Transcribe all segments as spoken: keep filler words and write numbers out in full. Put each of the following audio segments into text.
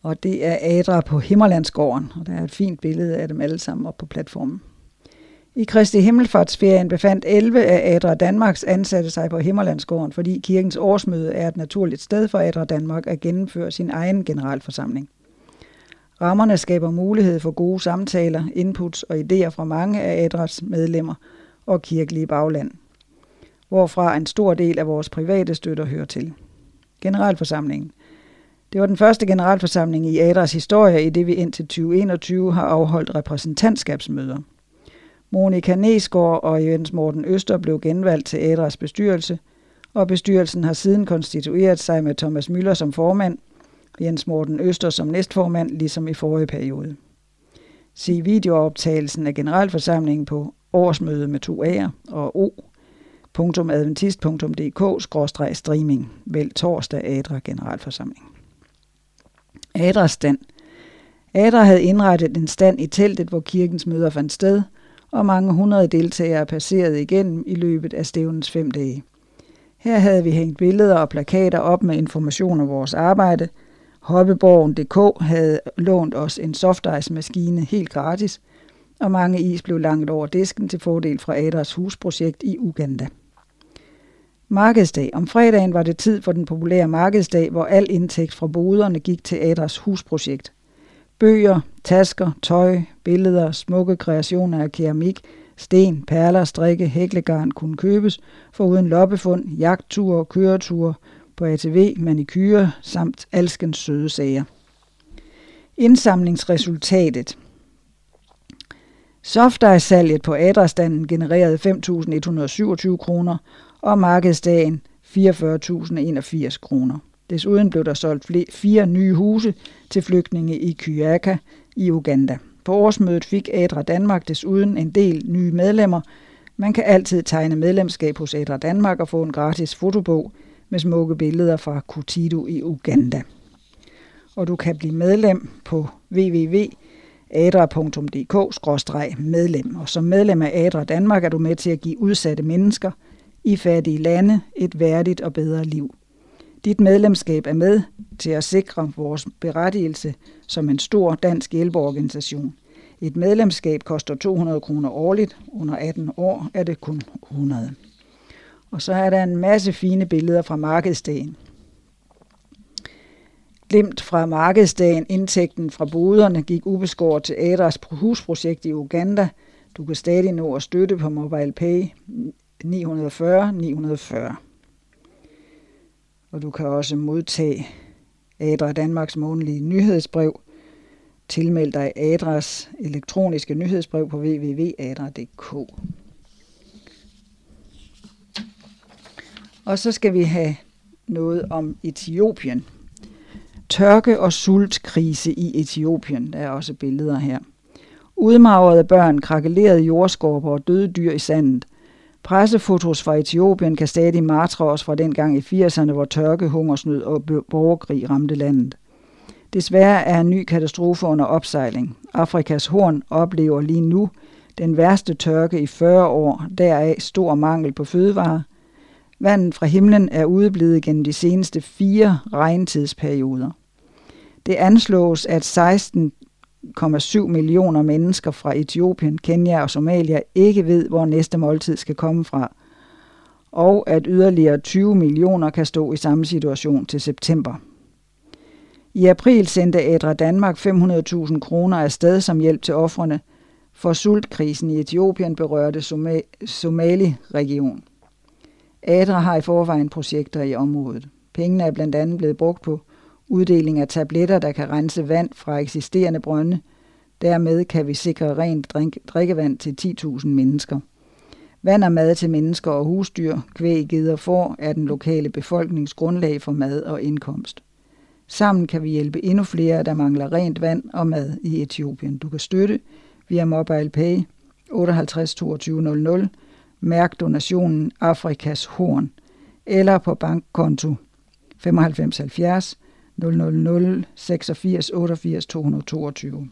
Og det er Adra på Himmerlandsgården, og der er et fint billede af dem alle sammen oppe på platformen. I Kristi Himmelfartsferien befandt elleve af Adra Danmarks ansatte sig på Himmerlandsgården, fordi kirkens årsmøde er et naturligt sted for Adra Danmark at gennemføre sin egen generalforsamling. Rammerne skaber mulighed for gode samtaler, inputs og idéer fra mange af Adras medlemmer og kirkelige bagland, hvorfra en stor del af vores private støtter hører til. Generalforsamlingen. Det var den første generalforsamling i Adras historie, i det vi indtil tyve enogtyve har afholdt repræsentantskabsmøder. Monika Nesgaard og Jens Morten Øster blev genvalgt til Adras bestyrelse, og bestyrelsen har siden konstitueret sig med Thomas Müller som formand, Jens Morten Øster som næstformand, ligesom i forrige periode. Se videooptagelsen af generalforsamlingen på årsmøde med to A'er og o punktum adventist punktum d k skråstreg streaming. Vælg torsdag Adra generalforsamling. Adras stand. Adra havde indrettet en stand i teltet, hvor kirkens møder fandt sted, og mange hundrede deltagere passerede igennem i løbet af stævnens fem dage. Her havde vi hængt billeder og plakater op med information om vores arbejde. Hoppeborgen punktum d k havde lånt os en softice-maskine helt gratis, og mange is blev langt over disken til fordel fra Adras husprojekt i Uganda. Markedsdag. Om fredagen var det tid for den populære markedsdag, hvor al indtægt fra boderne gik til Adras husprojekt. Bøger, tasker, tøj, billeder, smukke kreationer af keramik, sten, perler, strikke, hæklegarn kunne købes, foruden loppefund, jagtture, køreture på A T V, manikyre samt alskens søde sager. Indsamlingsresultatet. Softice-salget på Adra-standen genererede fem tusind et hundrede syvogtyve kroner, og markedsdagen fireogfyrre tusind enogfirs kroner. Desuden blev der solgt fire nye huse til flygtninge i Kyaka i Uganda. På årsmødet fik Adra Danmark desuden en del nye medlemmer. Man kan altid tegne medlemskab hos Adra Danmark og få en gratis fotobog med smukke billeder fra Kutido i Uganda. Og du kan blive medlem på w w w punktum adra punktum d k skråstreg medlem. Og som medlem af Adra Danmark er du med til at give udsatte mennesker i fattige lande et værdigt og bedre liv. Dit medlemskab er med til at sikre vores berettigelse som en stor dansk hjælpeorganisation. Et medlemskab koster to hundrede kroner årligt. Under atten år er det kun hundrede. Og så er der en masse fine billeder fra markedsdagen. Glimt fra markedsdagen. Indtægten fra boderne gik ubeskåret til Adras husprojekt i Uganda. Du kan stadig nå at støtte på MobilePay ni fyrre ni fyrre. Og du kan også modtage Adra Danmarks månedlige nyhedsbrev. Tilmeld dig Adras elektroniske nyhedsbrev på w w w punktum adra punktum d k. Og så skal vi have noget om Etiopien. Tørke og sultkrise i Etiopien. Der er også billeder her. Udmagrede børn, krakelerede jordskorper og døde dyr i sandet. Pressefotos fra Etiopien kan stadig martre os fra dengang i firserne, hvor tørke, hungersnød og borgerkrig ramte landet. Desværre er en ny katastrofe under opsejling. Afrikas Horn oplever lige nu den værste tørke i fyrre år, deraf stor mangel på fødevarer. Vandet fra himlen er udeblevet gennem de seneste fire regntidsperioder. Det anslås, at seksten komma syv millioner mennesker fra Etiopien, Kenya og Somalia ikke ved, hvor næste måltid skal komme fra, og at yderligere tyve millioner kan stå i samme situation til september. I april sendte Adra Danmark fem hundrede tusind kroner afsted som hjælp til ofrene for sultkrisen i Etiopien berørte Soma- Somali-region. Adra har i forvejen projekter i området. Pengene er blandt andet blevet brugt på uddeling af tabletter, der kan rense vand fra eksisterende brønde. Dermed kan vi sikre rent drink- drikkevand til ti tusind mennesker. Vand og mad til mennesker og husdyr, kvæg, geder og får er den lokale befolknings grundlag for mad og indkomst. Sammen kan vi hjælpe endnu flere, der mangler rent vand og mad i Etiopien. Du kan støtte via MobilePay otteoghalvtreds toogtyve nul nul, mærk donationen Afrikas Horn, eller på bankkonto femoghalvfems halvfjerds nul nul nul seksogfirs otteogfirs to hundrede toogtyve.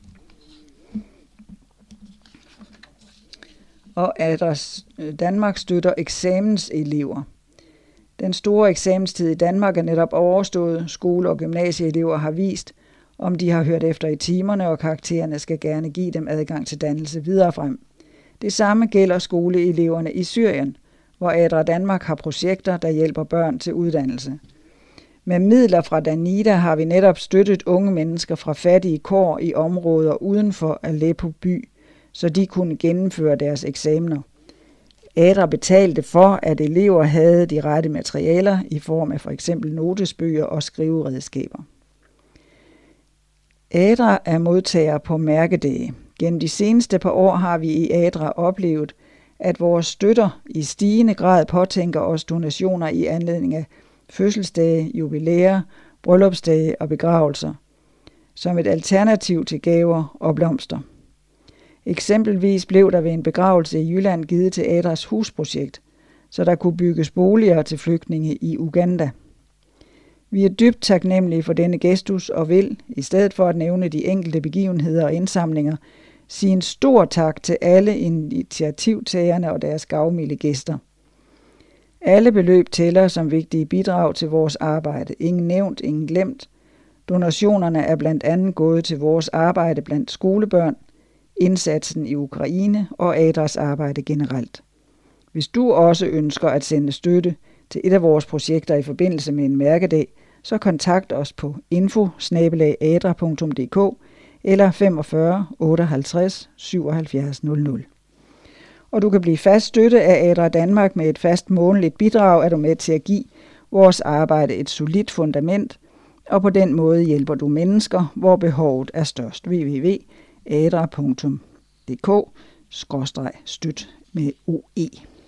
Og Adra Danmark støtter eksamenselever. Den store eksamenstid i Danmark er netop overstået. Skole- og gymnasieelever har vist, om de har hørt efter i timerne, og karaktererne skal gerne give dem adgang til dannelse videre frem. Det samme gælder skoleeleverne i Syrien, hvor Adra Danmark har projekter, der hjælper børn til uddannelse. Med midler fra Danida har vi netop støttet unge mennesker fra fattige kår i områder uden for Aleppo by, så de kunne gennemføre deres eksamener. Adra betalte for, at elever havde de rette materialer i form af for eksempel notesbøger og skriveredskaber. Adra er modtager på mærkedage. Gennem de seneste par år har vi i Adra oplevet, at vores støtter i stigende grad påtænker os donationer i anledning af fødselsdage, jubilæer, bryllupsdage og begravelser, som et alternativ til gaver og blomster. Eksempelvis blev der ved en begravelse i Jylland givet til Adras husprojekt, så der kunne bygges boliger til flygtninge i Uganda. Vi er dybt taknemmelige for denne gestus og vil, i stedet for at nævne de enkelte begivenheder og indsamlinger, sige en stor tak til alle initiativtagerne og deres gavmilde gæster. Alle beløb tæller som vigtige bidrag til vores arbejde. Ingen nævnt, ingen glemt. Donationerne er blandt andet gået til vores arbejde blandt skolebørn, indsatsen i Ukraine og Adras arbejde generelt. Hvis du også ønsker at sende støtte til et af vores projekter i forbindelse med en mærkedag, så kontakt os på info bindestreg adra punktum d k eller femogfyrre otteoghalvtreds syvoghalvfjerds nul nul. Og du kan blive fast støtte af Adra Danmark med et fast månedligt bidrag, er du med til at give vores arbejde et solidt fundament, og på den måde hjælper du mennesker, hvor behovet er størst. w w w punktum adra punktum d k skråstreg støt med O E.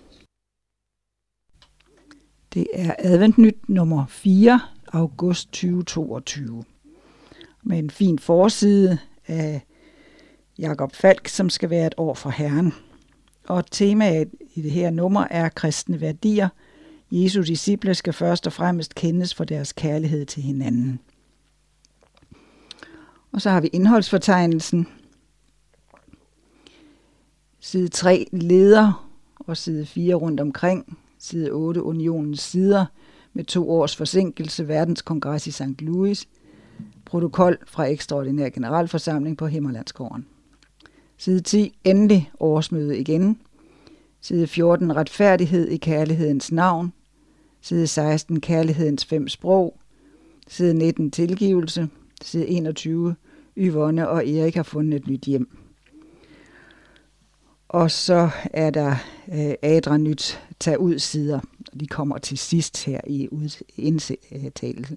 Det er Adventnyt nummer fire, august tyve toogtyve, med en fin forside af Jakob Falk, som skal være et år for Herren. Og temaet i det her nummer er kristne værdier. Jesu disciple skal først og fremmest kendes for deres kærlighed til hinanden. Og så har vi indholdsfortegnelsen. Side tre leder og side fire rundt omkring. Side otte unionens sider med to års forsinkelse, verdenskongres i Sankt Louis. Protokol fra ekstraordinær generalforsamling på Himmerlandsgården. Side ti endelig årsmøde igen. Side fjorten retfærdighed i kærlighedens navn. Side seksten kærlighedens fem sprog. Side nitten tilgivelse. Side enogtyve Yvonne og Erik har fundet et nyt hjem. Og så er der øh, Adra Nyt tag ud sider. De kommer til sidst her i indtagelse.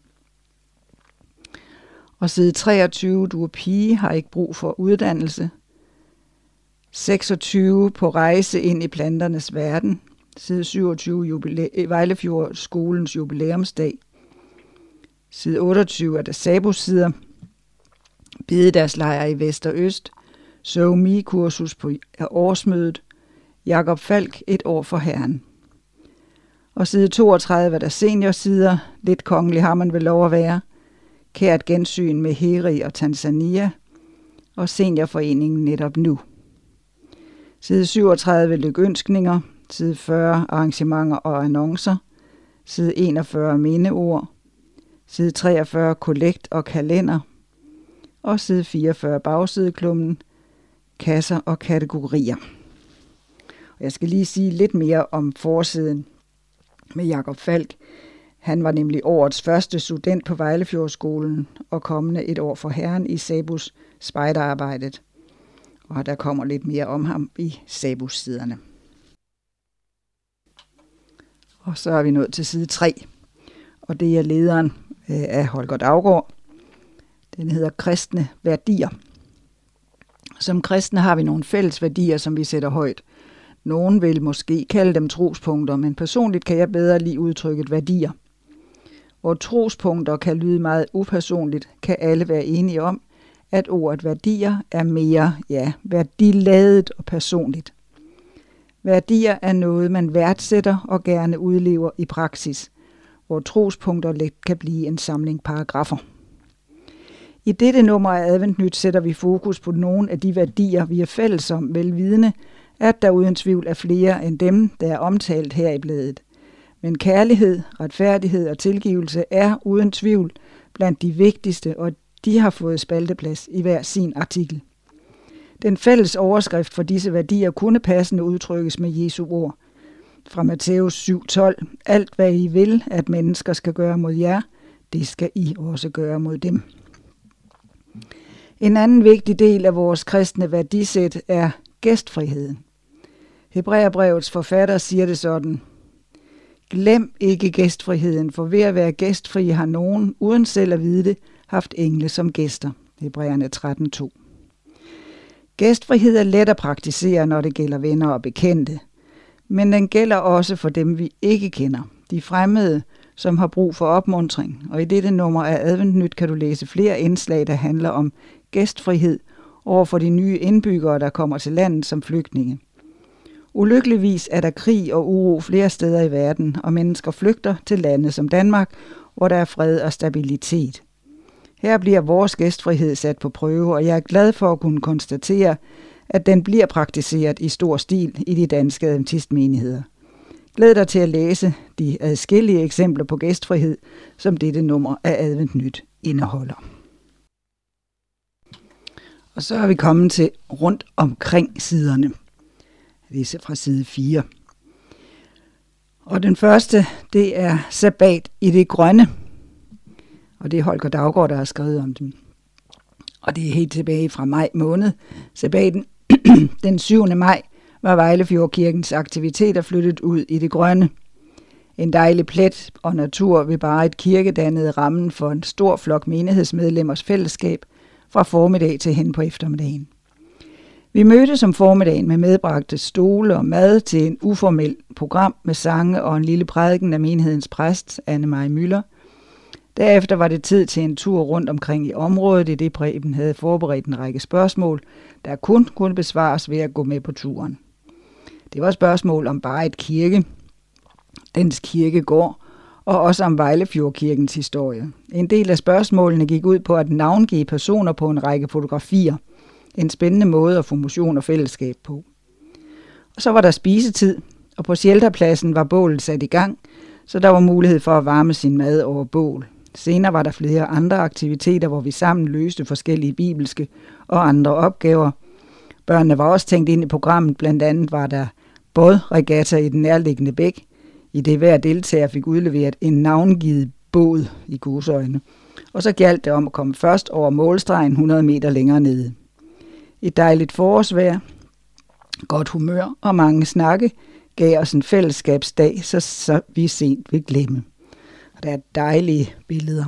Og side treogtyve, du er pige, har ikke brug for uddannelse. seksogtyve, på rejse ind i planternes verden. Side syvogtyve, jubilæ- Vejlefjord skolens jubilæumsdag. Side otteogtyve er der Sabos-sider. Bededagslejr i Vest og Øst. SoMe-kursus på årsmødet. Jakob Falk, et år for Herren. Og side toogtredive er der seniorsider. Lidt kongelig har man vel lov at være. Kært gensyn med Heri og Tanzania. Og seniorforeningen netop nu. Side syvogtredive lykønskninger. Side fyrre arrangementer og annoncer. Side enogfyrre mindeord. Side treogfyrre kollekt og kalender. Og side fireogfyrre bagsideklummen, kasser og kategorier. Og jeg skal lige sige lidt mere om forsiden med Jakob Falk. Han var nemlig årets første student på Vejlefjordskolen og kommende et år for Herren i Sabos spejderarbejdet. Og der kommer lidt mere om ham i Sabos-siderne. Og så er vi nået til side tre, og det er lederen af Holger Daugaard. Den hedder kristne værdier. Som kristne har vi nogle fælles værdier, som vi sætter højt. Nogen vil måske kalde dem trospunkter, men personligt kan jeg bedre lide udtrykket værdier. Hvor trospunkter kan lyde meget upersonligt, kan alle være enige om, at ordet værdier er mere, ja, værdiladet og personligt. Værdier er noget, man værdsætter og gerne udlever i praksis, hvor trospunkter let kan blive en samling paragraffer. I dette nummer af Adventnyt sætter vi fokus på nogle af de værdier, vi er fælles om, velvidende, at der uden tvivl er flere end dem, der er omtalt her i bladet. Men kærlighed, retfærdighed og tilgivelse er uden tvivl blandt de vigtigste og de har fået spalteplads i hver sin artikel. Den fælles overskrift for disse værdier kunne passende udtrykkes med Jesu ord. Fra Matthæus syv tolv. Alt hvad I vil, at mennesker skal gøre mod jer, det skal I også gøre mod dem. En anden vigtig del af vores kristne værdisæt er gæstfriheden. Hebræerbrevets forfatter siger det sådan: Glem ikke gæstfriheden, for ved at være gæstfri har nogen, uden selv at vide det, haft engle som gæster. Hebræerne tretten to. Gæstfrihed er let at praktisere, når det gælder venner og bekendte. Men den gælder også for dem, vi ikke kender. De fremmede, som har brug for opmuntring. Og i dette nummer af Adventnyt kan du læse flere indslag, der handler om gæstfrihed over for de nye indbyggere, der kommer til landet som flygtninge. Ulykkeligvis er der krig og uro flere steder i verden, og mennesker flygter til lande som Danmark, hvor der er fred og stabilitet. Her bliver vores gæstfrihed sat på prøve, og jeg er glad for at kunne konstatere, at den bliver praktiseret i stor stil i de danske adventistmenigheder. Glæd dig til at læse de adskillige eksempler på gæstfrihed, som dette nummer af Adventnyt indeholder. Og så er vi kommet til rundt omkring siderne. Det er fra side fire. Og den første, det er sabbat i det grønne. Og det er Holger Daugaard, der har skrevet om dem. Og det er helt tilbage fra maj måned. Sabbaten den syvende maj var Vejlefjordkirkens aktiviteter flyttet ud i det grønne. En dejlig plet og natur ved bare et kirke dannede rammen for en stor flok menighedsmedlemmers fællesskab fra formiddag til hen på eftermiddagen. Vi mødtes om formiddagen med medbragte stole og mad til en uformel program med sange og en lille prædiken af menighedens præst, Anne-Marie Müller. Derefter var det tid til en tur rundt omkring i området, i det Preben havde forberedt en række spørgsmål, der kun kunne besvares ved at gå med på turen. Det var spørgsmål om bare et kirke, dens kirkegård, og også om Vejlefjordkirkens historie. En del af spørgsmålene gik ud på at navngive personer på en række fotografier. En spændende måde at få motion og fællesskab på. Og så var der spisetid, og på shelterpladsen var bålet sat i gang, så der var mulighed for at varme sin mad over bål. Senere var der flere andre aktiviteter, hvor vi sammen løste forskellige bibelske og andre opgaver. Børnene var også tænkt ind i programmet, blandt andet var der bådregatta i den nærliggende bæk, i det hver deltager fik udleveret en navngivet båd i gåseøjne. Og så gjaldt det om at komme først over målstregen hundrede meter længere nede. Et dejligt forårsvejr, godt humør og mange snakke gav os en fællesskabsdag, så, så vi sent vil glemme. Og der er dejlige billeder.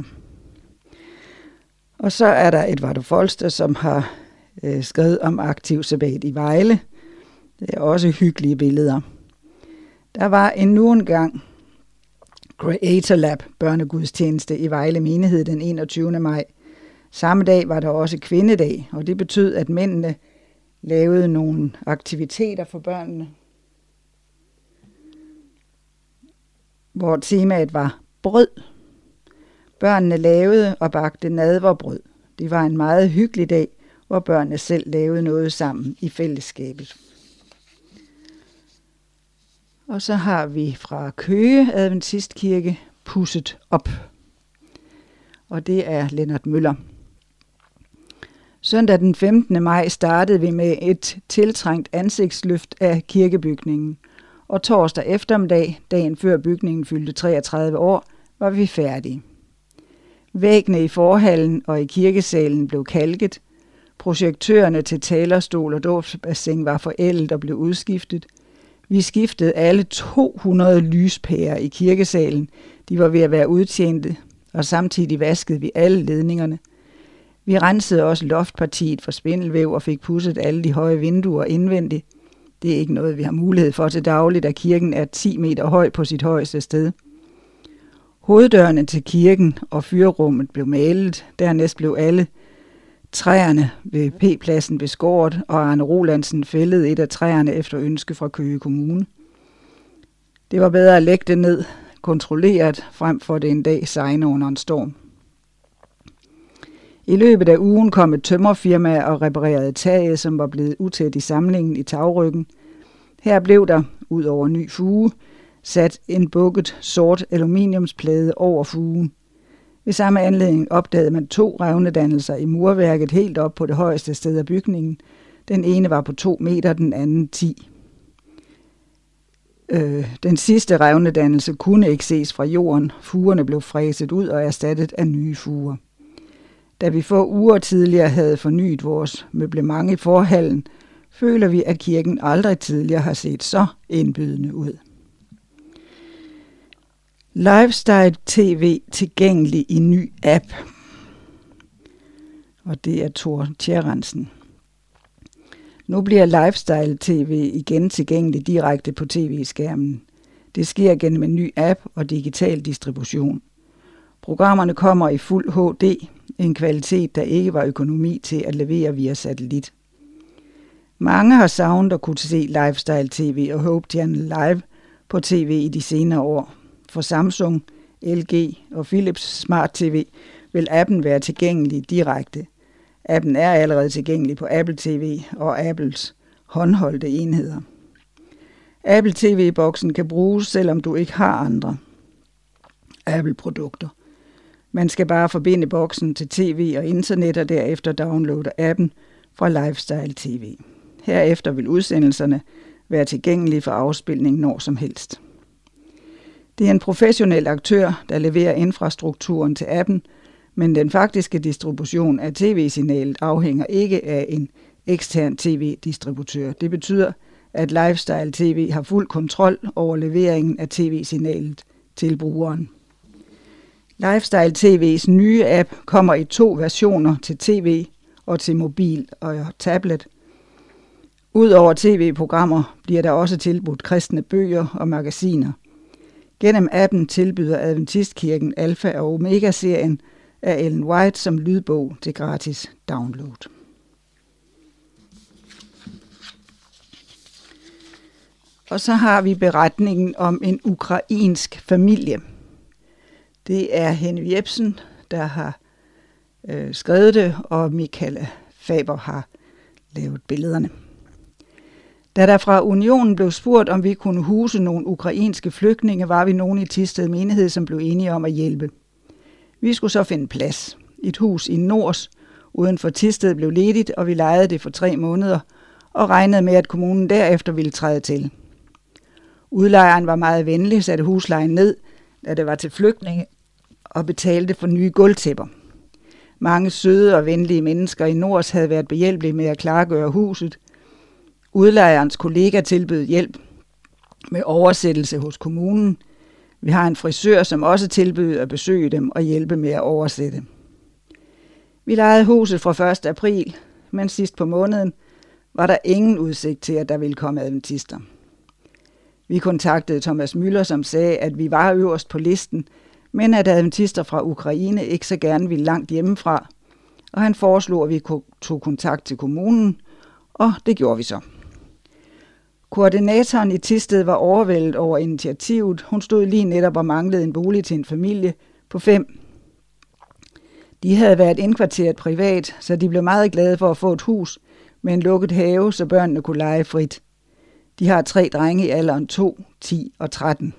Og så er der Edvard Folster, som har øh, skrevet om aktiv sabbat i Vejle. Det er også hyggelige billeder. Der var endnu en gang Creator Lab børnegudstjeneste i Vejle menighed den enogtyvende maj. Samme dag var der også kvindedag, og det betød, at mændene lavede nogle aktiviteter for børnene, hvor temaet var brød. Børnene lavede og bagte nadverbrød. Det var en meget hyggelig dag, hvor børnene selv lavede noget sammen i fællesskabet. Og så har vi fra Køge Adventistkirke Pusset op. Og det er Lennart Møller. Søndag den femtende maj startede vi med et tiltrængt ansigtsløft af kirkebygningen. Og torsdag eftermiddag, dagen før bygningen fyldte treogtredive år, var vi færdige. Væggene i forhallen og i kirkesalen blev kalket. Projektørerne til talerstol og dåbsbassin var forældet og blev udskiftet. Vi skiftede alle to hundrede lyspærer i kirkesalen. De var ved at være udtjente, og samtidig vaskede vi alle ledningerne. Vi rensede også loftpartiet for spindelvæv og fik pudset alle de høje vinduer indvendigt. Det er ikke noget, vi har mulighed for til dagligt, da kirken er ti meter høj på sit højeste sted. Hoveddørene til kirken og fyrrummet blev malet. Dernæst blev alle træerne ved P-pladsen beskåret, og Arne Rolandsen fældede et af træerne efter ønske fra Køge Kommune. Det var bedre at lægge det ned, kontrolleret, frem for det en dag segne under en storm. I løbet af ugen kom et tømmerfirma og reparerede taget, som var blevet utæt i samlingen i tagryggen. Her blev der, ud over ny fuge, sat en bukket sort aluminiumsplade over fugen. Ved samme anledning opdagede man to revnedannelser i murværket helt op på det højeste sted af bygningen. Den ene var på to meter, den anden ti. Øh, den sidste revnedannelse kunne ikke ses fra jorden. Fugerne blev fræset ud og erstattet af nye fuger. Da vi få uger tidligere havde fornyet vores møblement i forhallen, føler vi, at kirken aldrig tidligere har set så indbydende ud. Lifestyle T V tilgængelig i ny app. Og det er Thor Tjerensen. Nu bliver Lifestyle T V igen tilgængelig direkte på tv-skærmen. Det sker gennem en ny app og digital distribution. Programmerne kommer i fuld H D, en kvalitet, der ikke var økonomi til at levere via satellit. Mange har savnet at kunne se Lifestyle T V og Hope Channel live på tv i de senere år. For Samsung, L G og Philips Smart T V vil appen være tilgængelig direkte. Appen er allerede tilgængelig på Apple T V og Apples håndholdte enheder. Apple T V-boksen kan bruges, selvom du ikke har andre Apple-produkter. Man skal bare forbinde boksen til tv og internet og derefter downloade appen fra Lifestyle T V. Herefter vil udsendelserne være tilgængelige for afspilning når som helst. Det er en professionel aktør, der leverer infrastrukturen til appen, men den faktiske distribution af tv-signalet afhænger ikke af en ekstern tv-distributør. Det betyder, at Lifestyle T V har fuld kontrol over leveringen af tv-signalet til brugeren. Lifestyle T V's nye app kommer i to versioner til tv og til mobil og tablet. Udover tv-programmer bliver der også tilbudt kristne bøger og magasiner. Gennem appen tilbyder Adventistkirken Alfa og Omega-serien af Ellen White som lydbog til gratis download. Og så har vi beretningen om en ukrainsk familie. Det er Henny Jebsen, der har øh, skrevet det, og Michaela Faber har lavet billederne. Da der fra Unionen blev spurgt, om vi kunne huse nogle ukrainske flygtninge, var vi nogen i Thisted menighed, som blev enige om at hjælpe. Vi skulle så finde plads. Et hus i Nors uden for Thisted blev ledigt, og vi lejede det for tre måneder og regnede med, at kommunen derefter ville træde til. Udlejeren var meget venlig, satte huslejen ned, da det var til flygtninge, og betalte for nye gulvtæpper. Mange søde og venlige mennesker i Nors havde været behjælpelige med at klargøre huset. Udlejerens kollega tilbød hjælp med oversættelse hos kommunen. Vi har en frisør, som også tilbød at besøge dem og hjælpe med at oversætte. Vi lejede huset fra første april, men sidst på måneden var der ingen udsigt til, at der ville komme adventister. Vi kontaktede Thomas Müller, som sagde, at vi var øverst på listen, men at adventister fra Ukraine ikke så gerne ville langt hjemmefra, og han foreslog, at vi tog kontakt til kommunen, og det gjorde vi så. Koordinatoren i Thisted var overvældet over initiativet. Hun stod lige netop og manglede en bolig til en familie på fem. De havde været indkvarteret privat, så de blev meget glade for at få et hus med en lukket have, så børnene kunne lege frit. De har tre drenge i alderen to, ti og tretten.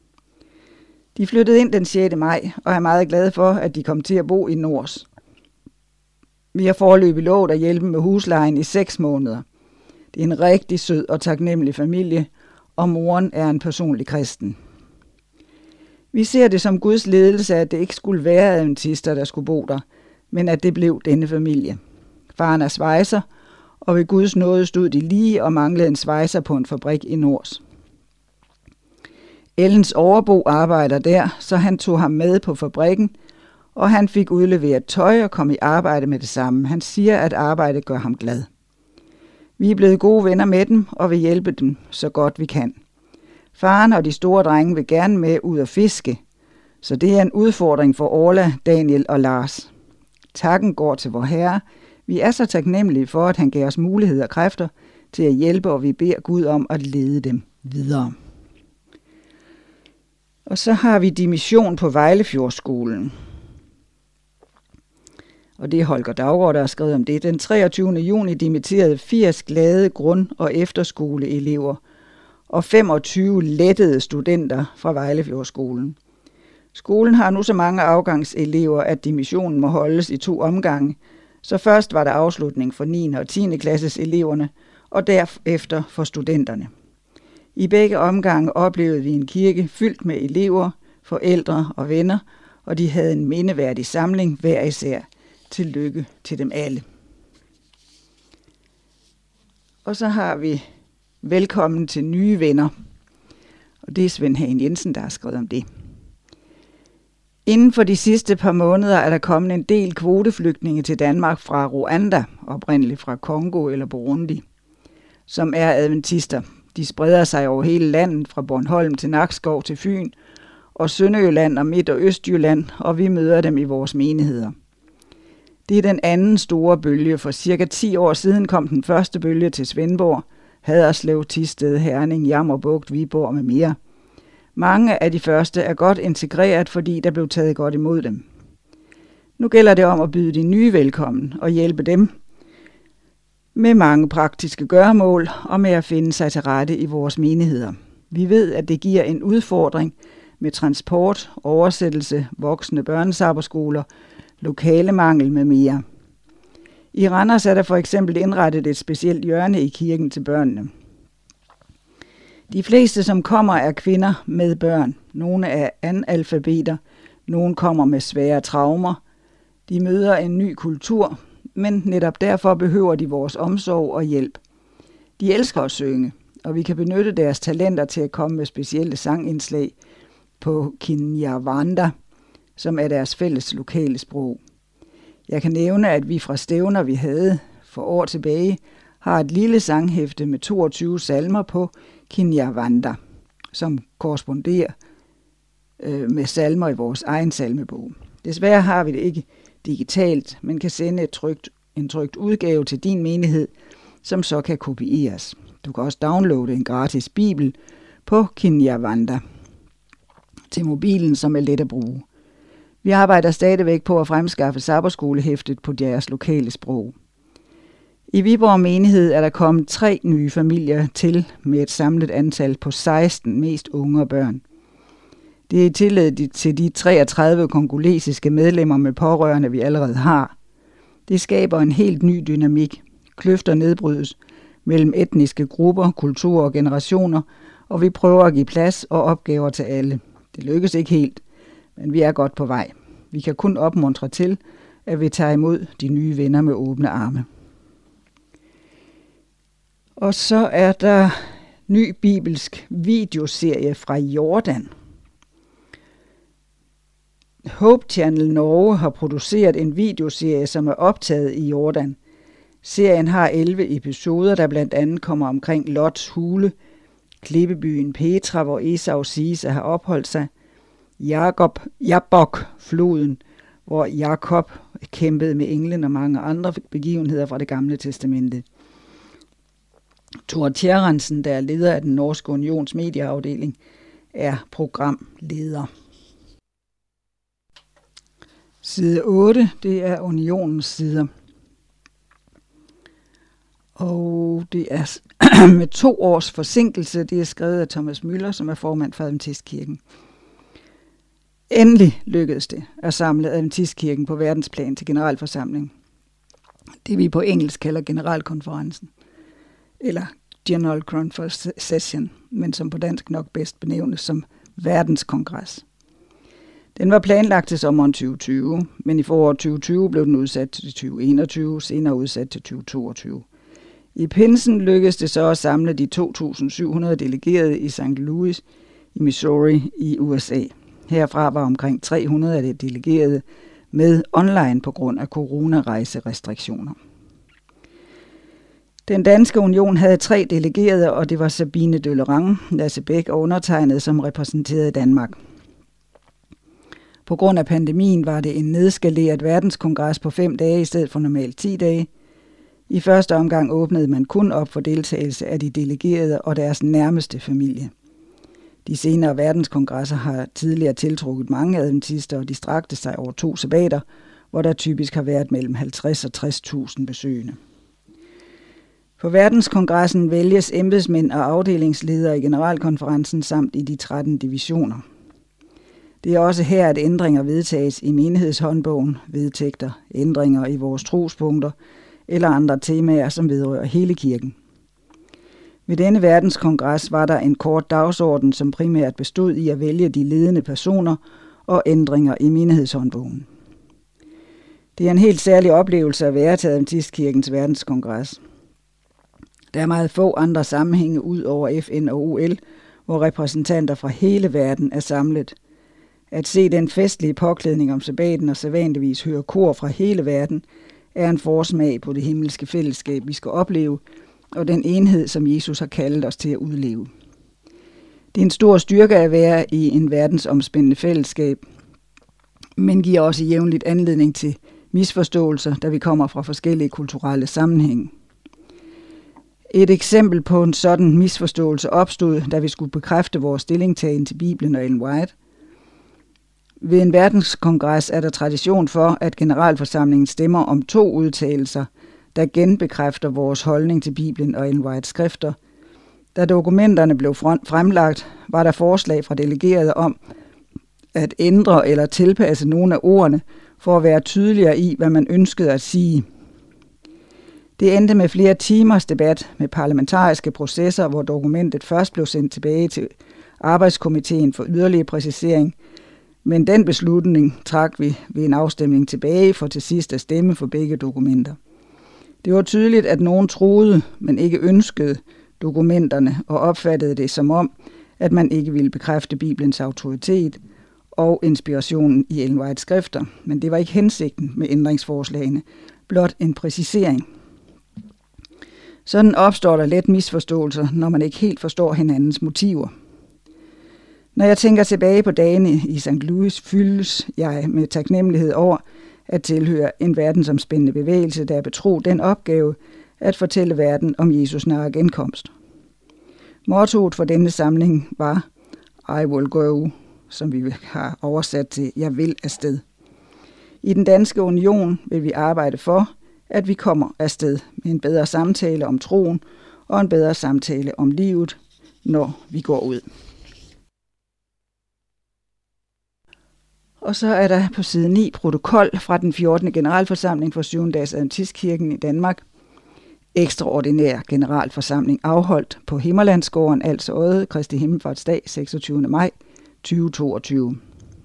De flyttede ind den sjette maj og er meget glade for, at de kom til at bo i Nors. Vi har foreløbig lovet at hjælpe med huslejen i seks måneder. Det er en rigtig sød og taknemmelig familie, og moren er en personlig kristen. Vi ser det som Guds ledelse, at det ikke skulle være adventister, der skulle bo der, men at det blev denne familie. Faren er svejser, og ved Guds nåde stod de lige og manglede en svejser på en fabrik i Nors. Ellens overbo arbejder der, så han tog ham med på fabrikken, og han fik udleveret tøj og kom i arbejde med det samme. Han siger, at arbejdet gør ham glad. Vi er blevet gode venner med dem og vil hjælpe dem så godt vi kan. Faren og de store drenge vil gerne med ud og fiske, så det er en udfordring for Orla, Daniel og Lars. Takken går til vor Herre. Vi er så taknemmelige for, at han gav os muligheder og kræfter til at hjælpe, og vi beder Gud om at lede dem videre. Og så har vi dimission på Vejlefjordskolen. Og det er Holger Daugård, der har skrevet om det. Den treogtyvende juni dimitterede firs glade grund- og efterskoleelever og femogtyve lettede studenter fra Vejlefjordskolen. Skolen har nu så mange afgangselever, at dimissionen må holdes i to omgange. Så først var der afslutning for niende og tiende klasses eleverne, og derefter for studenterne. I begge omgange oplevede vi en kirke fyldt med elever, forældre og venner, og de havde en mindeværdig samling hver især. Tillykke til dem alle. Og så har vi velkommen til nye venner. Og det er Svend Hagen Jensen, der har skrevet om det. Inden for de sidste par måneder er der kommet en del kvoteflygtninge til Danmark fra Rwanda, oprindeligt fra Kongo eller Burundi, som er adventister. De spreder sig over hele landet, fra Bornholm til Nakskov til Fyn, og Sønderjylland og Midt- og Østjylland, og vi møder dem i vores menigheder. Det er den anden store bølge. For cirka ti år siden kom den første bølge til Svendborg, Haderslev, Thisted, Herning, Jammerbugt, Viborg med mere. Mange af de første er godt integreret, fordi der blev taget godt imod dem. Nu gælder det om at byde de nye velkommen og hjælpe dem med mange praktiske gøremål og med at finde sig til rette i vores menigheder. Vi ved, at det giver en udfordring med transport, oversættelse, voksne børnesabberskoler, lokalemangel med mere. I Randers er der for eksempel indrettet et specielt hjørne i kirken til børnene. De fleste, som kommer, er kvinder med børn. Nogle er analfabeter, nogle kommer med svære traumer. De møder en ny kultur, men netop derfor behøver de vores omsorg og hjælp. De elsker at synge, og vi kan benytte deres talenter til at komme med specielle sangindslag på Kinyarwanda, som er deres fælles lokale sprog. Jeg kan nævne, at vi fra stævner, vi havde for år tilbage, har et lille sanghæfte med toogtyve salmer på Kinyarwanda, som korresponderer øh, med salmer i vores egen salmebog. Desværre har vi det ikke digitalt, men kan sende et trygt, en trygt udgave til din menighed, som så kan kopieres. Du kan også downloade en gratis bibel på Kinyarwanda til mobilen, som er let at bruge. Vi arbejder stadigvæk på at fremskaffe sabbatskolehæftet på deres lokale sprog. I Viborg menighed er der kommet tre nye familier til med et samlet antal på seksten, mest unge og børn. Det er tillid til de treogtredive kongolesiske medlemmer med pårørende, vi allerede har. Det skaber en helt ny dynamik. Kløfter nedbrydes mellem etniske grupper, kulturer og generationer, og vi prøver at give plads og opgaver til alle. Det lykkes ikke helt, men vi er godt på vej. Vi kan kun opmuntre til, at vi tager imod de nye venner med åbne arme. Og så er der ny bibelsk videoserie fra Jordan. Hope Channel Norge har produceret en videoserie, som er optaget i Jordan. Serien har elleve episoder, der blandt andet kommer omkring Lots hule, klippebyen Petra, hvor Esau siges at have opholdt sig, Jakob, Jabbok-floden, hvor Jakob kæmpede med englen og mange andre begivenheder fra det gamle testamente. Thor Tjeransen, der er leder af den norske unions medieafdeling, er programleder. Side otte, det er unionens sider. Og det er med to års forsinkelse. Det er skrevet af Thomas Müller, som er formand for Adventistkirken. Endelig lykkedes det at samle Adventistkirken på verdensplan til generalforsamling. Det vi på engelsk kalder generalkonferencen, eller General Conference Session, men som på dansk nok bedst benævnes som verdenskongres. Den var planlagt til sommeren tyve tyve, men i foråret tyve tyve blev den udsat til tyve enogtyve, senere udsat til tyve toogtyve. I pinsen lykkedes det så at samle de to tusind syv hundrede delegerede i Saint Louis i Missouri i U S A. Herfra var omkring tre hundrede af de delegerede med online på grund af coronarejserestriktioner. Den danske union havde tre delegerede, og det var Sabine Døllerang, Lasse Bæk og undertegnet, som repræsenterede Danmark. På grund af pandemien var det en nedskaleret verdenskongres på fem dage i stedet for normalt ti dage. I første omgang åbnede man kun op for deltagelse af de delegerede og deres nærmeste familie. De senere verdenskongresser har tidligere tiltrukket mange adventister, og de strakte sig over to sabbater, hvor der typisk har været mellem halvtreds og tres tusind besøgende. På verdenskongressen vælges embedsmænd og afdelingsledere i generalkonferencen samt i de tretten divisioner. Det er også her, at ændringer vedtages i menighedshåndbogen, vedtægter, ændringer i vores trospunkter eller andre temaer, som vedrører hele kirken. Ved denne verdenskongres var der en kort dagsorden, som primært bestod i at vælge de ledende personer og ændringer i menighedshåndbogen. Det er en helt særlig oplevelse at være til Adventistkirkens verdenskongres. Der er meget få andre sammenhænge ud over F N og O L, hvor repræsentanter fra hele verden er samlet. At se den festlige påklædning om sabbaten og sædvanligvis høre kor fra hele verden, er en forsmag på det himmelske fællesskab, vi skal opleve, og den enhed, som Jesus har kaldet os til at udleve. Det er en stor styrke at være i en verdensomspændende fællesskab, men giver også jævnligt anledning til misforståelser, da vi kommer fra forskellige kulturelle sammenhænge. Et eksempel på en sådan misforståelse opstod, da vi skulle bekræfte vores stillingtagen til Bibelen og Ellen White. Ved en verdenskongres er der tradition for, at generalforsamlingen stemmer om to udtalelser, der genbekræfter vores holdning til Bibelen og Ellen Whites skrifter. Da dokumenterne blev fremlagt, var der forslag fra delegerede om at ændre eller tilpasse nogle af ordene for at være tydeligere i, hvad man ønskede at sige. Det endte med flere timers debat med parlamentariske processer, hvor dokumentet først blev sendt tilbage til arbejdskomiteen for yderligere præcisering, men den beslutning trak vi ved en afstemning tilbage for til sidst at stemme for begge dokumenter. Det var tydeligt, at nogen troede, men ikke ønskede dokumenterne og opfattede det som om, at man ikke ville bekræfte Bibelens autoritet og inspirationen i Ellen Whites skrifter, men det var ikke hensigten med ændringsforslagene, blot en præcisering. Sådan opstår der let misforståelser, når man ikke helt forstår hinandens motiver. Når jeg tænker tilbage på dagene i Sankt Louis, fyldes jeg med taknemmelighed over at tilhøre en verdensomspændende bevægelse, der er betro den opgave at fortælle verden om Jesus nære genkomst. Mottoet for denne samling var I will go, som vi har oversat til Jeg vil afsted. I den danske union vil vi arbejde for, at vi kommer afsted med en bedre samtale om troen og en bedre samtale om livet, når vi går ud. Og så er der på side ni protokol fra den fjortende generalforsamling for syvende dags Adventistkirken i Danmark. Ekstraordinær generalforsamling afholdt på Himmerlandsgården, altså Odde, Kristi Himmelfartsdag, seksogtyvende maj to tusind og toogtyve.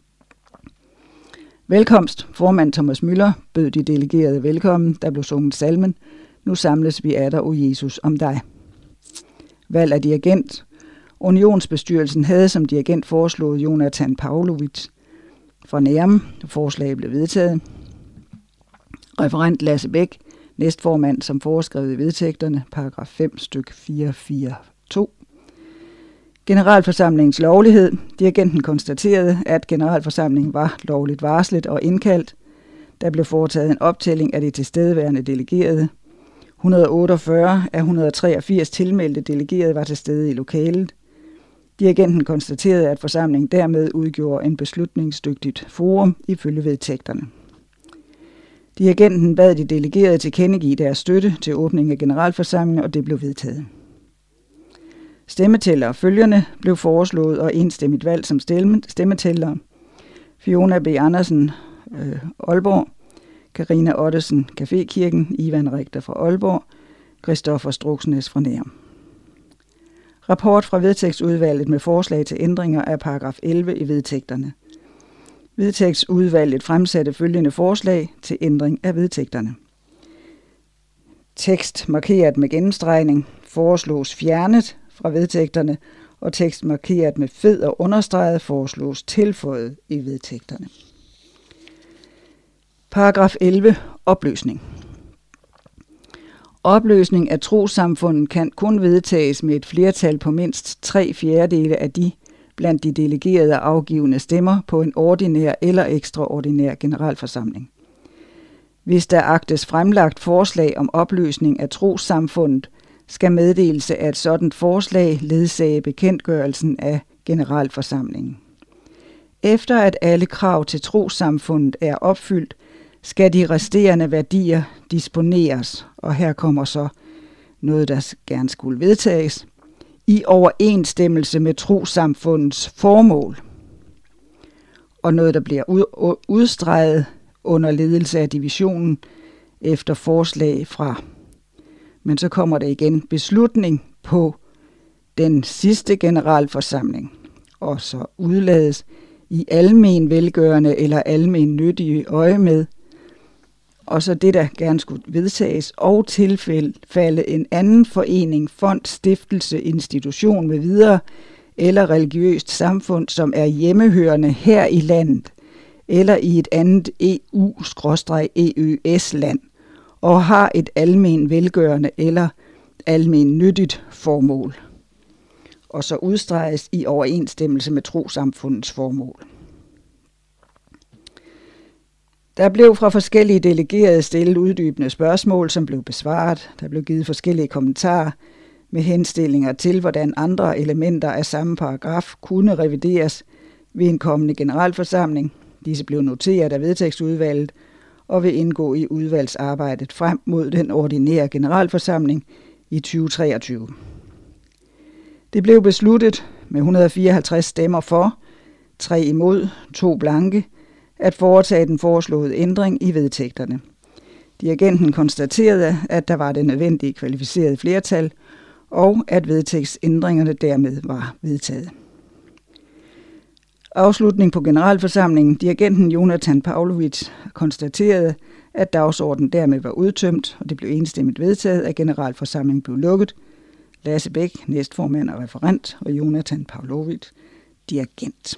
Velkomst. Formand Thomas Müller bød de delegerede velkommen, der blev sunget salmen. Nu samles vi atter, o Jesus, om dig. Valg af dirigent. Unionsbestyrelsen havde som dirigent foreslået Jonathan Pavlovic fra Nærum. Forslaget blev vedtaget. Referent Lasse Bæk, næstformand som foreskrevet i vedtægterne, paragraf fem, stykke fire fire to. Generalforsamlingens lovlighed. Dirigenten konstaterede, at generalforsamlingen var lovligt varslet og indkaldt. Der blev foretaget en optælling af de tilstedeværende delegerede. et hundrede og otteogfyrre af et hundrede og treogfirs tilmeldte delegerede var til stede i lokalet. Dirigenten konstaterede, at forsamlingen dermed udgjorde en beslutningsdygtigt forum ifølge vedtægterne. Dirigenten bad de delegerede tilkendegive deres støtte til åbningen af generalforsamlingen, og det blev vedtaget. Stemmetællere følgende blev foreslået og enstemmigt valgt som stemmetællere. Fiona B. Andersen, øh, Aalborg, Karina Ottesen, Cafékirken, Ivan Richter fra Aalborg, Christoffer Struksnes fra Nærum. Rapport fra vedtægtsudvalget med forslag til ændringer af paragraf elleve i vedtægterne. Vedtægtsudvalget fremsatte følgende forslag til ændring af vedtægterne. Tekst markeret med gennemstregning foreslås fjernet fra vedtægterne, og tekst markeret med fed og understreget foreslås tilføjet i vedtægterne. Paragraf elleve. Opløsning. Opløsning af trossamfundet kan kun vedtages med et flertal på mindst tre fjerdedele af de blandt de delegerede afgivende stemmer på en ordinær eller ekstraordinær generalforsamling. Hvis der agtes fremlagt forslag om opløsning af trossamfundet, skal meddelelse af et sådant forslag ledsage bekendtgørelsen af generalforsamlingen. Efter at alle krav til trossamfundet er opfyldt, skal de resterende værdier disponeres, og her kommer så noget, der gerne skulle vedtages, i overensstemmelse med trossamfundets formål. og noget, der bliver ud, udstreget under ledelse af divisionen efter forslag fra. Men så kommer der igen beslutning på den sidste generalforsamling, og så udlades i almen velgørende eller almen nyttige øje med, og så det, der gerne skulle vedtages, og tilfælde en anden forening, fond, stiftelse, institution med videre, eller religiøst samfund, som er hjemmehørende her i landet, eller i et andet E U-E Ø S-land, og har et almen velgørende eller almen nyttigt formål, og så udstreges i overensstemmelse med trosamfundets formål. Der blev fra forskellige delegerede stillet uddybende spørgsmål, som blev besvaret. Der blev givet forskellige kommentarer med henstillinger til, hvordan andre elementer af samme paragraf kunne revideres ved en kommende generalforsamling. Disse blev noteret af vedtægtsudvalget og vil indgå i udvalgsarbejdet frem mod den ordinære generalforsamling i tyve treogtyve. Det blev besluttet med et hundrede og fireoghalvtreds stemmer for, tre imod, to blanke, at foretage den foreslåede ændring i vedtægterne. Dirigenten konstaterede, at der var det nødvendige kvalificerede flertal, og at vedtægtsændringerne dermed var vedtaget. Afslutning på generalforsamlingen. Dirigenten Jonathan Pavlovic konstaterede, at dagsordenen dermed var udtømt, og det blev enstemmigt vedtaget, at generalforsamlingen blev lukket. Lasse Bæk, næstformand og referent, og Jonathan Pavlovic, dirigent.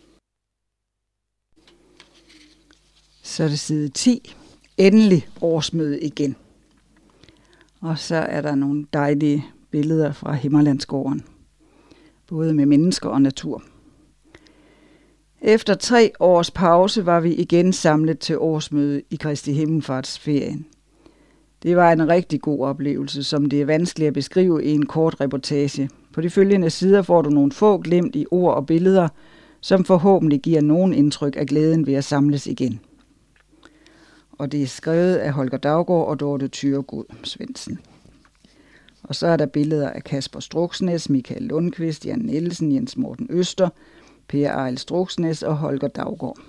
Så er det side ti. Endelig årsmøde igen. Og så er der nogle dejlige billeder fra Himmerlandsgården, både med mennesker og natur. Efter tre års pause var vi igen samlet til årsmøde i Kristi Himmelfartsferien. Det var en rigtig god oplevelse, som det er vanskeligt at beskrive i en kort reportage. På de følgende sider får du nogle få glimt i ord og billeder, som forhåbentlig giver nogen indtryk af glæden ved at samles igen. Og det er skrevet af Holger Daugaard og Dorte Thyregod Svendsen. Og så er der billeder af Kasper Struxnes, Michael Lundqvist, Jan Nielsen, Jens Morten Øster, Per Ejl Struxnes og Holger Daugaard.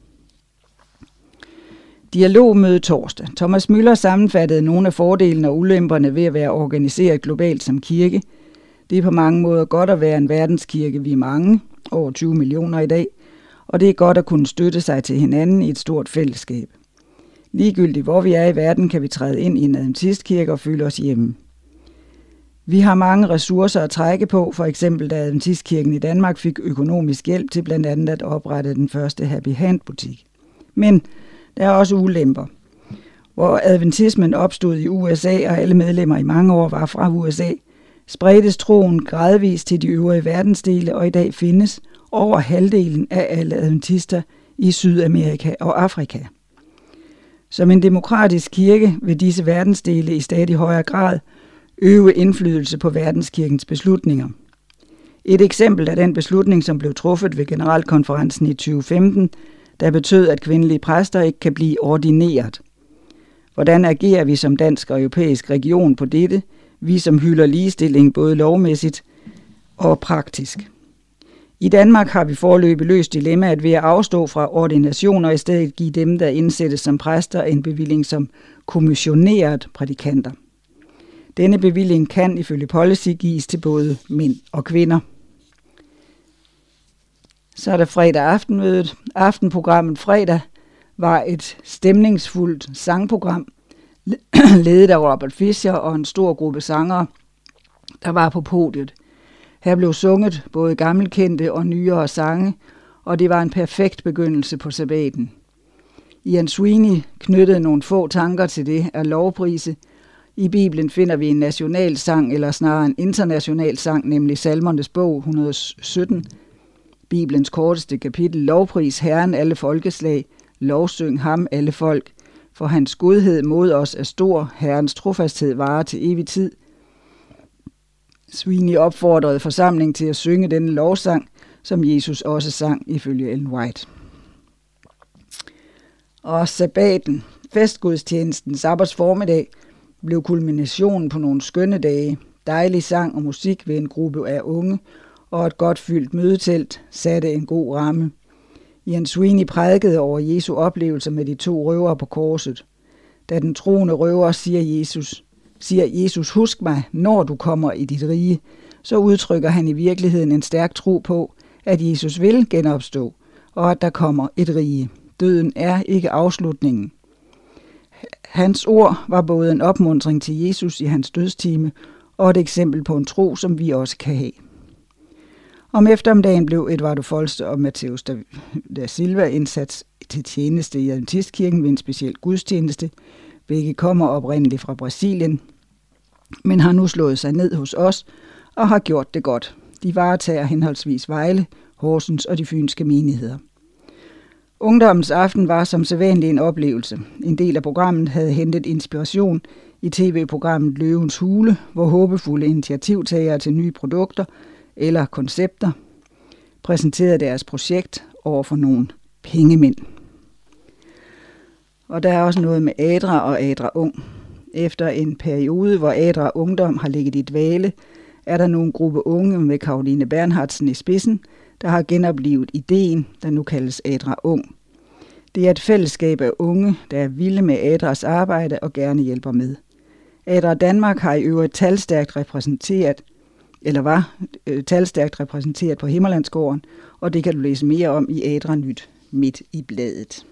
Dialogmøde torsdag. Thomas Müller sammenfattede nogle af fordelene og ulemperne ved at være organiseret globalt som kirke. Det er på mange måder godt at være en verdenskirke, vi er mange, over tyve millioner i dag, og det er godt at kunne støtte sig til hinanden i et stort fællesskab. Ligegyldigt hvor vi er i verden, kan vi træde ind i en adventistkirke og føle os hjemme. Vi har mange ressourcer at trække på, for eksempel da Adventistkirken i Danmark fik økonomisk hjælp til blandt andet at oprette den første Happy Hand-butik. Men der er også ulemper. Hvor adventismen opstod i U S A, og alle medlemmer i mange år var fra U S A, spredtes troen gradvist til de øvrige verdensdele, og i dag findes over halvdelen af alle adventister i Sydamerika og Afrika. Som en demokratisk kirke vil disse verdensdele i stadig højere grad øve indflydelse på verdenskirkens beslutninger. Et eksempel er den beslutning, som blev truffet ved generalkonferencen i tyve femten, der betød, at kvindelige præster ikke kan blive ordineret. Hvordan agerer vi som dansk og europæisk region på dette? Vi som hylder ligestilling både lovmæssigt og praktisk. I Danmark har vi foreløbig løst dilemmaet ved at afstå fra ordinationer og i stedet give dem, der indsættes som præster, en bevilling som kommissioneret prædikanter. Denne bevilling kan ifølge policy gives til både mænd og kvinder. Så er der fredag aftenmødet. Aftenprogrammet fredag var et stemningsfuldt sangprogram, ledet af Robert Fischer og en stor gruppe sangere, der var på podiet. Her blev sunget både gammelkendte og nyere sange, og det var en perfekt begyndelse på sabbaten. Ian Sweeney knyttede nogle få tanker til det af lovprise. I Bibelen finder vi en national sang, eller snarere en international sang, nemlig Salmernes bog et hundrede og sytten. Bibelens korteste kapitel: Lovpris Herren alle folkeslag, lovsyng ham alle folk, for hans godhed mod os er stor, Herrens trofasthed varer til evig tid. Sweeney opfordrede forsamlingen til at synge denne lovsang, som Jesus også sang ifølge Ellen White. Og sabbaten, festgudstjenesten, sabbats formiddag, blev kulminationen på nogle skønne dage. Dejlig sang og musik ved en gruppe af unge, og et godt fyldt mødetelt satte en god ramme. Ian Sweeney prædikede over Jesu oplevelse med de to røvere på korset. Da den troende røver siger Jesus, siger Jesus, husk mig, når du kommer i dit rige, så udtrykker han i virkeligheden en stærk tro på, at Jesus vil genopstå, og at der kommer et rige. Døden er ikke afslutningen. Hans ord var både en opmuntring til Jesus i hans dødstime, og et eksempel på en tro, som vi også kan have. Om eftermiddagen blev Eduardo Folste og Mateus da Silva indsat til tjeneste i Adventistkirken ved en speciel gudstjeneste. Begge kommer oprindeligt fra Brasilien, men har nu slået sig ned hos os og har gjort det godt. De varetager henholdsvis Vejle, Horsens og de fynske menigheder. Ungdommens aften var som sædvanlig en oplevelse. En del af programmet havde hentet inspiration i tv-programmet Løvens Hule, hvor håbefulde initiativtagere til nye produkter eller koncepter præsenterede deres projekt over for nogle pengemænd. Og der er også noget med Adra og Adra Ung. Efter en periode, hvor Adra Ungdom har ligget i dvale, er der nogle gruppe unge med Caroline Bernhardsen i spidsen, der har genoplevet ideen, der nu kaldes Adra Ung. Det er et fællesskab af unge, der er vilde med Adras arbejde og gerne hjælper med. Adra Danmark har i øvrigt talstærkt repræsenteret, eller var øh, talstærkt repræsenteret på Himmerlandsgården, og det kan du læse mere om i Adra Nyt midt i bladet.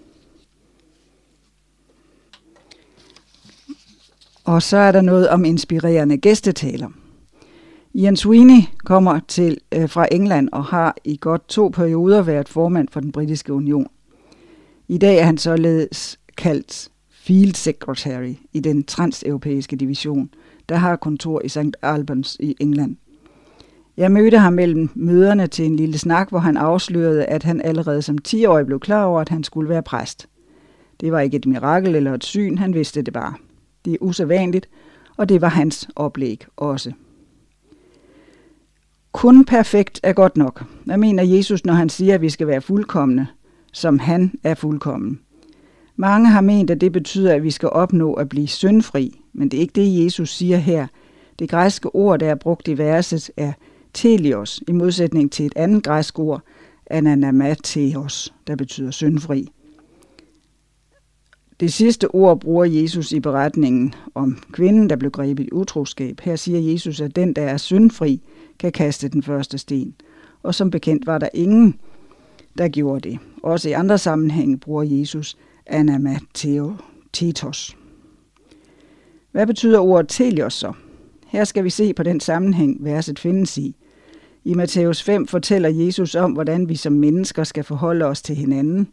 Og så er der noget om inspirerende gæstetaler. Ian Sweeney kommer til øh, fra England og har i godt to perioder været formand for den britiske union. I dag er han således kaldt Field Secretary i den transeuropæiske division, der har kontor i Saint Albans i England. Jeg mødte ham mellem møderne til en lille snak, hvor han afslørede, at han allerede som ti-årig blev klar over, at han skulle være præst. Det var ikke et mirakel eller et syn, han vidste det bare. Det er usædvanligt, og det var hans oplæg også. Kun perfekt er godt nok. Hvad mener Jesus, når han siger, at vi skal være fuldkomne, som han er fuldkommen? Mange har ment, at det betyder, at vi skal opnå at blive syndfri, men det er ikke det, Jesus siger her. Det græske ord, der er brugt i verset, er telios, i modsætning til et andet græsk ord, ananamatheos, der betyder syndfri. Det sidste ord bruger Jesus i beretningen om kvinden, der blev grebet i utroskab. Her siger Jesus, at den, der er syndfri, kan kaste den første sten. Og som bekendt var der ingen, der gjorde det. Også i andre sammenhænge bruger Jesus anamatheos. Hvad betyder ordet telios så? Her skal vi se på den sammenhæng, verset findes i. I Matthæus fem fortæller Jesus om, hvordan vi som mennesker skal forholde os til hinanden.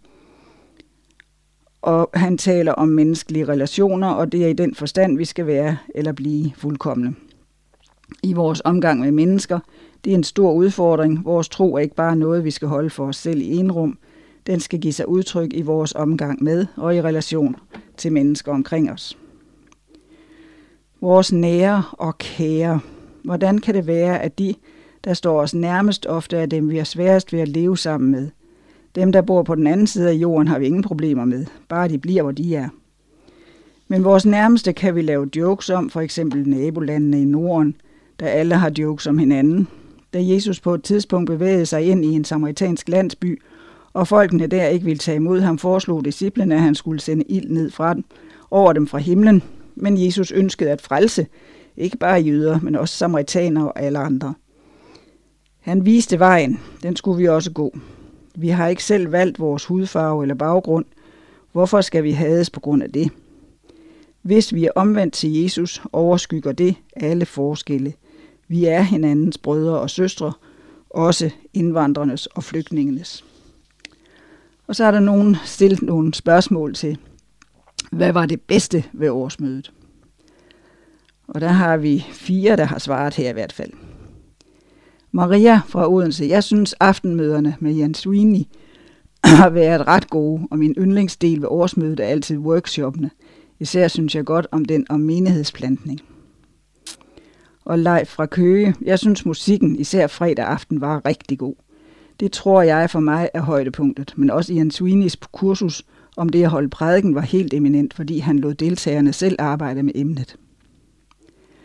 Og han taler om menneskelige relationer, og det er i den forstand, vi skal være eller blive fuldkomne. I vores omgang med mennesker, det er en stor udfordring. Vores tro er ikke bare noget, vi skal holde for os selv i enrum. Den skal give sig udtryk i vores omgang med og i relation til mennesker omkring os. Vores nære og kære. Hvordan kan det være, at de, der står os nærmest, ofte er dem, vi er sværest ved at leve sammen med? Dem, der bor på den anden side af jorden, har vi ingen problemer med. Bare de bliver, hvor de er. Men vores nærmeste kan vi lave jokes om, for eksempel nabolandene i Norden, der alle har jokes om hinanden. Da Jesus på et tidspunkt bevægede sig ind i en samaritansk landsby, og folkene der ikke ville tage imod ham, foreslog disciplene, at han skulle sende ild ned fra dem, over dem fra himlen. Men Jesus ønskede at frelse, ikke bare jøder, men også samaritanere og alle andre. Han viste vejen, den skulle vi også gå. Vi har ikke selv valgt vores hudfarve eller baggrund. Hvorfor skal vi hades på grund af det? Hvis vi er omvendt til Jesus, overskygger det alle forskelle. Vi er hinandens brødre og søstre, også indvandrernes og flygtningenes. Og så er der nogen stillet nogle spørgsmål til, hvad var det bedste ved årsmødet? Og der har vi fire, der har svaret her i hvert fald. Maria fra Odense. Jeg synes aftenmøderne med Ian Sweeney har været ret gode, og min yndlingsdel ved årsmødet er altid workshoppene. Især synes jeg godt om den om menighedsplantning. Og Leif fra Køge. Jeg synes musikken, især fredag aften, var rigtig god. Det tror jeg for mig er højdepunktet, men også Ian Sweeneys kursus om det at holde prædiken var helt eminent, fordi han lod deltagerne selv arbejde med emnet.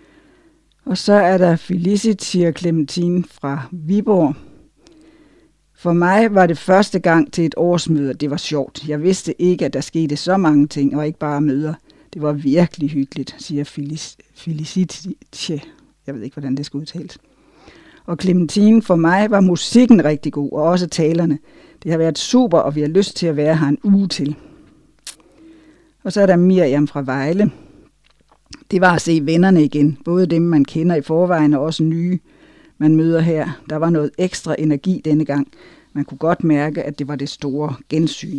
Og så er der Felicity og Clementine fra Viborg. For mig var det første gang til et årsmøde, det var sjovt. Jeg vidste ikke, at der skete så mange ting, og ikke bare møder. Det var virkelig hyggeligt, siger Felic- Felicite. Jeg ved ikke, hvordan det skal udtales. Og Clementine, for mig var musikken rigtig god, og også talerne. Det har været super, og vi har lyst til at være her en uge til. Og så er der Miriam fra Vejle. Det var at se vennerne igen, både dem, man kender i forvejen, og også nye, man møder her. Der var noget ekstra energi denne gang. Man kunne godt mærke, at det var det store gensyn.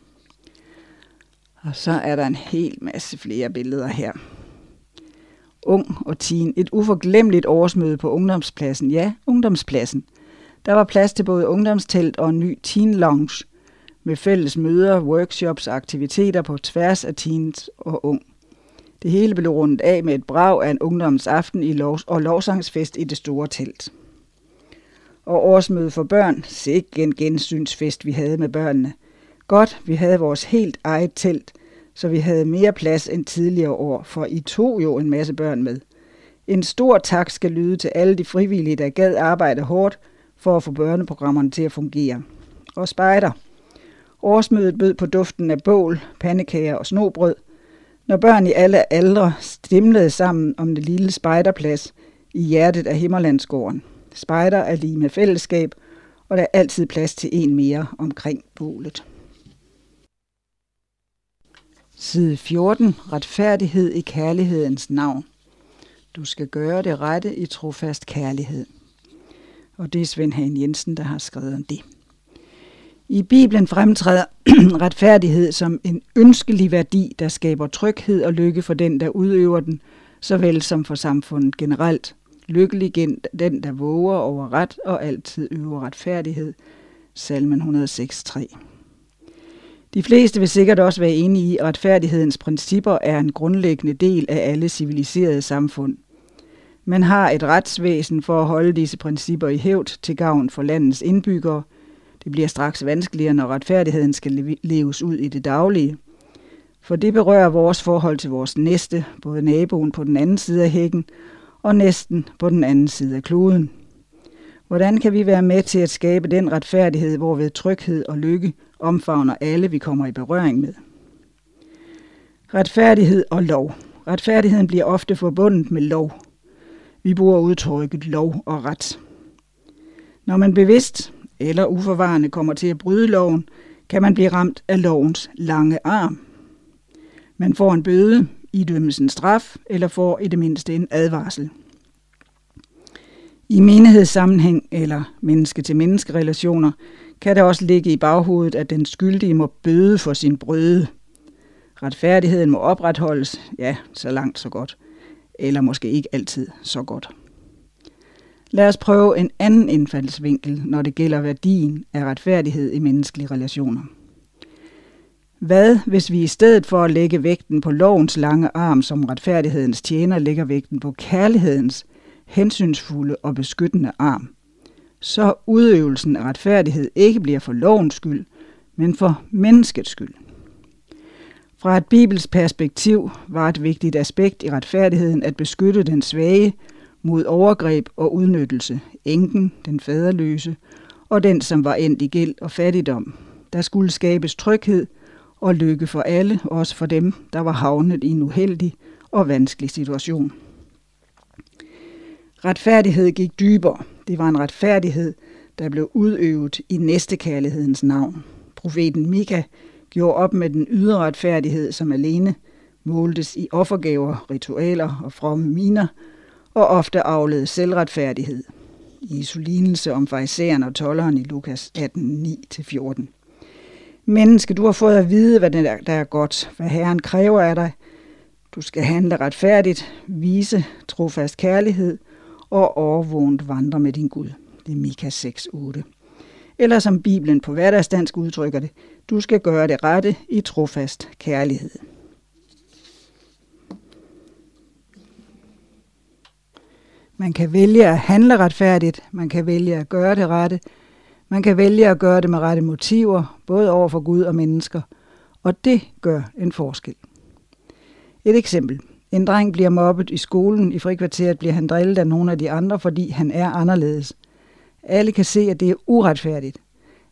Og så er der en hel masse flere billeder her. Ung og teen. Et uforglemmeligt årsmøde på ungdomspladsen. Ja, ungdomspladsen. Der var plads til både ungdomstelt og en ny teen lounge med fælles møder, workshops og aktiviteter på tværs af teens og ung. Det hele blev rundet af med et brag af en ungdomsaften i lov- og lovsangsfest i det store telt. Og årsmøde for børn, sikke en gensynsfest vi havde med børnene. Godt, vi havde vores helt eget telt, så vi havde mere plads end tidligere år, for I tog jo en masse børn med. En stor tak skal lyde til alle de frivillige, der gad arbejde hårdt for at få børneprogrammerne til at fungere. Og spejder. Årsmødet bød på duften af bål, pandekager og snobrød, når børn i alle aldre stimlede sammen om det lille spejderplads i hjertet af Himmerlandsgården. Spejder er lige med fællesskab, og der er altid plads til en mere omkring bålet. Side fjorten. Retfærdighed i kærlighedens navn. Du skal gøre det rette i trofast kærlighed. Og det er Svend Hagen Jensen, der har skrevet om det. I Bibelen fremtræder retfærdighed som en ønskelig værdi, der skaber tryghed og lykke for den, der udøver den, såvel som for samfundet generelt. Lykkelig den, der våger over ret og altid øver retfærdighed. Salmen et hundrede og seks tre. De fleste vil sikkert også være enige i, at retfærdighedens principper er en grundlæggende del af alle civiliserede samfund. Man har et retsvæsen for at holde disse principper i hævd til gavn for landets indbyggere. Det bliver straks vanskeligere, når retfærdigheden skal leves ud i det daglige. For det berører vores forhold til vores næste, både naboen på den anden side af hækken og næsten på den anden side af kloden. Hvordan kan vi være med til at skabe den retfærdighed, hvorved tryghed og lykke omfavner alle, vi kommer i berøring med? Retfærdighed og lov. Retfærdigheden bliver ofte forbundet med lov. Vi bruger udtrykket lov og ret. Når man bevidst eller uforvarende kommer til at bryde loven, kan man blive ramt af lovens lange arm. Man får en bøde, idømmes en straf eller får i det mindste en advarsel. I menighedssammenhæng eller menneske-til-menneske-relationer kan det også ligge i baghovedet, at den skyldige må bøde for sin brøde. Retfærdigheden må opretholdes, ja, så langt så godt, eller måske ikke altid så godt. Lad os prøve en anden indfaldsvinkel, når det gælder værdien af retfærdighed i menneskelige relationer. Hvad, hvis vi i stedet for at lægge vægten på lovens lange arm som retfærdighedens tjener, lægger vægten på kærlighedens hensynsfulde og beskyttende arm? Så udøvelsen af retfærdighed ikke bliver for lovens skyld, men for menneskets skyld. Fra et bibelsk perspektiv var et vigtigt aspekt i retfærdigheden at beskytte den svage mod overgreb og udnyttelse, enken, den faderløse og den, som var endt i gæld og fattigdom. Der skulle skabes tryghed og lykke for alle, også for dem, der var havnet i en uheldig og vanskelig situation. Retfærdighed gik dybere. Det var en retfærdighed, der blev udøvet i næstekærlighedens navn. Profeten Mika gjorde op med den ydre retfærdighed, som alene måltes i offergaver, ritualer og fromme miner, og ofte avlede selvretfærdighed. Jesu lignelse om farisæeren og tolderen i Lukas atten ni til fjorten. Menneske, du har fået at vide, hvad der er godt, hvad Herren kræver af dig. Du skal handle retfærdigt, vise trofast kærlighed og overvågent vandre med din Gud. Det er Mika seks otte. Eller som Bibelen på hverdagsdansk udtrykker det, du skal gøre det rette i trofast kærlighed. Man kan vælge at handle retfærdigt, man kan vælge at gøre det rette, man kan vælge at gøre det med rette motiver, både over for Gud og mennesker, og det gør en forskel. Et eksempel. En dreng bliver mobbet i skolen. I frikvarteret bliver han drillet af nogle af de andre, fordi han er anderledes. Alle kan se, at det er uretfærdigt.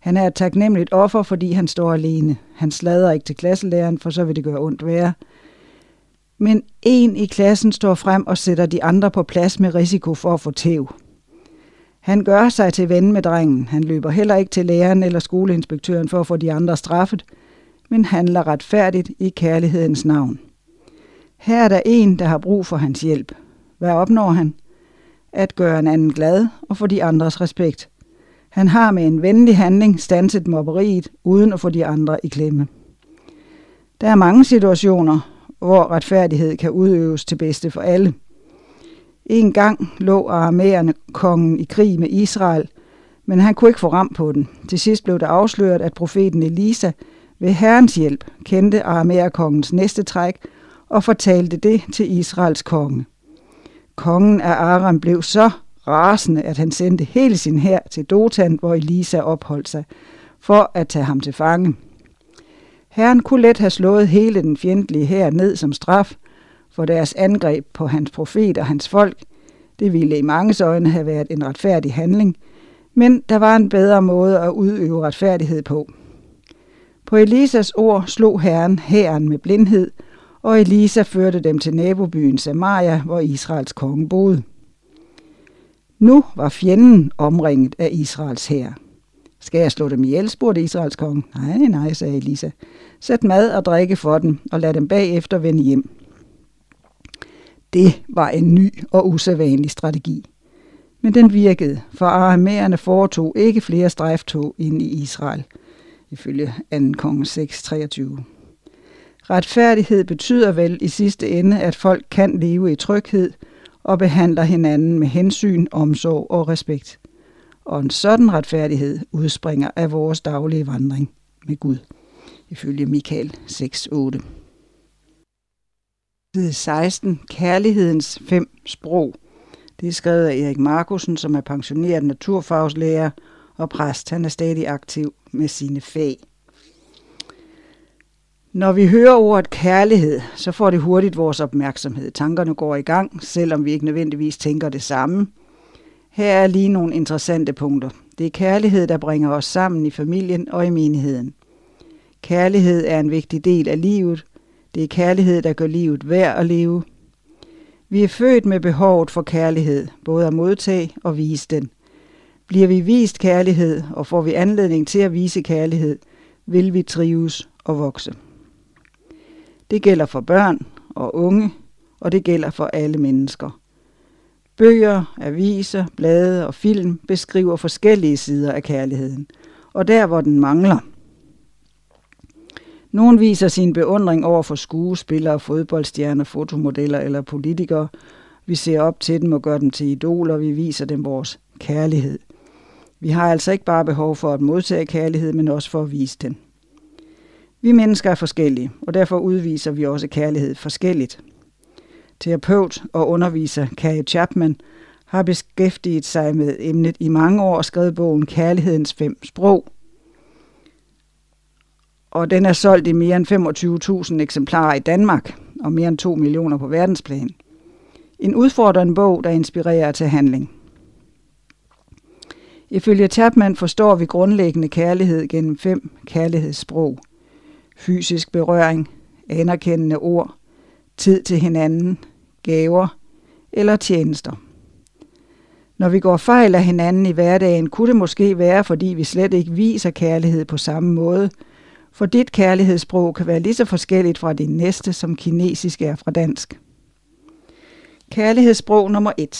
Han er et taknemmeligt offer, fordi han står alene. Han sladrer ikke til klasselæreren, for så vil det gøre ondt værre. Men en i klassen står frem og sætter de andre på plads med risiko for at få tæv. Han gør sig til ven med drengen. Han løber heller ikke til læreren eller skoleinspektøren for at få de andre straffet, men handler retfærdigt i kærlighedens navn. Her er der en, der har brug for hans hjælp. Hvad opnår han? At gøre en anden glad og få de andres respekt. Han har med en venlig handling standset mobberiet, uden at få de andre i klemme. Der er mange situationer, hvor retfærdighed kan udøves til bedste for alle. En gang lå aramæerne kongen i krig med Israel, men han kunne ikke få ram på den. Til sidst blev det afsløret, at profeten Elisa ved Herrens hjælp kendte aramæerkongens næste træk og fortalte det til Israels konge. Kongen af Aram blev så rasende, at han sendte hele sin hær til Dotan, hvor Elisa opholdt sig, for at tage ham til fange. Herren kunne let have slået hele den fjendtlige hær ned som straf for deres angreb på hans profet og hans folk. Det ville i manges øjne have været en retfærdig handling, men der var en bedre måde at udøve retfærdighed på. På Elisas ord slog Herren hæren med blindhed, og Elisa førte dem til nabobyen Samaria, hvor Israels konge boede. Nu var fjenden omringet af Israels hær. Skal jeg slå dem ihjel, spurgte Israels konge. Nej, nej, sagde Elisa. Sæt mad og drikke for dem, og lad dem bagefter vende hjem. Det var en ny og usædvanlig strategi. Men den virkede, for aramæerne foretog ikke flere strejftog ind i Israel, ifølge anden konge seks treogtyve. Retfærdighed betyder vel i sidste ende, at folk kan leve i tryghed og behandler hinanden med hensyn, omsorg og respekt. Og en sådan retfærdighed udspringer af vores daglige vandring med Gud, ifølge Mikael seks otte. Side seksten. Kærlighedens fem sprog. Det er skrevet af Erik Markussen, som er pensioneret naturfagslærer og præst. Han er stadig aktiv med sine fag. Når vi hører ordet kærlighed, så får det hurtigt vores opmærksomhed. Tankerne går i gang, selvom vi ikke nødvendigvis tænker det samme. Her er lige nogle interessante punkter. Det er kærlighed, der bringer os sammen i familien og i menigheden. Kærlighed er en vigtig del af livet. Det er kærlighed, der gør livet værd at leve. Vi er født med behovet for kærlighed, både at modtage og vise den. Bliver vi vist kærlighed, og får vi anledning til at vise kærlighed, vil vi trives og vokse. Det gælder for børn og unge, og det gælder for alle mennesker. Bøger, aviser, blade og film beskriver forskellige sider af kærligheden, og der hvor den mangler. Nogen viser sin beundring over for skuespillere, fodboldstjerner, fotomodeller eller politikere. Vi ser op til dem og gør dem til idoler, vi viser dem vores kærlighed. Vi har altså ikke bare behov for at modtage kærlighed, men også for at vise den. Vi mennesker er forskellige, og derfor udviser vi også kærlighed forskelligt. Terapeut og underviser Carrie Chapman har beskæftiget sig med emnet i mange år og skrevet bogen Kærlighedens fem sprog. Og den er solgt i mere end femogtyve tusind eksemplarer i Danmark og mere end to millioner på verdensplan. En udfordrende bog, der inspirerer til handling. Ifølge Chapman forstår vi grundlæggende kærlighed gennem fem kærlighedssprog. Fysisk berøring, anerkendende ord, tid til hinanden, gaver eller tjenester. Når vi går fejl af hinanden i hverdagen, kunne det måske være, fordi vi slet ikke viser kærlighed på samme måde, for dit kærlighedssprog kan være lige så forskelligt fra din næste, som kinesisk er fra dansk. Kærlighedssprog nummer et.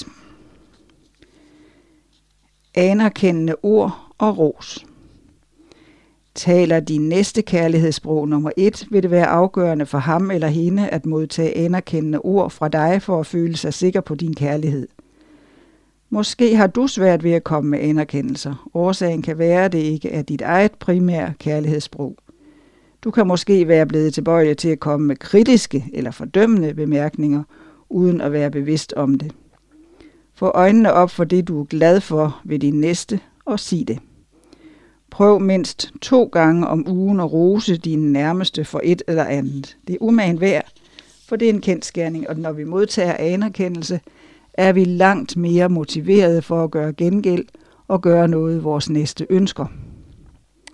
Anerkendende ord og ros. Taler din næste kærlighedssprog nummer et, vil det være afgørende for ham eller hende at modtage anerkendende ord fra dig for at føle sig sikker på din kærlighed. Måske har du svært ved at komme med anerkendelser. Årsagen kan være, at det ikke er dit eget primære kærlighedssprog. Du kan måske være blevet tilbøjelig til at komme med kritiske eller fordømmende bemærkninger, uden at være bevidst om det. Få øjnene op for det, du er glad for ved din næste, og sig det. Prøv mindst to gange om ugen at rose dine nærmeste for et eller andet. Det er umagen værd, for det er en kendsgerning, og når vi modtager anerkendelse, er vi langt mere motiverede for at gøre gengæld og gøre noget, vores næste ønsker.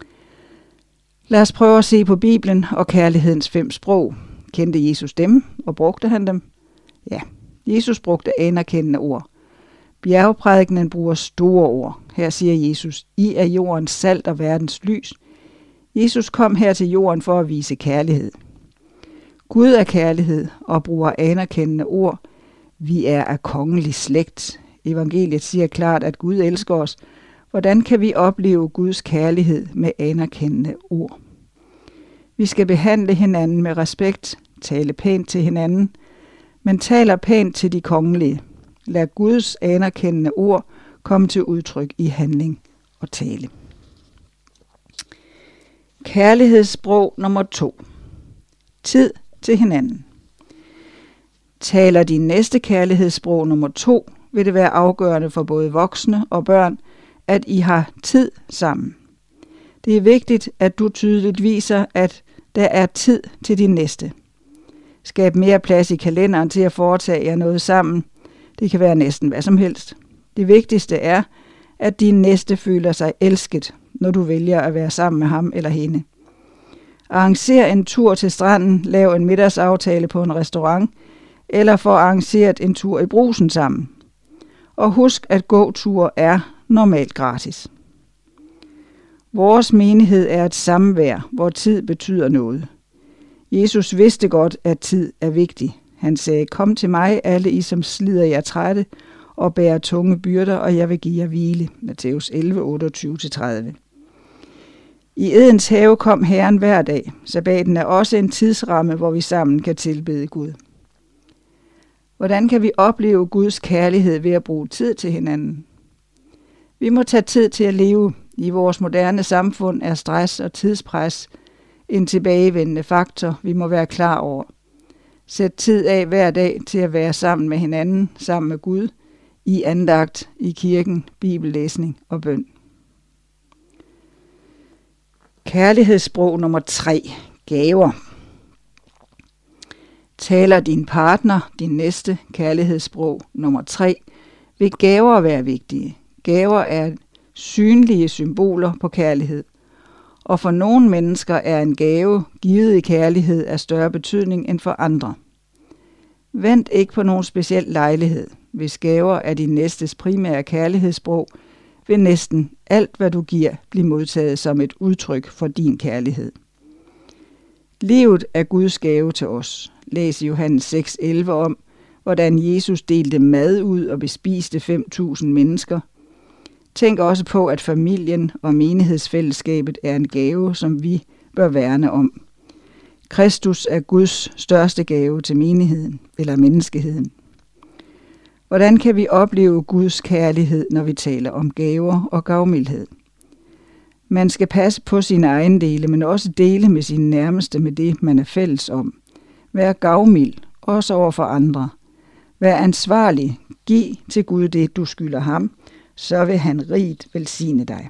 Lad os prøve at se på Bibelen og kærlighedens fem sprog. Kendte Jesus dem, og brugte han dem? Ja, Jesus brugte anerkendende ord. Bjergprædikenen bruger store ord. Her siger Jesus, I er jordens salt og verdens lys. Jesus kom her til jorden for at vise kærlighed. Gud er kærlighed og bruger anerkendende ord. Vi er af kongelig slægt. Evangeliet siger klart, at Gud elsker os. Hvordan kan vi opleve Guds kærlighed med anerkendende ord? Vi skal behandle hinanden med respekt, tale pænt til hinanden, men taler pænt til de kongelige. Lad Guds anerkendende ord komme til udtryk i handling og tale. Kærlighedssprog nummer to. Tid til hinanden. Taler din næste kærlighedssprog nummer to, vil det være afgørende for både voksne og børn, at I har tid sammen. Det er vigtigt, at du tydeligt viser, at der er tid til din næste. Skab mere plads i kalenderen til at foretage jer noget sammen. Det kan være næsten hvad som helst. Det vigtigste er, at din næste føler sig elsket, når du vælger at være sammen med ham eller hende. Arranger en tur til stranden, lav en middagsaftale på en restaurant, eller få arrangeret en tur i Brugsen sammen. Og husk, at gåture er normalt gratis. Vores menighed er et samvær, hvor tid betyder noget. Jesus vidste godt, at tid er vigtig. Han sagde, kom til mig, alle I, som slider jer trætte og bærer tunge byrder, og jeg vil give jer hvile. Matthæus elleve, otteogtyve til tredive. I Edens have kom Herren hver dag. Sabbaten er også en tidsramme, hvor vi sammen kan tilbede Gud. Hvordan kan vi opleve Guds kærlighed ved at bruge tid til hinanden? Vi må tage tid til at leve. I vores moderne samfund er stress og tidspres en tilbagevendende faktor, vi må være klar over. Sæt tid af hver dag til at være sammen med hinanden, sammen med Gud, i andagt, i kirken, bibellæsning og bøn. Kærlighedssprog nummer tre. Gaver. Taler din partner, din næste kærlighedssprog nummer tre, vil gaver være vigtige. Gaver er synlige symboler på kærlighed. Og for nogle mennesker er en gave, givet i kærlighed, af større betydning end for andre. Vent ikke på nogen speciel lejlighed. Hvis gaver er din næstes primære kærlighedssprog, vil næsten alt, hvad du giver, blive modtaget som et udtryk for din kærlighed. Livet er Guds gave til os. Læs Johannes seks elleve om, hvordan Jesus delte mad ud og bespiste fem tusind mennesker. Tænk også på, at familien og menighedsfællesskabet er en gave, som vi bør værne om. Kristus er Guds største gave til menigheden eller menneskeheden. Hvordan kan vi opleve Guds kærlighed, når vi taler om gaver og gavmildhed? Man skal passe på sine ejendele, men også dele med sine nærmeste med det, man er fælles om. Vær gavmild, også over for andre. Vær ansvarlig. Giv til Gud det, du skylder ham, så vil han rigt velsigne dig.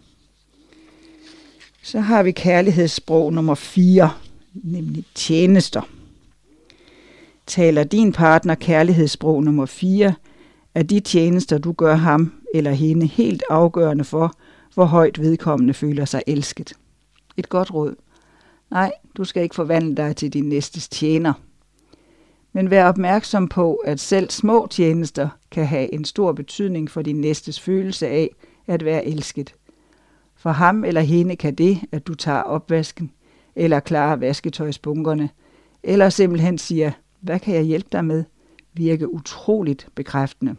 Så har vi kærlighedssprog nummer fire, nemlig tjenester. Taler din partner kærlighedssprog nummer fire, er de tjenester, du gør ham eller hende, helt afgørende for, hvor højt vedkommende føler sig elsket. Et godt råd. Nej, du skal ikke forvandle dig til din næstes tjener. Men vær opmærksom på, at selv små tjenester kan have en stor betydning for din næstes følelse af at være elsket. For ham eller hende kan det, at du tager opvasken, eller klarer vasketøjsbunkerne, eller simpelthen siger, hvad kan jeg hjælpe dig med, virke utroligt bekræftende.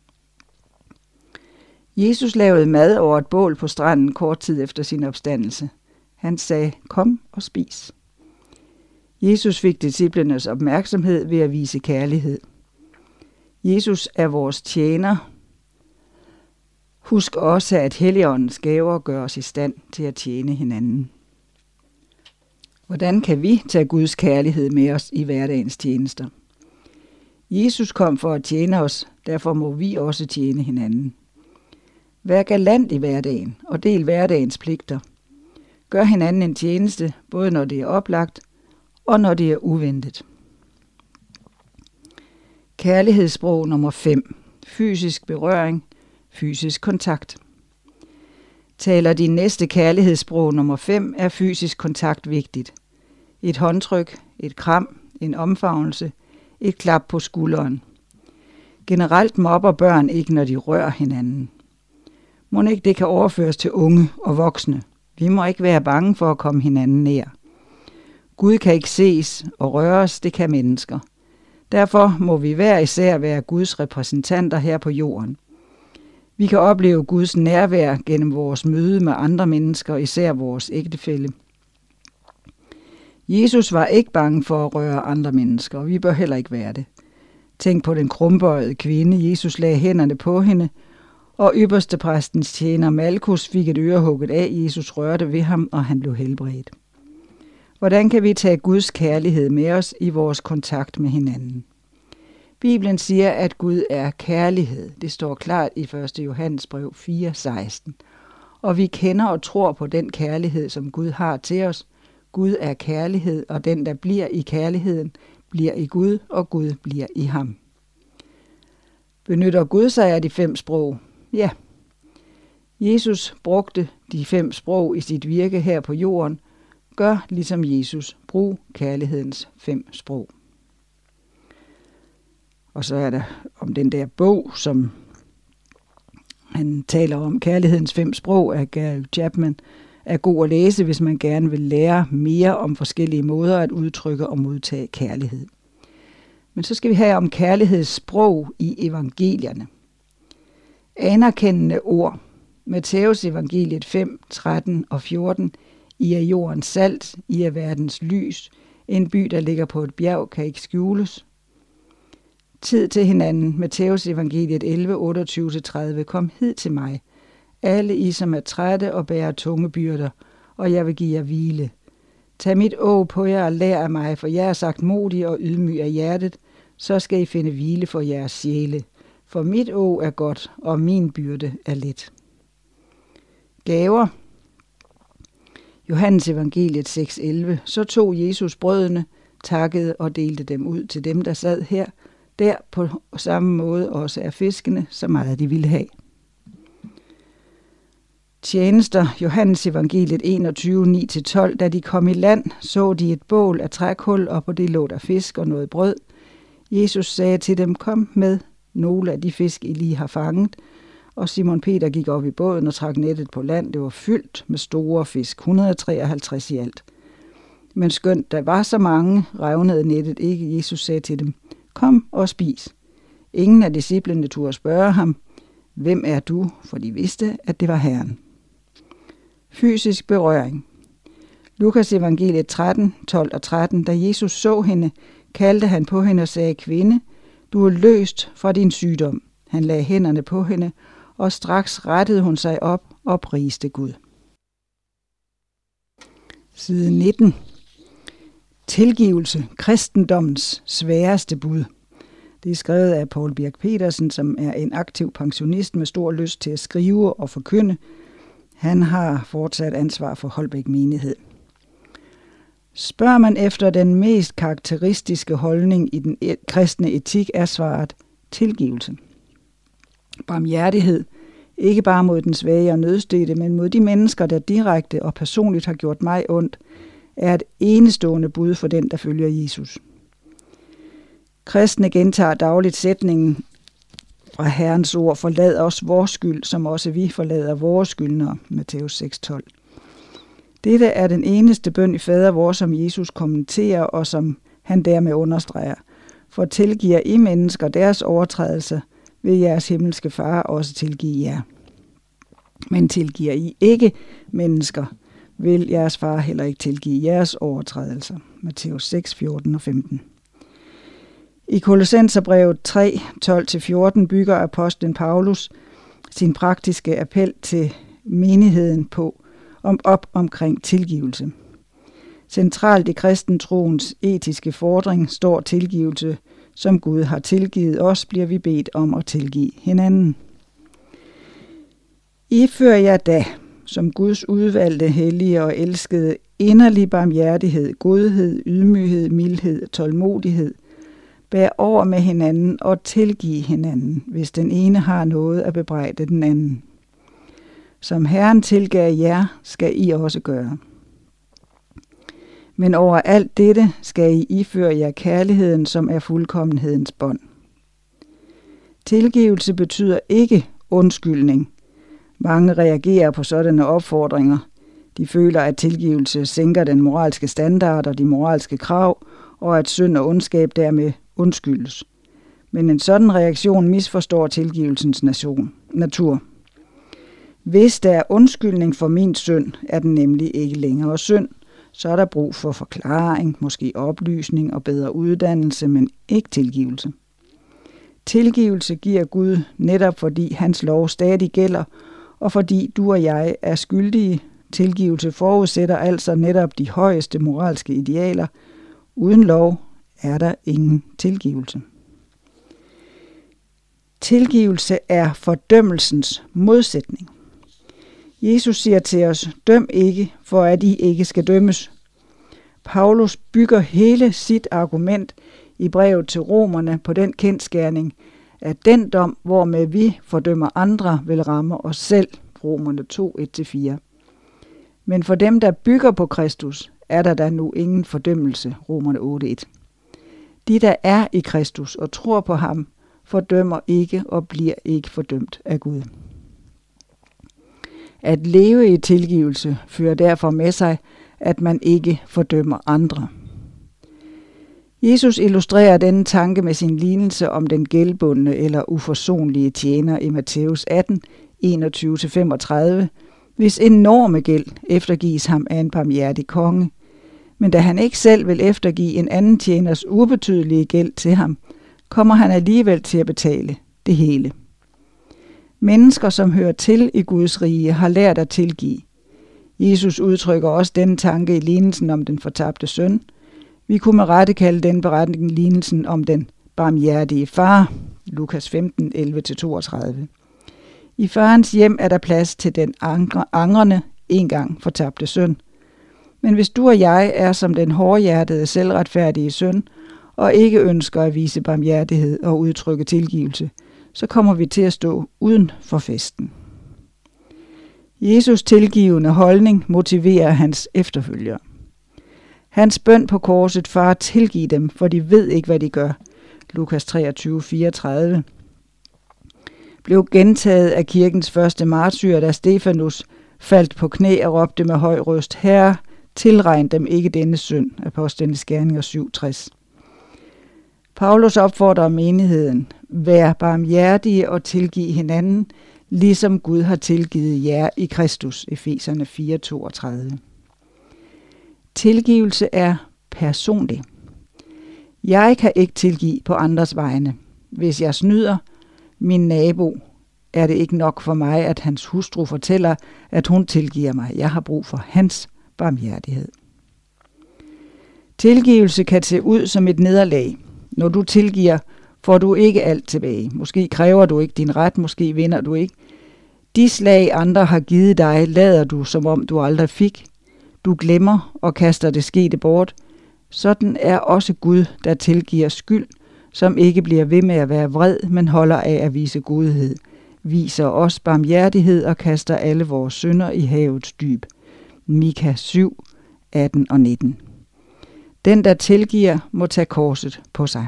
Jesus lavede mad over et bål på stranden kort tid efter sin opstandelse. Han sagde, kom og spis. Jesus fik disciplenes opmærksomhed ved at vise kærlighed. Jesus er vores tjener. Husk også, at Helligåndens gaver gør os i stand til at tjene hinanden. Hvordan kan vi tage Guds kærlighed med os i hverdagens tjenester? Jesus kom for at tjene os, derfor må vi også tjene hinanden. Vær galant i hverdagen og del hverdagens pligter. Gør hinanden en tjeneste, både når det er oplagt og når det er uventet. Kærlighedssprog nummer fem. Fysisk berøring, fysisk kontakt. Taler din næste kærlighedssprog nummer fem, er fysisk kontakt vigtigt. Et håndtryk, et kram, en omfavnelse, et klap på skulderen. Generelt mobber børn ikke, når de rører hinanden. Må ikke det kan overføres til unge og voksne. Vi må ikke være bange for at komme hinanden nær. Gud kan ikke ses og røres, det kan mennesker. Derfor må vi hver især være Guds repræsentanter her på jorden. Vi kan opleve Guds nærvær gennem vores møde med andre mennesker, især vores ægtefælle. Jesus var ikke bange for at røre andre mennesker, og vi bør heller ikke være det. Tænk på den krumbøjede kvinde. Jesus lagde hænderne på hende, og ypperstepræstens tjener Malkus fik et øre hugget af. Jesus rørte ved ham, og han blev helbredt. Hvordan kan vi tage Guds kærlighed med os i vores kontakt med hinanden? Bibelen siger, at Gud er kærlighed. Det står klart i første Johannes brev fire seksten. Og vi kender og tror på den kærlighed, som Gud har til os. Gud er kærlighed, og den, der bliver i kærligheden, bliver i Gud, og Gud bliver i ham. Benytter Gud sig af de fem sprog? Ja. Jesus brugte de fem sprog i sit virke her på jorden. Gør ligesom Jesus. Brug kærlighedens fem sprog. Og så er der om den der bog, som han taler om, kærlighedens fem sprog af Gary Chapman, er god at læse, hvis man gerne vil lære mere om forskellige måder at udtrykke og modtage kærlighed. Men så skal vi have om kærlighedssprog i evangelierne. Anerkendende ord. Matthæus evangeliet fem, tretten og fjorten. I er jordens salt, I er verdens lys. En by, der ligger på et bjerg, kan ikke skjules. Tid til hinanden. Matthæus evangeliet elleve, otteogtyve til tredive. Kom hid til mig, alle I, som er trætte og bærer tunge byrder, og jeg vil give jer hvile. Tag mit åg på jer og lær af mig, for jeg er sagt modig og ydmyg af hjertet, så skal I finde hvile for jeres sjæle. For mit åg er godt, og min byrde er let. Gaver. Johannes evangeliet seks elleve. Så tog Jesus brødene, takkede og delte dem ud til dem, der sad her. Der på samme måde også er fiskene, så meget de ville have. Tjenester. Johannes evangeliet enogtyve, ni til tolv. Da de kom i land, så de et bål af trækul, og på det lå der fisk og noget brød. Jesus sagde til dem, kom med nogle af de fisk, I lige har fanget. Og Simon Peter gik op i båden og trak nettet på land. Det var fyldt med store fisk, et hundrede og treoghalvtreds i alt. Men skønt der var så mange, revnede nettet ikke. Jesus sagde til dem, kom og spis. Ingen af disciplene turde spørge ham, hvem er du? For de vidste, at det var Herren. Fysisk berøring. Lukas evangeliet tretten, tolv og tretten. Da Jesus så hende, kaldte han på hende og sagde, kvinde, du er løst fra din sygdom. Han lagde hænderne på hende, og straks rettede hun sig op og priste Gud. Side nitten. Tilgivelse, kristendommens sværeste bud. Det er skrevet af Poul Birk Petersen, som er en aktiv pensionist med stor lyst til at skrive og forkynde. Han har fortsat ansvar for Holbæk menighed. Spørger man efter den mest karakteristiske holdning i den kristne etik, er svaret tilgivelse. Barmhjertighed, ikke bare mod den svage og nødstedte, men mod de mennesker, der direkte og personligt har gjort mig ondt, er et enestående bud for den, der følger Jesus. Kristne gentager dagligt sætningen fra Herrens ord, forlad os vores skyld, som også vi forlader vores skyldnere, Matthæus seks tolv. Dette er den eneste bøn i fader vor, som Jesus kommenterer, og som han dermed understreger. For tilgiver I mennesker deres overtrædelser, vil jeres himmelske far også tilgive jer. Men tilgiver I ikke mennesker, vil jeres far heller ikke tilgive jeres overtrædelser. Matthæus seks, fjorten og femten. I Kolossenserbrevet tre, tolv til fjorten bygger apostlen Paulus sin praktiske appel til menigheden på om op omkring tilgivelse. Centralt i kristentroens etiske fordring står tilgivelse, som Gud har tilgivet os, bliver vi bedt om at tilgive hinanden. Ifører jeg da, som Guds udvalgte, hellige og elskede, inderlig barmhjertighed, godhed, ydmyghed, mildhed, tålmodighed, bær over med hinanden og tilgive hinanden, hvis den ene har noget at bebrejde den anden. Som Herren tilgav jer, skal I også gøre. Men over alt dette skal I iføre jer kærligheden, som er fuldkommenhedens bånd. Tilgivelse betyder ikke undskyldning. Mange reagerer på sådanne opfordringer. De føler, at tilgivelse sænker den moralske standard og de moralske krav, og at synd og ondskab dermed undskyldes. Men en sådan reaktion misforstår tilgivelsens nation, natur. Hvis der er undskyldning for min synd, er den nemlig ikke længere synd. Så er der brug for forklaring, måske oplysning og bedre uddannelse, men ikke tilgivelse. Tilgivelse giver Gud netop fordi hans lov stadig gælder, og fordi du og jeg er skyldige. Tilgivelse forudsætter altså netop de højeste moralske idealer. Uden lov er der ingen tilgivelse. Tilgivelse er fordømmelsens modsætning. Jesus siger til os, døm ikke, for at I ikke skal dømmes. Paulus bygger hele sit argument i brevet til romerne på den kendsgerning, at den dom, hvormed vi fordømmer andre, vil ramme os selv. Romerne to, et til fire. Men for dem, der bygger på Kristus, er der da nu ingen fordømmelse. Romerne otte, et. De, der er i Kristus og tror på ham, fordømmer ikke og bliver ikke fordømt af Gud. At leve i tilgivelse fører derfor med sig, at man ikke fordømmer andre. Jesus illustrerer denne tanke med sin lignelse om den gældbundne eller uforsonlige tjener i Matthæus atten, enogtyve til femogtredive, hvis enorme gæld eftergives ham af en barmhjertig konge. Men da han ikke selv vil eftergive en anden tjeners ubetydelige gæld til ham, kommer han alligevel til at betale det hele. Mennesker, som hører til i Guds rige, har lært at tilgive. Jesus udtrykker også denne tanke i lignelsen om den fortabte søn. Vi kunne med rette kalde den beretning lignelsen om den barmhjertige far, Lukas femten, elleve til toogtredive. I farens hjem er der plads til den angrende, engang fortabte søn. Men hvis du og jeg er som den hårdhjertede, selvretfærdige søn, og ikke ønsker at vise barmhjertighed og udtrykke tilgivelse, så kommer vi til at stå uden for festen. Jesus tilgivende holdning motiverer hans efterfølgere. Hans bøn på korset, far, tilgiv dem, for de ved ikke, hvad de gør. Lukas treogtyve, fireogtredive. Blev gentaget af kirkens første martyr, da Stefanus faldt på knæ og råbte med høj røst, Herre, tilregn dem ikke denne synd. Apostlenes Gerninger syv, tres. Paulus opfordrer menigheden, vær barmhjertige og tilgiv hinanden, ligesom Gud har tilgivet jer i Kristus. Efeserne fire, toogtredive. Tilgivelse er personlig. Jeg kan ikke tilgive på andres vegne. Hvis jeg snyder min nabo, er det ikke nok for mig, at hans hustru fortæller, at hun tilgiver mig. Jeg har brug for hans barmhjertighed. Tilgivelse kan se ud som et nederlag. Når du tilgiver, får du ikke alt tilbage. Måske kræver du ikke din ret, måske vinder du ikke. De slag, andre har givet dig, lader du, som om du aldrig fik. Du glemmer og kaster det skete bort. Sådan er også Gud, der tilgiver skyld, som ikke bliver ved med at være vred, men holder af at vise godhed, viser os barmhjertighed og kaster alle vores synder i havets dyb. Mika syv, atten og nitten. Den, der tilgiver, må tage korset på sig.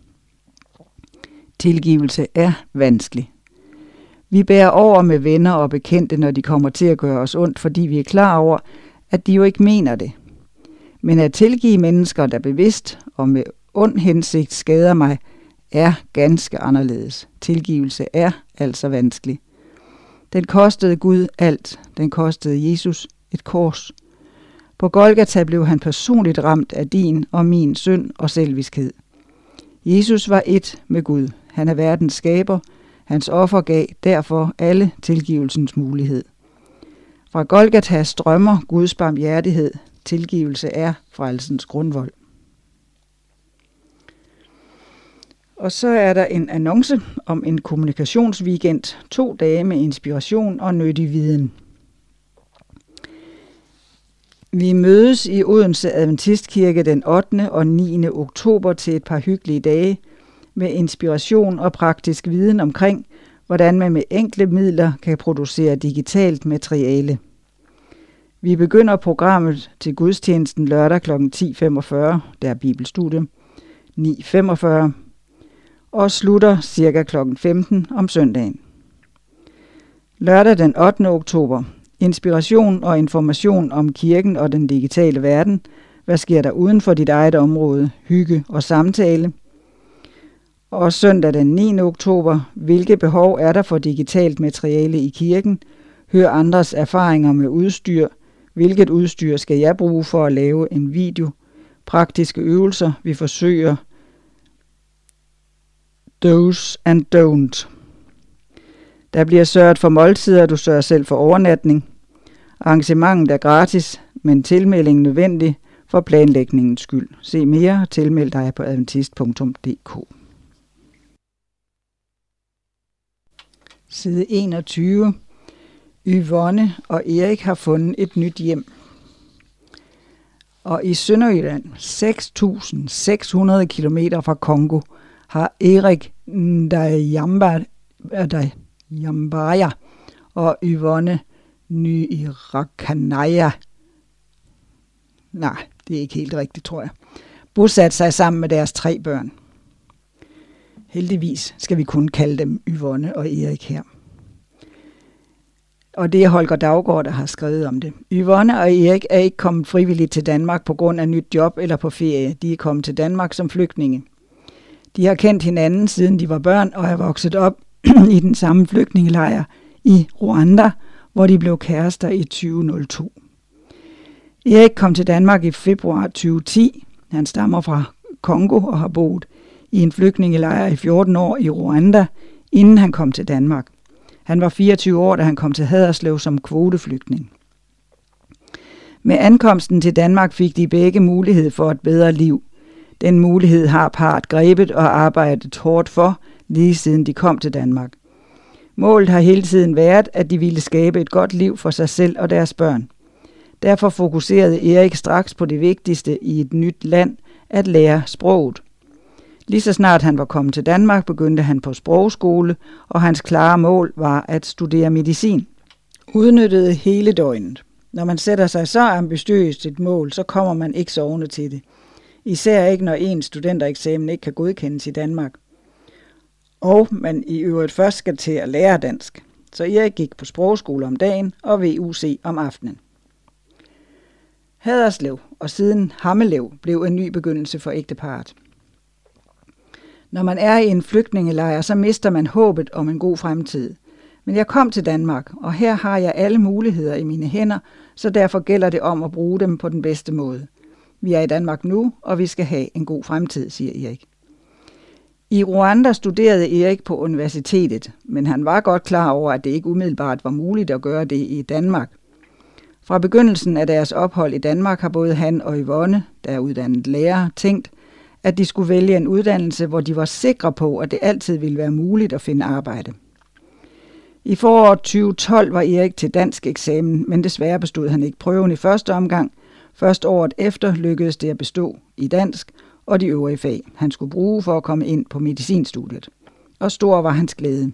Tilgivelse er vanskelig. Vi bærer over med venner og bekendte, når de kommer til at gøre os ondt, fordi vi er klar over, at de jo ikke mener det. Men at tilgive mennesker, der bevidst og med ond hensigt skader mig, er ganske anderledes. Tilgivelse er altså vanskelig. Den kostede Gud alt. Den kostede Jesus et kors. På Golgata blev han personligt ramt af din og min synd og selviskhed. Jesus var ét med Gud. Han er verdens skaber. Hans offer gav derfor alle tilgivelsens mulighed. Fra Golgata strømmer Guds barmhjertighed. Tilgivelse er frelsens grundvold. Og så er der en annonce om en kommunikationsweekend, to dage med inspiration og nyttig viden. Vi mødes i Odense Adventistkirke den ottende og niende oktober til et par hyggelige dage med inspiration og praktisk viden omkring, hvordan man med enkle midler kan producere digitalt materiale. Vi begynder programmet til gudstjenesten lørdag klokken ti femogfyrre, der er bibelstudie, ni femogfyrre, og slutter cirka klokken femten om søndagen. Lørdag den ottende oktober. Inspiration og information om kirken og den digitale verden. Hvad sker der uden for dit eget område? Hygge og samtale. Og søndag den niende oktober. Hvilke behov er der for digitalt materiale i kirken? Hør andres erfaringer med udstyr. Hvilket udstyr skal jeg bruge for at lave en video? Praktiske øvelser. Vi forsøger do's and don't. Der bliver sørget for måltider, du sørger selv for overnatning. Arrangementet er gratis, men tilmeldingen nødvendig for planlægningens skyld. Se mere og tilmeld dig på adventist punktum d k. Side enogtyve. Yvonne og Erik har fundet et nyt hjem. Og i Sønderjylland, seks tusind seks hundrede kilometer fra Kongo, har Erik Ndayambaya og Yvonne Nyirakanaya, nej, det er ikke helt rigtigt, tror jeg, bosat sig sammen med deres tre børn. Heldigvis skal vi kun kalde dem Yvonne og Erik her. Og det er Holger Daugaard, der har skrevet om det. Yvonne og Erik er ikke kommet frivilligt til Danmark på grund af nyt job eller på ferie. De er kommet til Danmark som flygtninge. De har kendt hinanden, siden de var børn, og er vokset op i den samme flygtningelejr i Rwanda, hvor de blev kærester i tyve nul to. Erik kom til Danmark i februar tyve ti. Han stammer fra Kongo og har boet i en flygtningelejr i fjorten år i Rwanda, inden han kom til Danmark. Han var fireogtyve år, da han kom til Haderslev som kvoteflygtning. Med ankomsten til Danmark fik de begge mulighed for et bedre liv. Den mulighed har parret grebet og arbejdet hårdt for, lige siden de kom til Danmark. Målet har hele tiden været, at de ville skabe et godt liv for sig selv og deres børn. Derfor fokuserede Erik straks på det vigtigste i et nyt land, at lære sproget. Lige så snart han var kommet til Danmark, begyndte han på sprogskole, og hans klare mål var at studere medicin. Udnyttede hele døgnet. Når man sætter sig så ambitiøst et mål, så kommer man ikke sovende til det. Især ikke, når en studentereksamen ikke kan godkendes i Danmark. Og man i øvrigt først skal til at lære dansk. Så Erik gik på sprogskole om dagen og V U C om aftenen. Haderslev og siden Hammelev blev en ny begyndelse for ægteparret. Når man er i en flygtningelejr, så mister man håbet om en god fremtid. Men jeg kom til Danmark, og her har jeg alle muligheder i mine hænder, så derfor gælder det om at bruge dem på den bedste måde. Vi er i Danmark nu, og vi skal have en god fremtid, siger Erik. I Rwanda studerede Erik på universitetet, men han var godt klar over, at det ikke umiddelbart var muligt at gøre det i Danmark. Fra begyndelsen af deres ophold i Danmark har både han og Yvonne, der er uddannet lærer, tænkt, at de skulle vælge en uddannelse, hvor de var sikre på, at det altid ville være muligt at finde arbejde. I foråret tyve tolv var Erik til dansk eksamen, men desværre bestod han ikke prøven i første omgang. Først året efter lykkedes det at bestå i dansk og de øvrige fag, han skulle bruge for at komme ind på medicinstudiet. Og stor var hans glæde.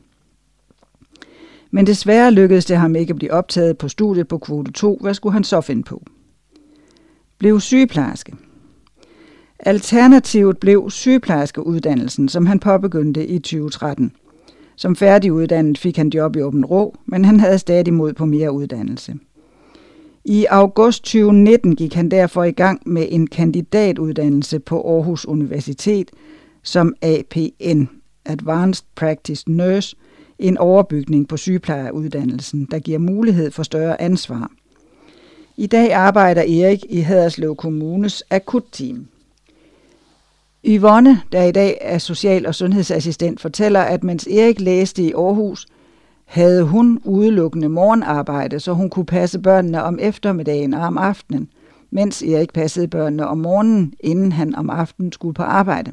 Men desværre lykkedes det ham ikke at blive optaget på studiet på kvote to. Hvad skulle han så finde på? Blev sygeplejerske. Alternativet blev sygeplejerskeuddannelsen, som han påbegyndte i tyve tretten. Som færdiguddannet fik han job i Åben Rå, men han havde stadig mod på mere uddannelse. I august tyve nitten gik han derfor i gang med en kandidatuddannelse på Aarhus Universitet som A P N, Advanced Practice Nurse, en overbygning på sygeplejeruddannelsen, der giver mulighed for større ansvar. I dag arbejder Erik i Haderslev Kommunes akutteam. Yvonne, der i dag er social- og sundhedsassistent, fortæller, at mens Erik læste i Aarhus, havde hun udelukkende morgenarbejde, så hun kunne passe børnene om eftermiddagen og om aftenen, mens Erik passede børnene om morgenen, inden han om aftenen skulle på arbejde.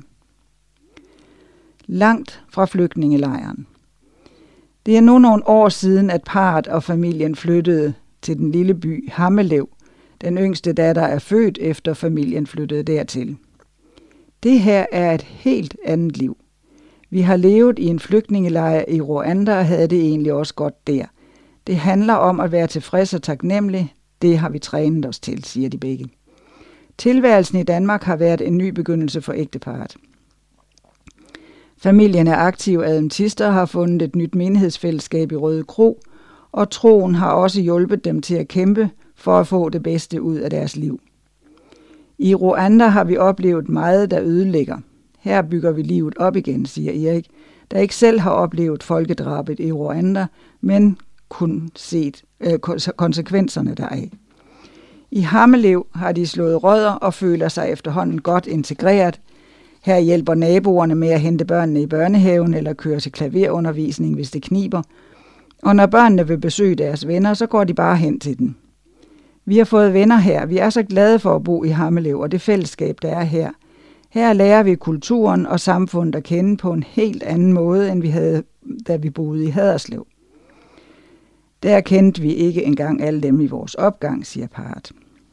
Langt fra flygtningelejren. Det er nu nogle år siden, at parret og familien flyttede til den lille by Hammelev. Den yngste datter er født, efter familien flyttede dertil. Det her er et helt andet liv. Vi har levet i en flygtningelejr i Rwanda og havde det egentlig også godt der. Det handler om at være tilfreds og taknemmelig. Det har vi trænet os til, siger de begge. Tilværelsen i Danmark har været en ny begyndelse for ægteparret. Familien er aktive adventister og har fundet et nyt menighedsfællesskab i Røde Kro, og troen har også hjulpet dem til at kæmpe for at få det bedste ud af deres liv. I Rwanda har vi oplevet meget, der ødelægger. Her bygger vi livet op igen, siger Erik, der ikke selv har oplevet folkedrabet i Rwanda, men kun set øh, konsekvenserne deraf. I Hammelev har de slået rødder og føler sig efterhånden godt integreret. Her hjælper naboerne med at hente børnene i børnehaven eller køre til klaverundervisning, hvis det kniber. Og når børnene vil besøge deres venner, så går de bare hen til dem. Vi har fået venner her. Vi er så glade for at bo i Hammelev og det fællesskab, der er her. Her lærer vi kulturen og samfundet at kende på en helt anden måde, end vi havde, da vi boede i Haderslev. Der kendte vi ikke engang alle dem i vores opgang, siger parret.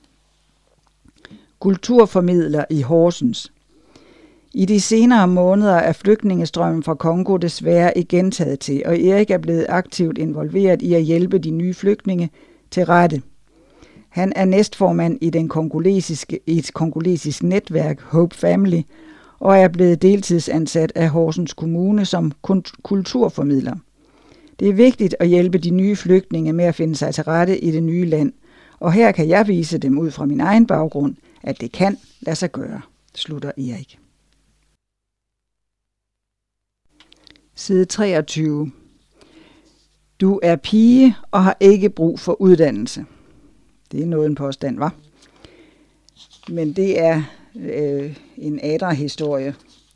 Kulturformidler i Horsens. I de senere måneder er flygtningestrømmen fra Kongo desværre igen taget til, og Erik er blevet aktivt involveret i at hjælpe de nye flygtninge til rette. Han er næstformand i, den kongolesiske, i et kongolesisk netværk, Hope Family, og er blevet deltidsansat af Horsens Kommune som kulturformidler. Det er vigtigt at hjælpe de nye flygtninge med at finde sig til rette i det nye land, og her kan jeg vise dem ud fra min egen baggrund, at det kan lade sig gøre, slutter Erik. Side treogtyve. Du er pige og har ikke brug for uddannelse. Det er noget en påstand, hva'? Men det er øh, en Adra-historie.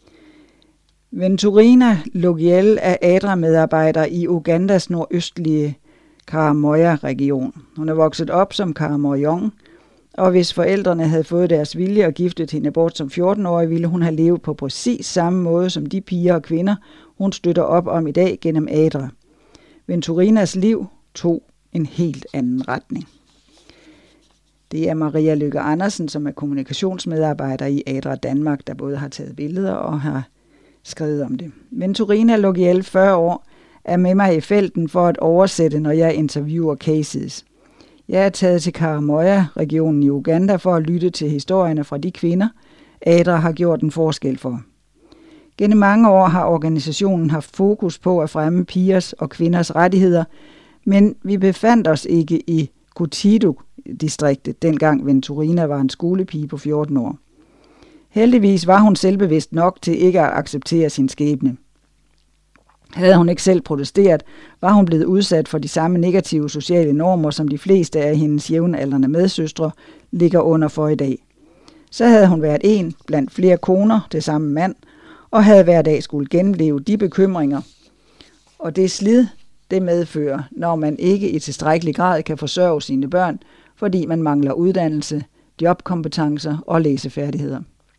Venturina Logiel er Adra-medarbejder i Ugandas nordøstlige Karamoja-region. Hun er vokset op som Karamoyong, og hvis forældrene havde fået deres vilje og giftet hende bort som fjorten-årig, ville hun have levet på præcis samme måde som de piger og kvinder, hun støtter op om i dag gennem Adra. Venturinas liv tog en helt anden retning. Det er Maria Lykke Andersen, som er kommunikationsmedarbejder i Adra Danmark, der både har taget billeder og har skrevet om det. Venturina Logiel, fyrre år, er med mig i felten for at oversætte, når jeg interviewer cases. Jeg er taget til Karamoja-regionen i Uganda for at lytte til historierne fra de kvinder, Adra har gjort en forskel for. Gennem mange år har organisationen haft fokus på at fremme pigers og kvinders rettigheder, men vi befandt os ikke i Kutido-distriktet, dengang Venturina var en skolepige på fjorten år. Heldigvis var hun selvbevidst nok til ikke at acceptere sin skæbne. Havde hun ikke selv protesteret, var hun blevet udsat for de samme negative sociale normer, som de fleste af hendes jævnaldrende medsøstre ligger under for i dag. Så havde hun været en blandt flere koner til samme mand, og havde hver dag skulle gennemleve de bekymringer og det slid, det medfører, når man ikke i tilstrækkelig grad kan forsørge sine børn, fordi man mangler uddannelse, jobkompetencer og læsefærdigheder.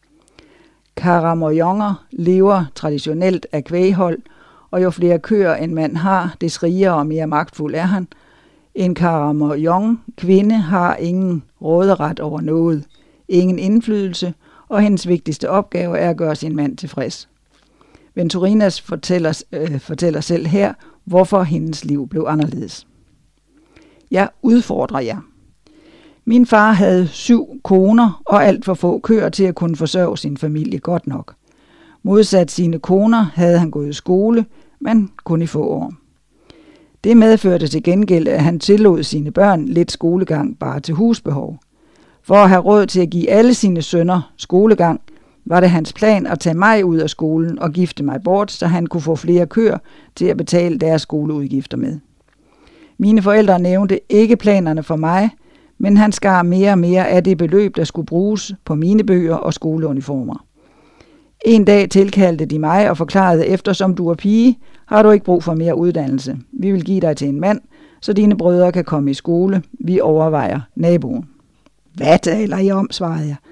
Karamoyonger lever traditionelt af kvæghold, og jo flere køer en mand har, des rigere og mere magtfuld er han. En Karamoyong kvinde har ingen råderet over noget, ingen indflydelse, og hendes vigtigste opgave er at gøre sin mand tilfreds. Venturinas fortæller, øh, fortæller selv her, hvorfor hendes liv blev anderledes. Jeg udfordrer jer. Min far havde syv koner og alt for få køer til at kunne forsørge sin familie godt nok. Modsat sine koner havde han gået i skole, men kun i få år. Det medførte til gengæld, at han tillod sine børn lidt skolegang bare til husbehov. For at have råd til at give alle sine sønner skolegang, var det hans plan at tage mig ud af skolen og gifte mig bort, så han kunne få flere køer til at betale deres skoleudgifter med. Mine forældre nævnte ikke planerne for mig, men han skar mere og mere af det beløb, der skulle bruges på mine bøger og skoleuniformer. En dag tilkaldte de mig og forklarede, eftersom du er pige, har du ikke brug for mere uddannelse. Vi vil give dig til en mand, så dine brødre kan komme i skole. Vi overvejer naboen. Hvad taler I om, svarede jeg.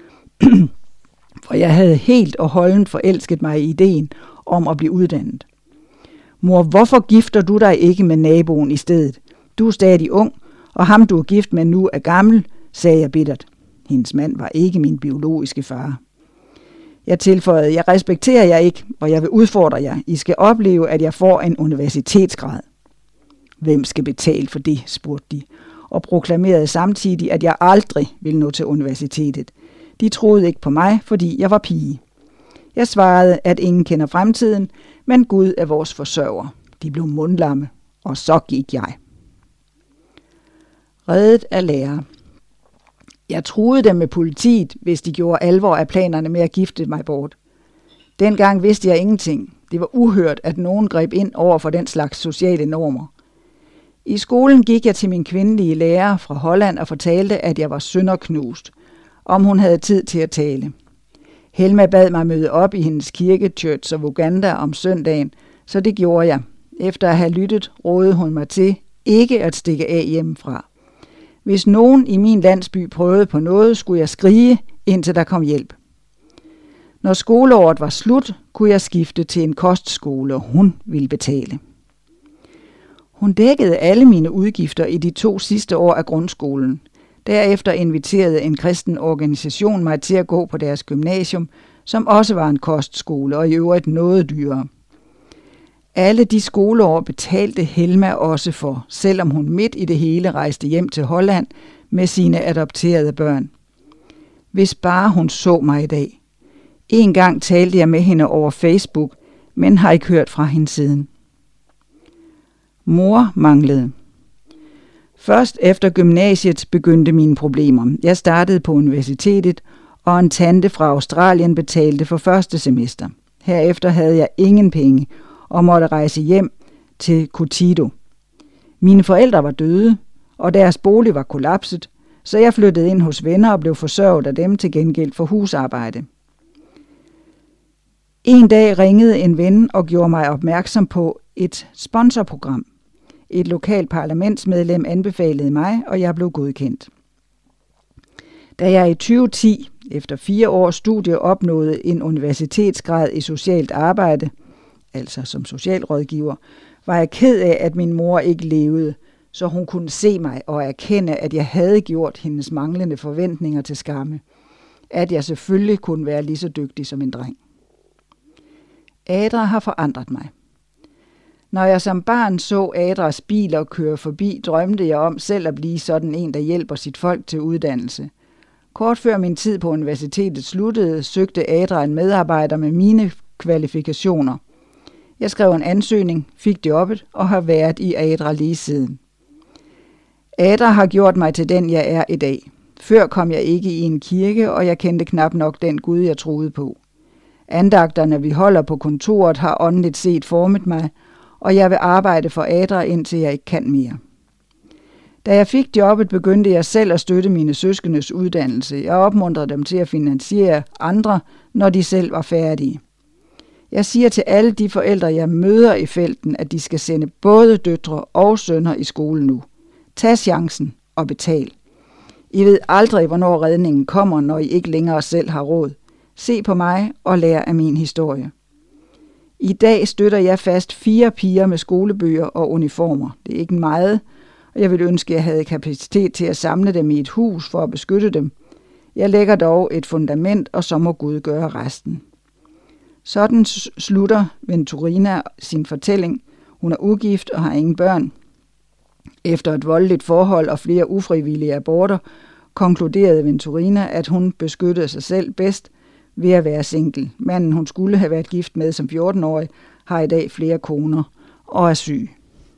For jeg havde helt og holdent forelsket mig i ideen om at blive uddannet. Mor, hvorfor gifter du dig ikke med naboen i stedet? Du er stadig ung, og ham du er gift med nu er gammel, sagde jeg bittert. Hendes mand var ikke min biologiske far. Jeg tilføjede, jeg respekterer jer ikke, og jeg vil udfordre jer. I skal opleve, at jeg får en universitetsgrad. Hvem skal betale for det, spurgte de, og proklamerede samtidig, at jeg aldrig ville nå til universitetet. De troede ikke på mig, fordi jeg var pige. Jeg svarede, at ingen kender fremtiden, men Gud er vores forsørger. De blev mundlamme, og så gik jeg. Reddet af lærer. Jeg truede dem med politiet, hvis de gjorde alvor af planerne med at gifte mig bort. Dengang vidste jeg ingenting. Det var uhørt, at nogen greb ind over for den slags sociale normer. I skolen gik jeg til min kvindelige lærer fra Holland og fortalte, at jeg var sønderknust, om hun havde tid til at tale. Helma bad mig møde op i hendes kirke, Church of Uganda, om søndagen, så det gjorde jeg. Efter at have lyttet, rådede hun mig til ikke at stikke af hjemmefra. Hvis nogen i min landsby prøvede på noget, skulle jeg skrige, indtil der kom hjælp. Når skoleåret var slut, kunne jeg skifte til en kostskole, og hun ville betale. Hun dækkede alle mine udgifter i de to sidste år af grundskolen. Derefter inviterede en kristen organisation mig til at gå på deres gymnasium, som også var en kostskole og i øvrigt noget dyrere. Alle de skoleår betalte Helma også for, selvom hun midt i det hele rejste hjem til Holland med sine adopterede børn. Hvis bare hun så mig i dag. En gang talte jeg med hende over Facebook, men har ikke hørt fra hende siden. Mor manglede. Først efter gymnasiet begyndte mine problemer. Jeg startede på universitetet, og en tante fra Australien betalte for første semester. Herefter havde jeg ingen penge og måtte rejse hjem til Kotido. Mine forældre var døde, og deres bolig var kollapset, så jeg flyttede ind hos venner og blev forsørget af dem til gengæld for husarbejde. En dag ringede en ven og gjorde mig opmærksom på et sponsorprogram. Et lokalt parlamentsmedlem anbefalede mig, og jeg blev godkendt. Da jeg i tyve ti, efter fire års studie, opnåede en universitetsgrad i socialt arbejde, altså som socialrådgiver, var jeg ked af, at min mor ikke levede, så hun kunne se mig og erkende, at jeg havde gjort hendes manglende forventninger til skamme. At jeg selvfølgelig kunne være lige så dygtig som en dreng. Adra har forandret mig. Når jeg som barn så Adras biler køre forbi, drømte jeg om selv at blive sådan en, der hjælper sit folk til uddannelse. Kort før min tid på universitetet sluttede, søgte Adra en medarbejder med mine kvalifikationer. Jeg skrev en ansøgning, fik jobbet og har været i Adra lige siden. Adra har gjort mig til den, jeg er i dag. Før kom jeg ikke i en kirke, og jeg kendte knap nok den Gud, jeg troede på. Andagterne, vi holder på kontoret, har åndeligt set formet mig, og jeg vil arbejde for Adra, indtil jeg ikke kan mere. Da jeg fik jobbet, begyndte jeg selv at støtte mine søskendes uddannelse. Jeg opmuntrede dem til at finansiere andre, når de selv var færdige. Jeg siger til alle de forældre, jeg møder i felten, at de skal sende både døtre og sønner i skole nu. Tag chancen og betal. I ved aldrig, hvornår redningen kommer, når I ikke længere selv har råd. Se på mig og lær af min historie. I dag støtter jeg fast fire piger med skolebøger og uniformer. Det er ikke meget, og jeg vil ønske, at jeg havde kapacitet til at samle dem i et hus for at beskytte dem. Jeg lægger dog et fundament, og så må Gud gøre resten. Sådan slutter Venturina sin fortælling. Hun er ugift og har ingen børn. Efter et voldeligt forhold og flere ufrivillige aborter, konkluderede Venturina, at hun beskyttede sig selv bedst ved at være single. Manden, hun skulle have været gift med som fjorten-årig, har i dag flere koner og er syg.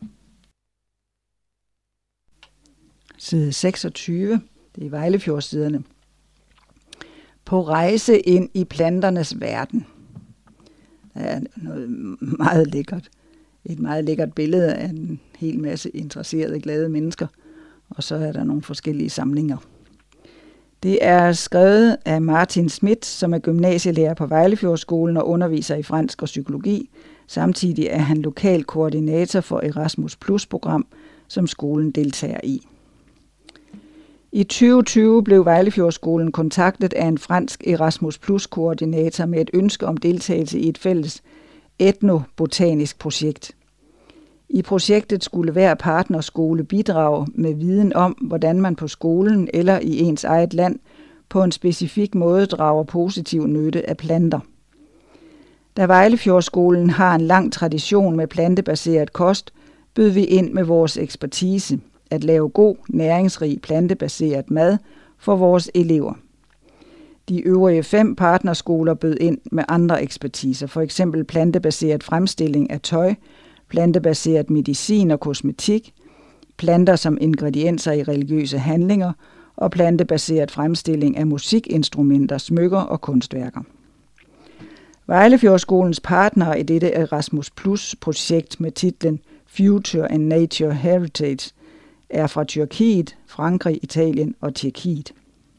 Side seksogtyve, det er Vejlefjordsiderne. På rejse ind i planternes verden. Der er noget meget lækkert. Et meget lækkert billede af en hel masse interesserede, glade mennesker. Og så er der nogle forskellige samlinger. Det er skrevet af Martin Schmidt, som er gymnasielærer på Vejlefjordskolen og underviser i fransk og psykologi. Samtidig er han lokal koordinator for Erasmus Plus-program, som skolen deltager i. I tyve tyve blev Vejlefjordskolen kontaktet af en fransk Erasmus Plus-koordinator med et ønske om deltagelse i et fælles etnobotanisk projekt. I projektet skulle hver partnerskole bidrage med viden om, hvordan man på skolen eller i ens eget land på en specifik måde drager positiv nytte af planter. Da Vejlefjordskolen har en lang tradition med plantebaseret kost, bød vi ind med vores ekspertise at lave god, næringsrig plantebaseret mad for vores elever. De øvrige fem partnerskoler bød ind med andre ekspertiser, for eksempel plantebaseret fremstilling af tøj, plantebaseret medicin og kosmetik, planter som ingredienser i religiøse handlinger og plantebaseret fremstilling af musikinstrumenter, smykker og kunstværker. Vejlefjordskolens partnere i dette Erasmus Plus-projekt med titlen Future and Nature Heritage er fra Tyrkiet, Frankrig, Italien og Tjekkiet.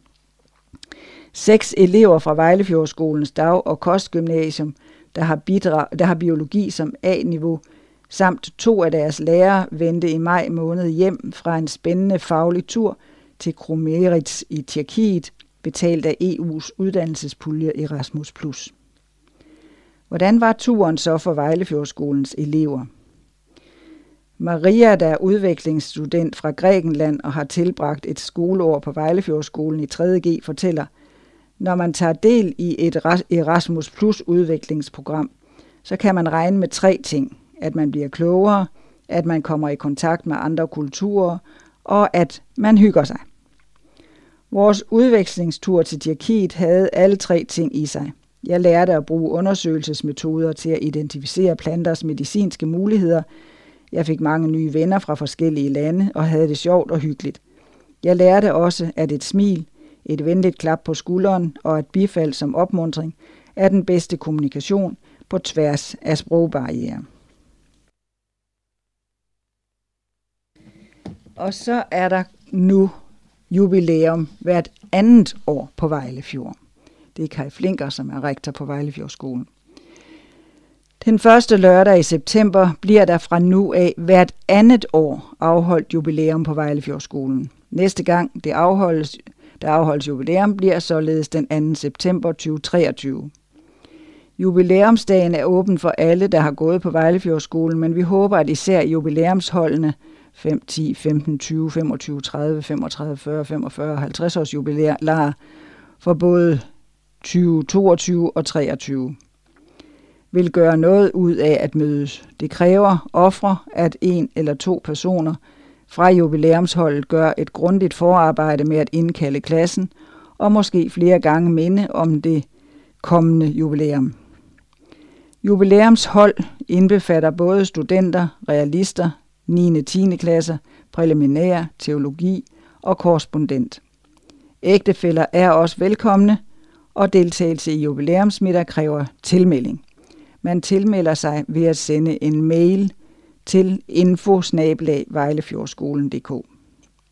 Seks elever fra Vejlefjordskolens dag- og kostgymnasium, der har, bidrag, der har biologi som A-niveau, samt to af deres lærere vendte i maj måned hjem fra en spændende faglig tur til Kromeritz i Tjekkiet, betalt af E U's uddannelsespulje Erasmus Plus. Hvordan var turen så for Vejlefjordskolens elever? Maria, der er udvekslingsstudent fra Grækenland og har tilbragt et skoleår på Vejlefjordskolen i tredje G, fortæller, når man tager del i et Erasmus Plus udviklingsprogram, så kan man regne med tre ting. At man bliver klogere, at man kommer i kontakt med andre kulturer, og at man hygger sig. Vores udvekslingstur til Tjekkiet havde alle tre ting i sig. Jeg lærte at bruge undersøgelsesmetoder til at identificere planters medicinske muligheder. Jeg fik mange nye venner fra forskellige lande og havde det sjovt og hyggeligt. Jeg lærte også, at et smil, et venligt klap på skulderen og et bifald som opmuntring er den bedste kommunikation på tværs af sprogbarrierer. Og så er der nu jubilæum hvert andet år på Vejlefjord. Det er Kai Flinker, som er rektor på Vejlefjordskolen. Den første lørdag i september bliver der fra nu af hvert andet år afholdt jubilæum på Vejlefjordskolen. Næste gang det afholdes, der afholdes jubilæum, bliver således den anden september to tusind og treogtyve. Jubilæumsdagen er åben for alle, der har gået på Vejlefjordskolen, men vi håber, at især jubilæumsholdene fem, ti, femten, tyve, femogtyve, tredive, femogtredive, fyrre, femogfyrre og halvtreds års jubilæer for både tyve toogtyve og treogtyve vil gøre noget ud af at mødes. Det kræver ofre, at en eller to personer fra jubilæumsholdet gør et grundigt forarbejde med at indkalde klassen og måske flere gange minde om det kommende jubilæum. Jubilæumshold indbefatter både studenter, realister, niende og tiende klasser, præliminær, teologi og korrespondent. Ægtefæller er også velkomne, og deltagelse i jubilæumsmiddag kræver tilmelding. Man tilmelder sig ved at sende en mail til info snabel-a vejlefjordskolen punktum d k.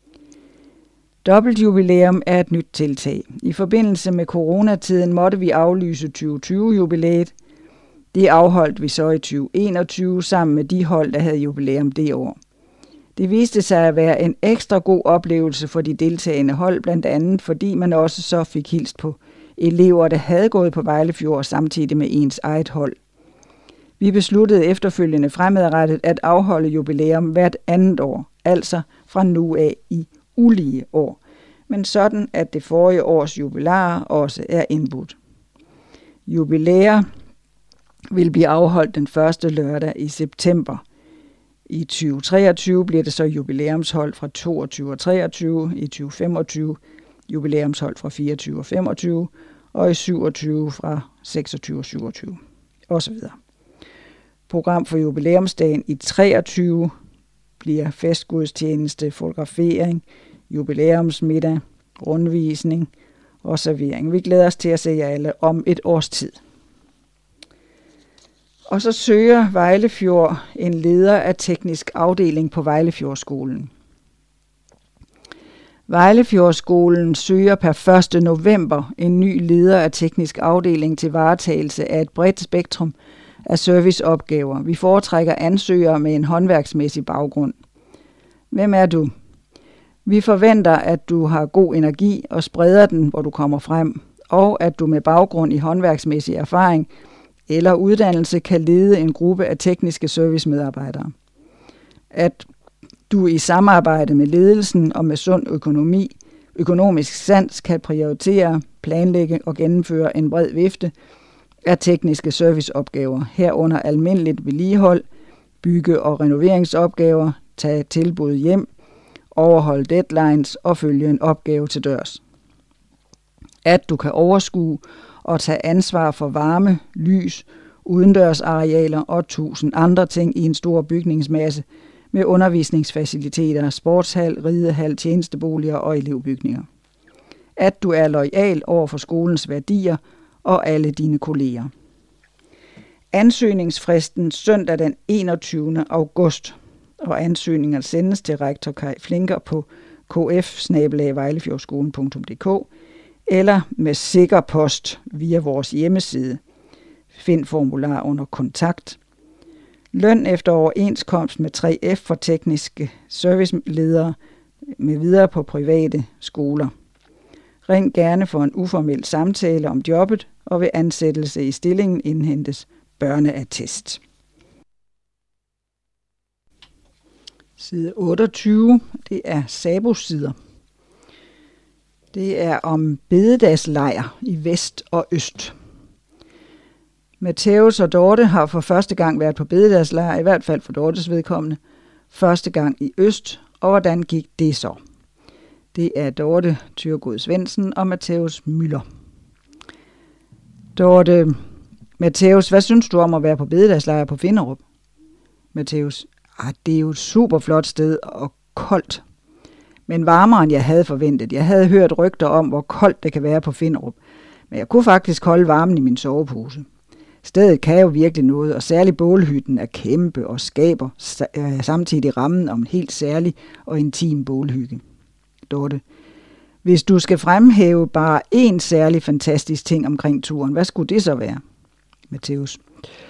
Dobbeltjubilæum er et nyt tiltag. I forbindelse med coronatiden måtte vi aflyse tyve tyve-jubilæet. Det afholdt vi så i tyve enogtyve sammen med de hold, der havde jubilæum det år. Det viste sig at være en ekstra god oplevelse for de deltagende hold, blandt andet fordi man også så fik hilst på elever, der havde gået på Vejlefjord samtidig med ens eget hold. Vi besluttede efterfølgende fremadrettet at afholde jubilæum hvert andet år, altså fra nu af i ulige år, men sådan at det forrige års jubilæer også er indbudt. Jubilæer vil blive afholdt den første lørdag i september. I tyve treogtyve bliver det så jubilæumshold fra toogtyve og treogtyve, i tyve femogtyve jubilæumshold fra fireogtyve og femogtyve, og i syvogtyve fra seksogtyve og syvogtyve, osv. Program for jubilæumsdagen i treogtyve bliver festgudstjeneste, fotografering, jubilæumsmiddag, rundvisning og servering. Vi glæder os til at se jer alle om et års tid. Og så søger Vejlefjord en leder af teknisk afdeling på Vejlefjordskolen. Vejlefjordskolen søger per første november en ny leder af teknisk afdeling til varetagelse af et bredt spektrum af serviceopgaver. Vi foretrækker ansøgere med en håndværksmæssig baggrund. Hvem er du? Vi forventer, at du har god energi og spreder den, hvor du kommer frem, og at du med baggrund i håndværksmæssig erfaring eller uddannelse kan lede en gruppe af tekniske servicemedarbejdere. At du i samarbejde med ledelsen og med sund økonomi økonomisk sans kan prioritere, planlægge og gennemføre en bred vifte af tekniske serviceopgaver, herunder almindeligt vedligehold, bygge- og renoveringsopgaver, tage tilbud hjem, overholde deadlines og følge en opgave til dørs. At du kan overskue og tage ansvar for varme, lys, udendørsarealer og tusind andre ting i en stor bygningsmasse med undervisningsfaciliteter, sportshal, ridehal, tjenesteboliger og elevbygninger. At du er loyal over for skolens værdier og alle dine kolleger. Ansøgningsfristen søndag den enogtyvende august, og ansøgninger sendes til rektor Kai Flinker på k f bindestreg vejlefjordskolen punktum d k eller med sikker post via vores hjemmeside. Find formular under kontakt. Løn efter overenskomst med tre F for tekniske serviceledere med videre på private skoler. Ring gerne for en uformel samtale om jobbet, og ved ansættelse i stillingen indhentes børneattest. Side otteogtyve, det er SABO-sider. Det er om bededagslejr i vest og øst. Matthæus og Dorte har for første gang været på bededagslejr, i hvert fald for Dortes vedkommende, første gang i øst, og hvordan gik det så? Det er Dorte Thyregod Svendsen og Matthæus Müller. Dorte, Matthæus, hvad synes du om at være på bededagslejr på Finderup? Matthæus, ah, det er jo et super flot sted og koldt. Men varmere end jeg havde forventet. Jeg havde hørt rygter om, hvor koldt det kan være på Finderup. Men jeg kunne faktisk holde varmen i min sovepose. Stedet kan jo virkelig noget, og særligt bålhytten er kæmpe og skaber samtidig rammen om en helt særlig og intim bålhygge. Dorte, hvis du skal fremhæve bare én særlig fantastisk ting omkring turen, hvad skulle det så være? Matthæus,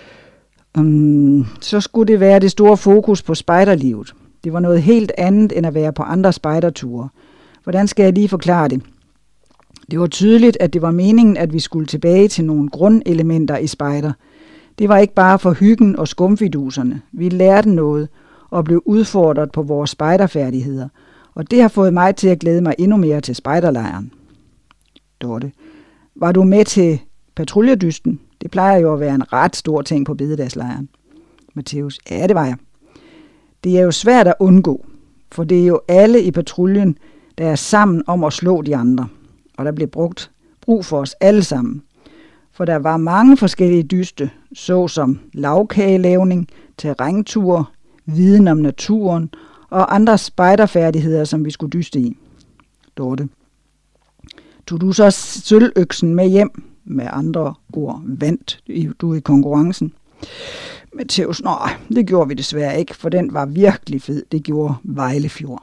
um, så skulle det være det store fokus på spejderlivet. Det var noget helt andet end at være på andre spejderture. Hvordan skal jeg lige forklare det? Det var tydeligt, at det var meningen, at vi skulle tilbage til nogle grundelementer i spejder. Det var ikke bare for hyggen og skumfiduserne. Vi lærte noget og blev udfordret på vores spejderfærdigheder. Og det har fået mig til at glæde mig endnu mere til spejderlejren. Dorte, var du med til patruljedysten? Det plejer jo at være en ret stor ting på bededagslejren. Matthæus, ja, det var jeg. Det er jo svært at undgå, for det er jo alle i patruljen, der er sammen om at slå de andre. Og der blev brugt brug for os alle sammen. For der var mange forskellige dyste, såsom lavkagelavning, terræntur, viden om naturen og andre spejderfærdigheder, som vi skulle dyste i. Dorte, tog du så sølvøksen med hjem? Med andre ord, vandt du i konkurrencen? Matthæus, nej, det gjorde vi desværre ikke, for den var virkelig fed. Det gjorde Vejlefjord.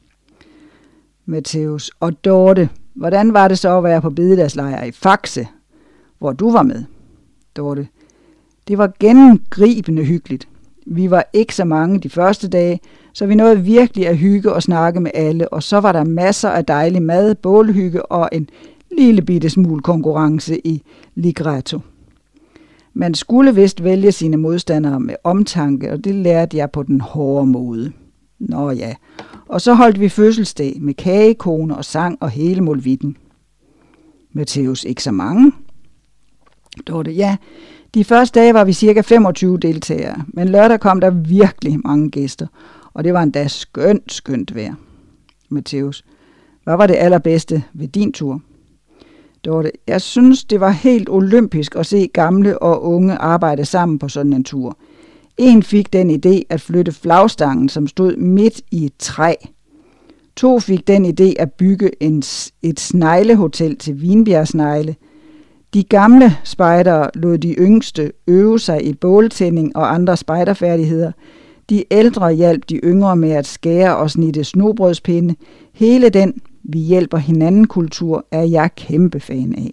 Matthæus, og Dorte, hvordan var det så at være på bededagslejr i Faxe, hvor du var med? Dorte, det var gennemgribende hyggeligt. Vi var ikke så mange de første dage, så vi nåede virkelig at hygge og snakke med alle, og så var der masser af dejlig mad, bålhygge og en lille bitte smule konkurrence i ligretto. Man skulle vist vælge sine modstandere med omtanke, og det lærte jeg på den hårde måde. Nå ja, og så holdt vi fødselsdag med kagekone og sang og hele molevitten. Matthæus, ikke så mange? Dorte, ja, de første dage var vi cirka femogtyve deltagere, men lørdag kom der virkelig mange gæster, og det var endda skønt, skønt vejr. Matthæus, hvad var det allerbedste ved din tur? Dorte, jeg synes, det var helt olympisk at se gamle og unge arbejde sammen på sådan en tur. En fik den idé at flytte flagstangen, som stod midt i et træ. To fik den idé at bygge en, et sneglehotel til vinbjergsnegle. De gamle spejdere lod de yngste øve sig i båltænding og andre spejderfærdigheder. De ældre hjalp de yngre med at skære og snitte snobrødspinde. Hele den vi hjælper hinanden kultur er jeg kæmpe fan af.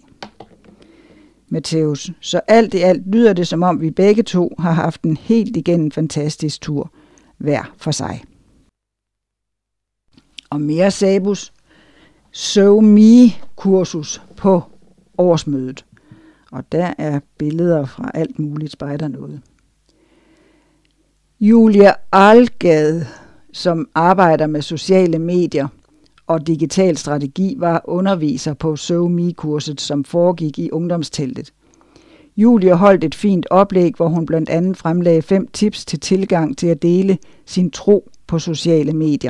Matthæus, så alt i alt lyder det som om vi begge to har haft en helt igennem fantastisk tur hver for sig. Og mere Sabus SoMe-kursus på årsmødet. Og der er billeder fra alt muligt spejder noget. Julia Algade, som arbejder med sociale medier og digital strategi var underviser på SoMe-kurset, som foregik i ungdomsteltet. Julie holdt et fint oplæg, hvor hun blandt andet fremlagde fem tips til tilgang til at dele sin tro på sociale medier.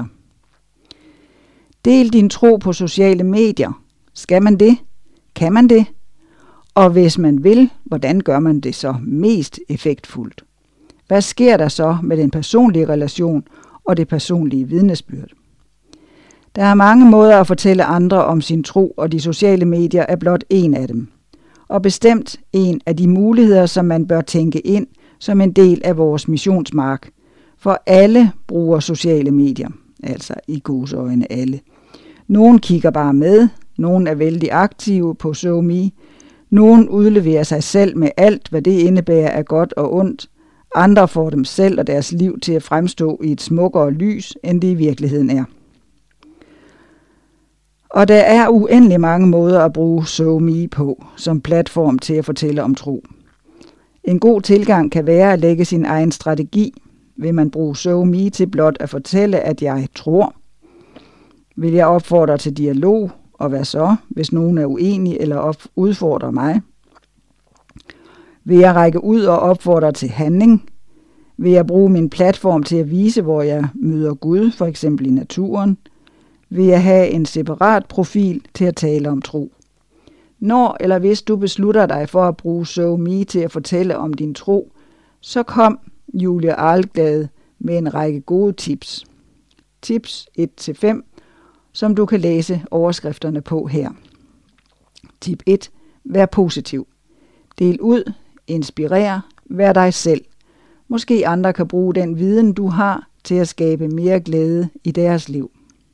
Del din tro på sociale medier. Skal man det? Kan man det? Og hvis man vil, hvordan gør man det så mest effektfuldt? Hvad sker der så med den personlige relation og det personlige vidnesbyrd? Der er mange måder at fortælle andre om sin tro, og de sociale medier er blot en af dem. Og bestemt en af de muligheder, som man bør tænke ind som en del af vores missionsmark. For alle bruger sociale medier, altså i gåseøjne alle. Nogen kigger bare med, nogen er vældig aktive på SoMe, nogen udleverer sig selv med alt, hvad det indebærer af godt og ondt. Andre får dem selv og deres liv til at fremstå i et smukkere lys, end det i virkeligheden er. Og der er uendelig mange måder at bruge SoMe på som platform til at fortælle om tro. En god tilgang kan være at lægge sin egen strategi. Vil man bruge SoMe til blot at fortælle, at jeg tror? Vil jeg opfordre til dialog, og hvad så, hvis nogen er uenig eller udfordrer mig? Vil jeg række ud og opfordre til handling? Vil jeg bruge min platform til at vise, hvor jeg møder Gud, for eksempel i naturen? Vil jeg have en separat profil til at tale om tro? Når eller hvis du beslutter dig for at bruge SoMe til at fortælle om din tro, så kom Julie Arlglad med en række gode tips. Tips et til fem, som du kan læse overskrifterne på her. Tip et. Vær positiv. Del ud, inspirer, vær dig selv. Måske andre kan bruge den viden, du har, til at skabe mere glæde i deres liv.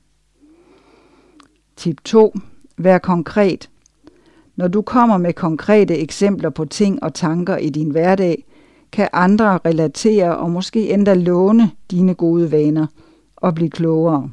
Tip to. Vær konkret. Når du kommer med konkrete eksempler på ting og tanker i din hverdag, kan andre relatere og måske endda låne dine gode vaner og blive klogere.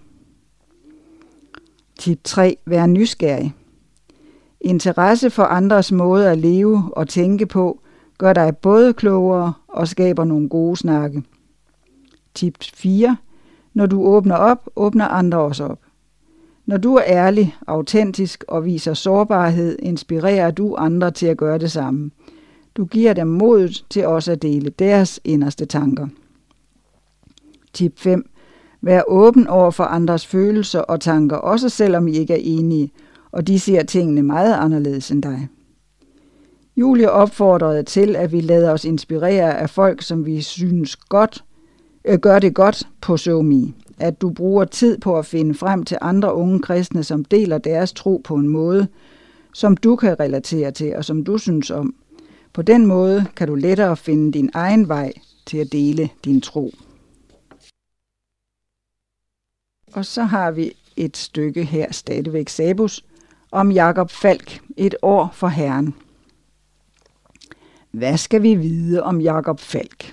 Tip tre. Vær nysgerrig. Interesse for andres måde at leve og tænke på gør dig både klogere og skaber nogle gode snakke. Tip fire. Når du åbner op, åbner andre også op. Når du er ærlig, autentisk og viser sårbarhed, inspirerer du andre til at gøre det samme. Du giver dem modet til også at dele deres inderste tanker. Tip fem. Vær åben over for andres følelser og tanker, også selvom I ikke er enige, og de ser tingene meget anderledes end dig. Julie opfordrede til, at vi lader os inspirere af folk, som vi synes godt, øh, gør det godt på SoMe. At du bruger tid på at finde frem til andre unge kristne, som deler deres tro på en måde, som du kan relatere til og som du synes om. På den måde kan du lettere finde din egen vej til at dele din tro. Og så har vi et stykke her, stadigvæk Sabus, om Jakob Falk, et år for Herren. Hvad skal vi vide om Jakob Falk?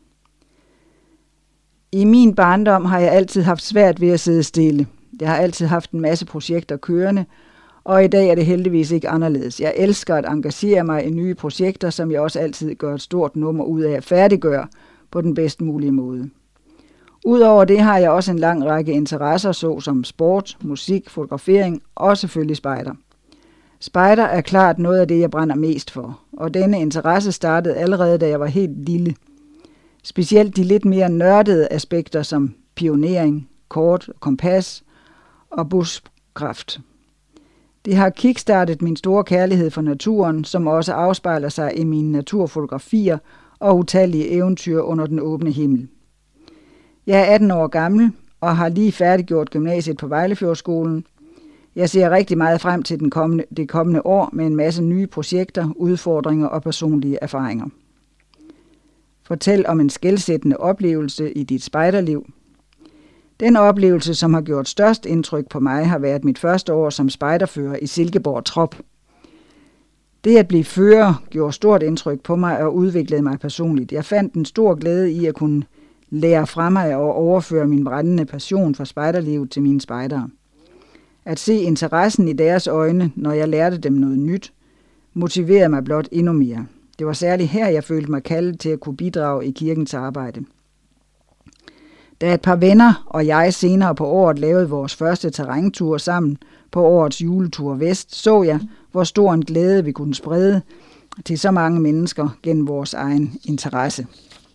I min barndom har jeg altid haft svært ved at sidde stille. Jeg har altid haft en masse projekter kørende, og i dag er det heldigvis ikke anderledes. Jeg elsker at engagere mig i nye projekter, som jeg også altid gør et stort nummer ud af at færdiggøre på den bedst mulige måde. Udover det har jeg også en lang række interesser, såsom sport, musik, fotografering og selvfølgelig spejder. Spejder er klart noget af det, jeg brænder mest for, og denne interesse startede allerede, da jeg var helt lille. Specielt de lidt mere nørdede aspekter som pionering, kort, kompas og buskkraft. Det har kickstartet min store kærlighed for naturen, som også afspejler sig i mine naturfotografier og utallige eventyr under den åbne himmel. Jeg er atten år gammel og har lige færdiggjort gymnasiet på Vejlefjordskolen. Jeg ser rigtig meget frem til den kommende, det kommende år med en masse nye projekter, udfordringer og personlige erfaringer. Fortæl om en skelsættende oplevelse i dit spejderliv. Den oplevelse, som har gjort størst indtryk på mig, har været mit første år som spejderfører i Silkeborg Trop. Det at blive fører gjorde stort indtryk på mig og udviklede mig personligt. Jeg fandt en stor glæde i at kunne lære fra mig og overføre min brændende passion for spejderlivet til mine spejdere. At se interessen i deres øjne, når jeg lærte dem noget nyt, motiverede mig blot endnu mere. Det var særligt her, jeg følte mig kaldet til at kunne bidrage i kirkens arbejde. Da et par venner og jeg senere på året lavede vores første terræntur sammen på årets juletur vest, så jeg, hvor stor en glæde vi kunne sprede til så mange mennesker gennem vores egen interesse.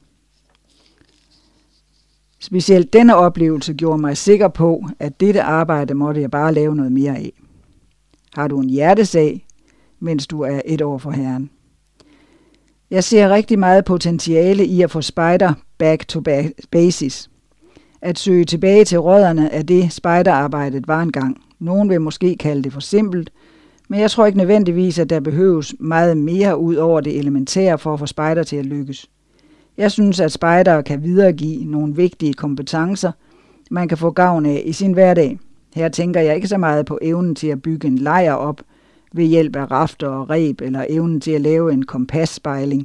Specielt denne oplevelse gjorde mig sikker på, at dette arbejde måtte jeg bare lave noget mere af. Har du en hjertesag, mens du er et år for Herren? Jeg ser rigtig meget potentiale i at få spejder back to basis. At søge tilbage til rødderne af det spejderarbejdet var engang. Nogen vil måske kalde det for simpelt, men jeg tror ikke nødvendigvis, at der behøves meget mere ud over det elementære for at få spejder til at lykkes. Jeg synes, at spejdere kan videregive nogle vigtige kompetencer, man kan få gavn af i sin hverdag. Her tænker jeg ikke så meget på evnen til at bygge en lejr op ved hjælp af rafter og reb, eller evnen til at lave en kompasspejling,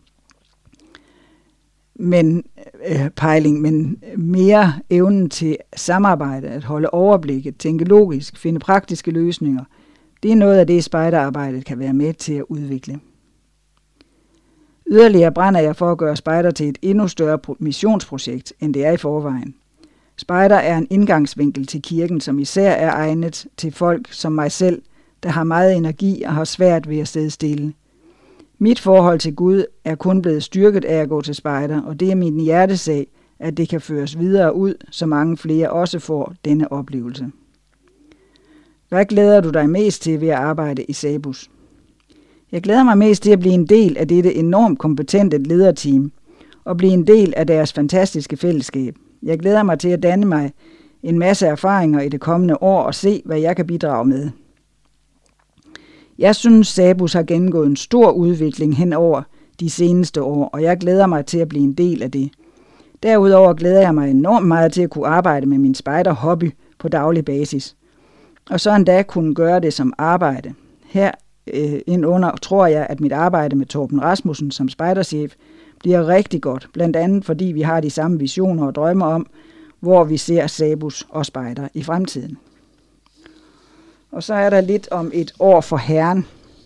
men, øh, pejling, men mere evnen til samarbejde, at holde overblikket, tænke logisk, finde praktiske løsninger. Det er noget af det, spejderarbejdet kan være med til at udvikle. Yderligere brænder jeg for at gøre spejder til et endnu større missionsprojekt, end det er i forvejen. Spejder er en indgangsvinkel til kirken, som især er egnet til folk som mig selv, der har meget energi og har svært ved at sidde stille. Mit forhold til Gud er kun blevet styrket af at gå til spejder, og det er min hjertesag, at det kan føres videre ud, så mange flere også får denne oplevelse. Hvad glæder du dig mest til ved at arbejde i Sabus? Jeg glæder mig mest til at blive en del af dette enormt kompetente lederteam og blive en del af deres fantastiske fællesskab. Jeg glæder mig til at danne mig en masse erfaringer i det kommende år og se, hvad jeg kan bidrage med. Jeg synes, Sabus har gennemgået en stor udvikling hen over de seneste år, og jeg glæder mig til at blive en del af det. Derudover glæder jeg mig enormt meget til at kunne arbejde med min spejderhobby på daglig basis. Og så endda kunne gøre det som arbejde. Her øh, indunder tror jeg, at mit arbejde med Torben Rasmussen som spejderchef bliver rigtig godt, blandt andet fordi vi har de samme visioner og drømmer om, hvor vi ser Sabus og spejder i fremtiden. Og så er der lidt om et år for Herren,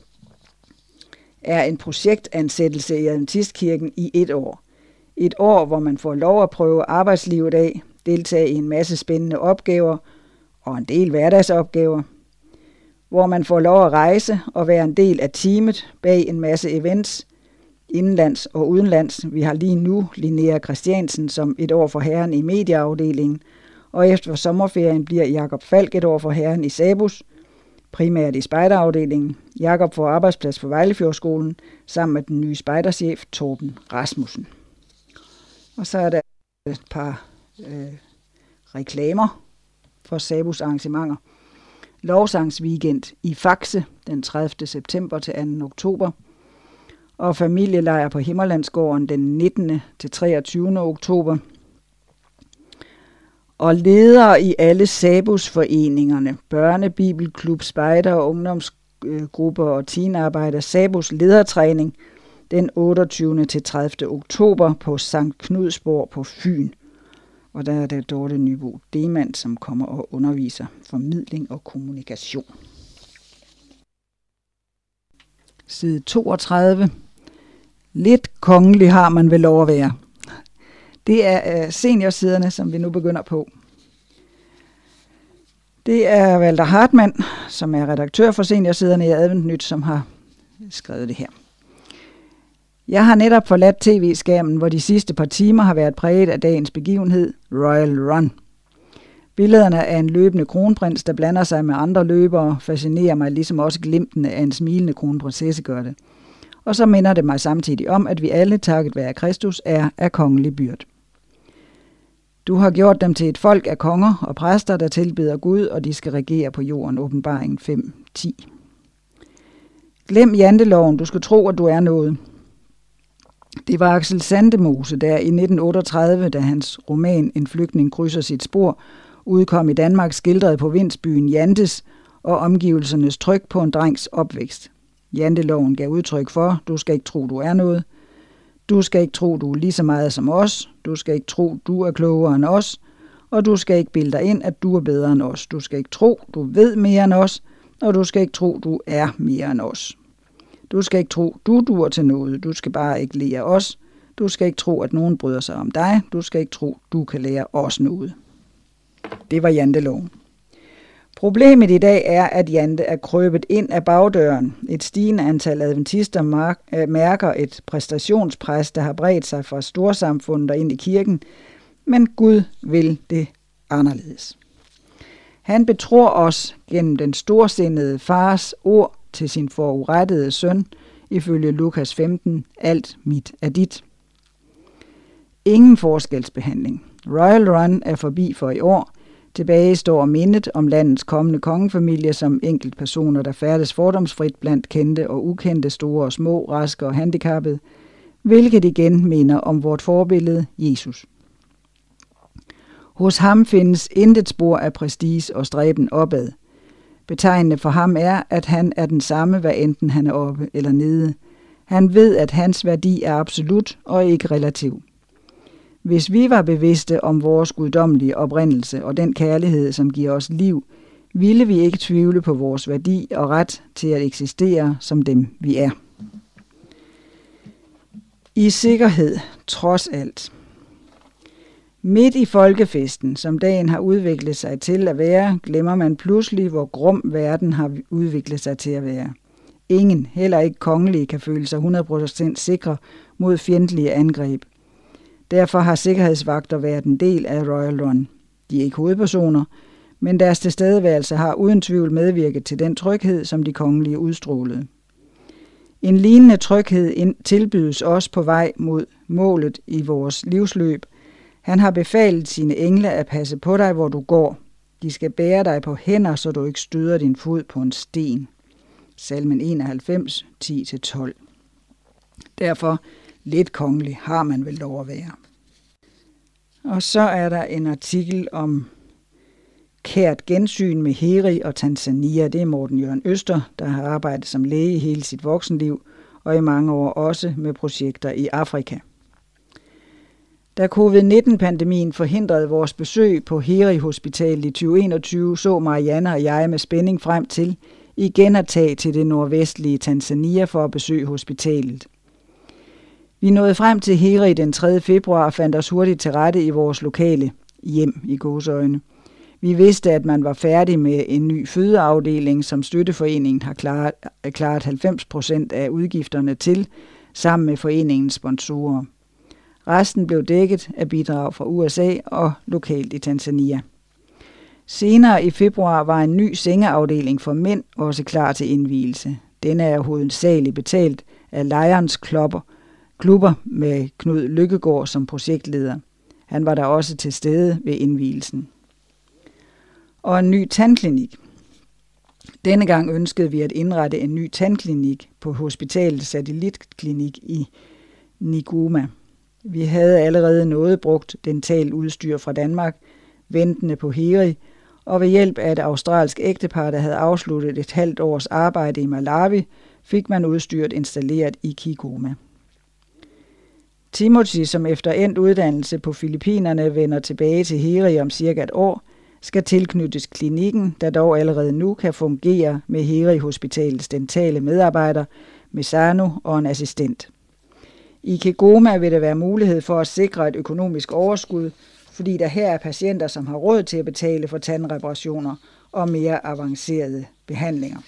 er en projektansættelse i Adventistkirken i et år. Et år, hvor man får lov at prøve arbejdslivet af, deltage i en masse spændende opgaver og en del hverdagsopgaver, hvor man får lov at rejse og være en del af teamet bag en masse events, indenlands og udenlands. Vi har lige nu Linnea Christiansen som et år for Herren i medieafdelingen, og efter sommerferien bliver Jakob Falk et år for Herren i Sabus, primært i spejderafdelingen. Jakob får arbejdsplads på Vejlefjordskolen sammen med den nye spejderchef Torben Rasmussen. Og så er der et par øh, reklamer for Sabus arrangementer. Lovsangsweekend i Faxe den tredivte september til anden oktober. Og familielejr på Himmerlandsgården den nittende til treogtyvende oktober. Og ledere i alle Sabus-foreningerne, børnebibelklub, spejder og ungdomsgrupper og teenarbejder, Sabus ledertræning den otteogtyvende til tredivte oktober på Sankt Knudsborg på Fyn. Og der er det Dorte Nybo Demand, som kommer og underviser formidling og kommunikation. Side toogtredive. Lidt kongelig har man vel lov at være. Det er seniorsiderne, som vi nu begynder på. Det er Walter Hartmann, som er redaktør for seniorsiderne i Adventnyt, som har skrevet det her. Jeg har netop forladt tv-skærmen, hvor de sidste par timer har været præget af dagens begivenhed, Royal Run. Billederne af en løbende kronprins, der blander sig med andre løbere, fascinerer mig, ligesom også glimtene af en smilende kronprinsesse gør det. Og så minder det mig samtidig om, at vi alle, takket være Kristus, er af kongelig byrd. Du har gjort dem til et folk af konger og præster, der tilbeder Gud, og de skal regere på jorden. Åbenbaringen fem ti. Glem janteloven, du skal tro, at du er noget. Det var Axel Sandemose, der i nitten otteogtredive, da hans roman En flygtning krydser sit spor, udkom i Danmark, skildrede provinsbyen Jantes og omgivelsernes tryk på en drengs opvækst. Janteloven gav udtryk for, du skal ikke tro, du er noget. Du skal ikke tro, du er lige så meget som os. Du skal ikke tro, du er klogere end os. Og du skal ikke bilde dig ind, at du er bedre end os. Du skal ikke tro, du ved mere end os. Og du skal ikke tro, du er mere end os. Du skal ikke tro, du duer til noget. Du skal bare ikke lære os. Du skal ikke tro, at nogen bryder sig om dig. Du skal ikke tro, du kan lære os noget. Det var janteloven. Problemet i dag er, at Jante er krøbet ind af bagdøren. Et stigende antal adventister mærker et præstationspres, der har bredt sig fra storsamfundet og ind i kirken, men Gud vil det anderledes. Han betror os gennem den storsindede fars ord til sin forurettede søn, ifølge Lukas femten, alt mit er dit. Ingen forskelsbehandling. Royal Run er forbi for i år. Tilbage står mindet om landets kommende kongefamilie som enkeltpersoner, der færdes fordomsfrit blandt kendte og ukendte, store og små, raske og handicappede, hvilket igen minder om vort forbillede Jesus. Hos ham findes intet spor af prestige og stræben opad. Betegnende for ham er, at han er den samme, hvad enten han er oppe eller nede. Han ved, at hans værdi er absolut og ikke relativ. Hvis vi var bevidste om vores guddommelige oprindelse og den kærlighed, som giver os liv, ville vi ikke tvivle på vores værdi og ret til at eksistere som dem, vi er. I sikkerhed, trods alt. Midt i folkefesten, som dagen har udviklet sig til at være, glemmer man pludselig, hvor grum verden har udviklet sig til at være. Ingen, heller ikke kongelige, kan føle sig hundrede procent sikre mod fjendtlige angreb. Derfor har sikkerhedsvagter været en del af Royal Run. De er ikke hovedpersoner, men deres tilstedeværelse har uden tvivl medvirket til den tryghed, som de kongelige udstrålede. En lignende tryghed tilbydes os på vej mod målet i vores livsløb. Han har befalet sine engle at passe på dig, hvor du går. De skal bære dig på hænder, så du ikke støder din fod på en sten. Salmen enoghalvfems, ti til tolv. Derfor lidt kongelig har man vel lov at være. Og så er der en artikel om kært gensyn med Heri og Tanzania. Det er Morten Jørgen Øster, der har arbejdet som læge hele sit voksenliv, og i mange år også med projekter i Afrika. Da covid nitten-pandemien forhindrede vores besøg på Heri Hospital i tyve enogtyve, så Marianne og jeg med spænding frem til igen at tage til det nordvestlige Tanzania for at besøge hospitalet. Vi nåede frem til Heri den tredje februar og fandt os hurtigt til rette i vores lokale hjem i gåseøjne. Vi vidste, at man var færdig med en ny fødeafdeling, som støtteforeningen har klaret, klaret halvfems procent af udgifterne til, sammen med foreningens sponsorer. Resten blev dækket af bidrag fra U S A og lokalt i Tanzania. Senere i februar var en ny sengeafdeling for mænd også klar til indvielse. Denne er hovedsageligt betalt af Lions klubber, klubber med Knud Lykkegaard som projektleder. Han var der også til stede ved indvielsen. Og en ny tandklinik. Denne gang ønskede vi at indrette en ny tandklinik på hospitalets satellitklinik i Niguma. Vi havde allerede noget brugt dental udstyr fra Danmark, ventende på Heri, og ved hjælp af et australsk ægtepar, der havde afsluttet et halvt års arbejde i Malawi, fik man udstyret installeret i Kigoma. Timothy, som efter endt uddannelse på Filippinerne vender tilbage til Heri om cirka et år, skal tilknyttes klinikken, der dog allerede nu kan fungere med Heri Hospitalets dentale medarbejder, Mesano og en assistent. I Kigoma vil der være mulighed for at sikre et økonomisk overskud, fordi der her er patienter, som har råd til at betale for tandreparationer og mere avancerede behandlinger.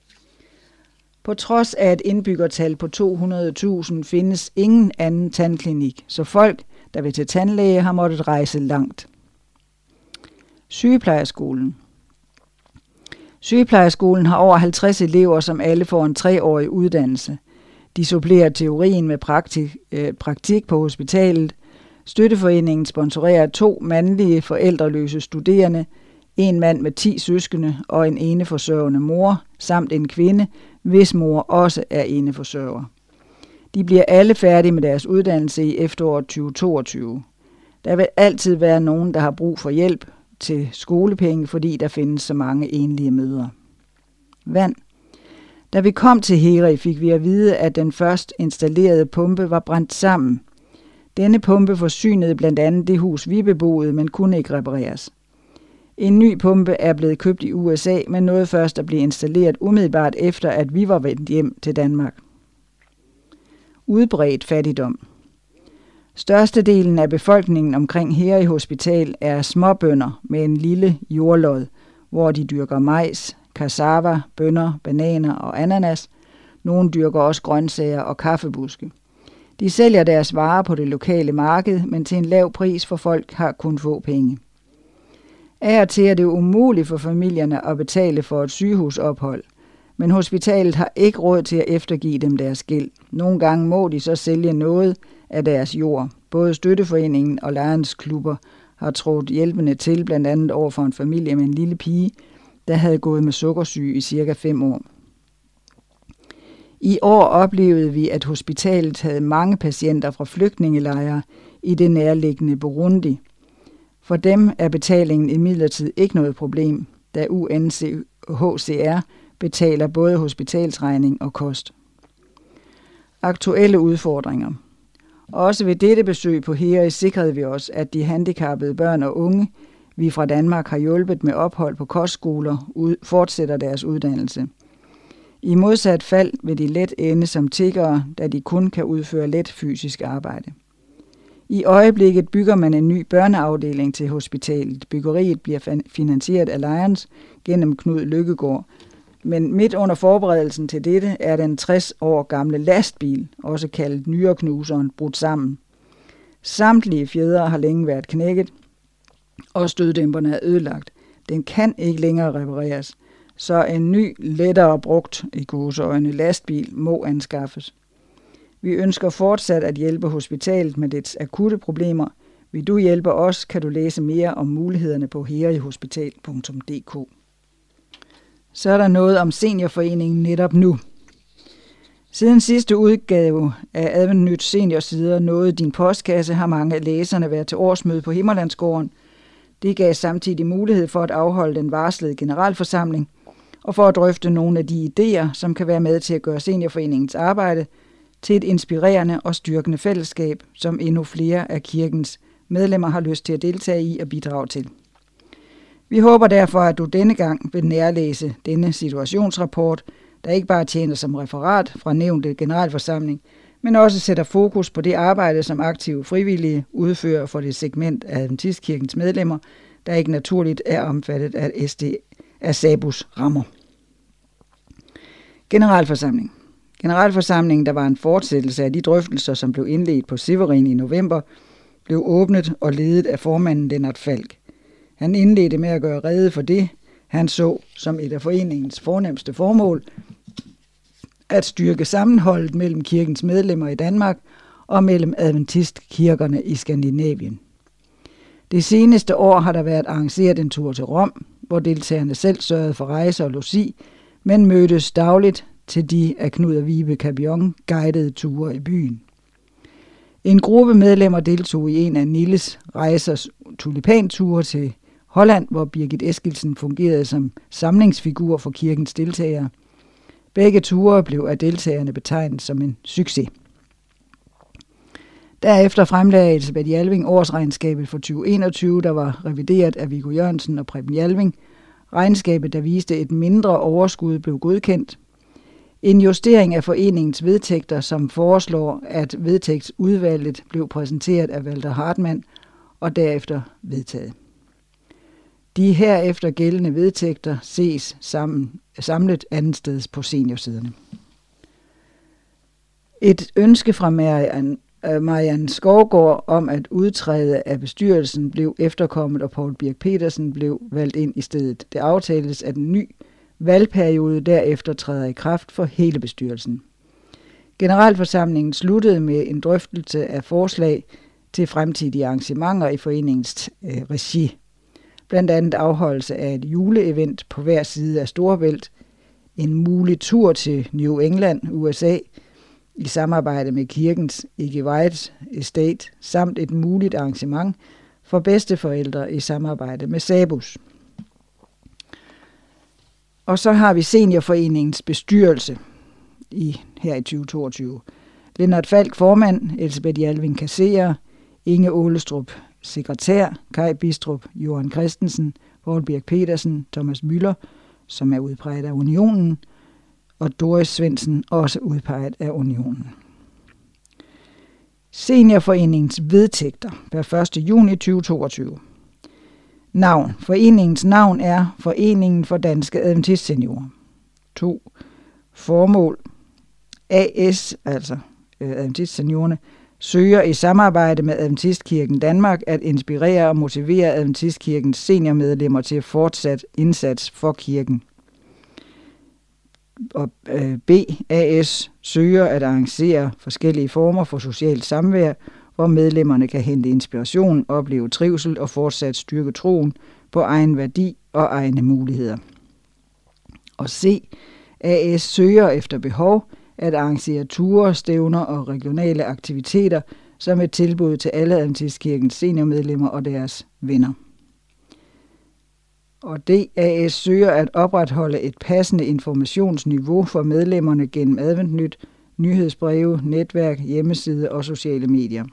På trods af et indbyggertal på to hundrede tusind findes ingen anden tandklinik, så folk, der vil til tandlæge, har måttet rejse langt. Sygeplejerskolen. Sygeplejerskolen har over halvtreds elever, som alle får en treårig uddannelse. De supplerer teorien med praktik, øh, praktik på hospitalet. Støtteforeningen sponsorerer to mandlige forældreløse studerende, en mand med ti søskende og en eneforsørgende mor, samt en kvinde, hvis mor også er eneforsørger. De bliver alle færdige med deres uddannelse i efteråret tyve toogtyve. Der vil altid være nogen, der har brug for hjælp til skolepenge, fordi der findes så mange enlige mødre. Vand. Da vi kom til Heri, fik vi at vide, at den først installerede pumpe var brændt sammen. Denne pumpe forsynede blandt andet det hus, vi beboede, men kunne ikke repareres. En ny pumpe er blevet købt i U S A, men nåede først at blive installeret umiddelbart efter, at vi var vendt hjem til Danmark. Udbredt fattigdom. Størstedelen af befolkningen omkring Herrie Hospital er småbønder med en lille jordlod, hvor de dyrker majs, cassava, bønner, bananer og ananas. Nogle dyrker også grøntsager og kaffebuske. De sælger deres varer på det lokale marked, men til en lav pris, for folk har kun få penge. Af og til er det umuligt for familierne at betale for et sygehusophold, men hospitalet har ikke råd til at eftergive dem deres gæld. Nogle gange må de så sælge noget af deres jord. Både Støtteforeningen og Lejernes Klubber har trådt hjælpende til, blandt andet over for en familie med en lille pige, der havde gået med sukkersyge i cirka fem år. I år oplevede vi, at hospitalet havde mange patienter fra flygtningelejre i det nærliggende Burundi. For dem er betalingen imidlertid ikke noget problem, da U N H C R betaler både hospitalsregning og kost. Aktuelle udfordringer. Også ved dette besøg på Herrie sikrede vi os, at de handicappede børn og unge, vi fra Danmark har hjulpet med ophold på kostskoler, ud, fortsætter deres uddannelse. I modsat fald vil de let ende som tiggere, da de kun kan udføre let fysisk arbejde. I øjeblikket bygger man en ny børneafdeling til hospitalet. Byggeriet bliver finansieret af Lions gennem Knud Lykkegaard. Men midt under forberedelsen til dette er den tres år gamle lastbil, også kaldet nyreknuseren, brudt sammen. Samtlige fjedre har længe været knækket, og støddæmperne er ødelagt. Den kan ikke længere repareres, så en ny, lettere brugt i gåseøjne lastbil må anskaffes. Vi ønsker fortsat at hjælpe hospitalet med dets akutte problemer. Vil du hjælpe os, kan du læse mere om mulighederne på herriehospital punktum d k. Så er der noget om Seniorforeningen netop nu. Siden sidste udgave af Adventnyt Seniorsider nåede din postkasse, har mange af læserne været til årsmøde på Himmerlandsgården. Det gav samtidig mulighed for at afholde den varslede generalforsamling og for at drøfte nogle af de idéer, som kan være med til at gøre Seniorforeningens arbejde til et inspirerende og styrkende fællesskab, som endnu flere af kirkens medlemmer har lyst til at deltage i og bidrage til. Vi håber derfor, at du denne gang vil nærlæse denne situationsrapport, der ikke bare tjener som referat fra nævnte generalforsamling, men også sætter fokus på det arbejde, som aktive frivillige udfører for det segment af Adventistkirkens medlemmer, der ikke naturligt er omfattet af S D af S A B U's rammer. Generalforsamling. Generalforsamlingen, der var en fortsættelse af de drøftelser, som blev indledt på Severin i november, blev åbnet og ledet af formanden Lennart Falk. Han indledte med at gøre rede for det, han så som et af foreningens fornemste formål, at styrke sammenholdet mellem kirkens medlemmer i Danmark og mellem adventistkirkerne i Skandinavien. Det seneste år har der været arrangeret en tur til Rom, hvor deltagerne selv sørgede for rejse og logi, men mødtes dagligt til de af Knud og Vibe Cabion guidede ture i byen. En gruppe medlemmer deltog i en af Nilles rejsers tulipanture til Holland, hvor Birgit Eskildsen fungerede som samlingsfigur for kirkens deltagere. Begge ture blev af deltagerne betegnet som en succes. Derefter fremlagde Elsebeth Jalving årsregnskabet for tyve enogtyve, der var revideret af Viggo Jørgensen og Preben Jalving. Regnskabet, der viste et mindre overskud, blev godkendt. En justering af foreningens vedtægter, som foreslår, at vedtægtsudvalget blev præsenteret af Walter Hartmann og derefter vedtaget. De herefter gældende vedtægter ses sammen, samlet andetsteds på seniorsiderne. Et ønske fra Marianne, Marianne Skovgaard om at udtræde af bestyrelsen blev efterkommet, og Poul Birk Petersen blev valgt ind i stedet. Det aftales, at en ny valgperiode derefter træder i kraft for hele bestyrelsen. Generalforsamlingen sluttede med en drøftelse af forslag til fremtidige arrangementer i foreningens øh, regi. Blandt andet afholdelse af et juleevent på hver side af Storebælt, en mulig tur til New England, U S A, i samarbejde med kirkens Iggy White Estate, samt et muligt arrangement for bedsteforældre i samarbejde med S A B U's. Og så har vi Seniorforeningens bestyrelse i, her i tyve toogtyve. Lennart Falk formand, Elsebeth Jalving kasserer, Inge Ålestrup sekretær, Kai Bistrup, Johan Christensen, Poul Birk Petersen, Thomas Müller, som er udpeget af Unionen, og Doris Svendsen, også udpeget af Unionen. Seniorforeningens vedtægter per første juni tyve toogtyve. Navn. Foreningens navn er Foreningen for Danske Adventistseniorer. to. Formål. A S, altså Adventistseniorerne, søger i samarbejde med Adventistkirken Danmark at inspirere og motivere Adventistkirkens seniormedlemmer til fortsat indsats for kirken. Og B. A S søger at arrangere forskellige former for socialt samvær, hvor medlemmerne kan hente inspiration, opleve trivsel og fortsat styrke troen på egen værdi og egne muligheder. Og C. A S søger efter behov at arrangere ture, stævner og regionale aktiviteter som et tilbud til alle Adventistkirkens seniormedlemmer og deres venner. Og D. A S søger at opretholde et passende informationsniveau for medlemmerne gennem Adventnyt, nyhedsbreve, netværk, hjemmeside og sociale medier.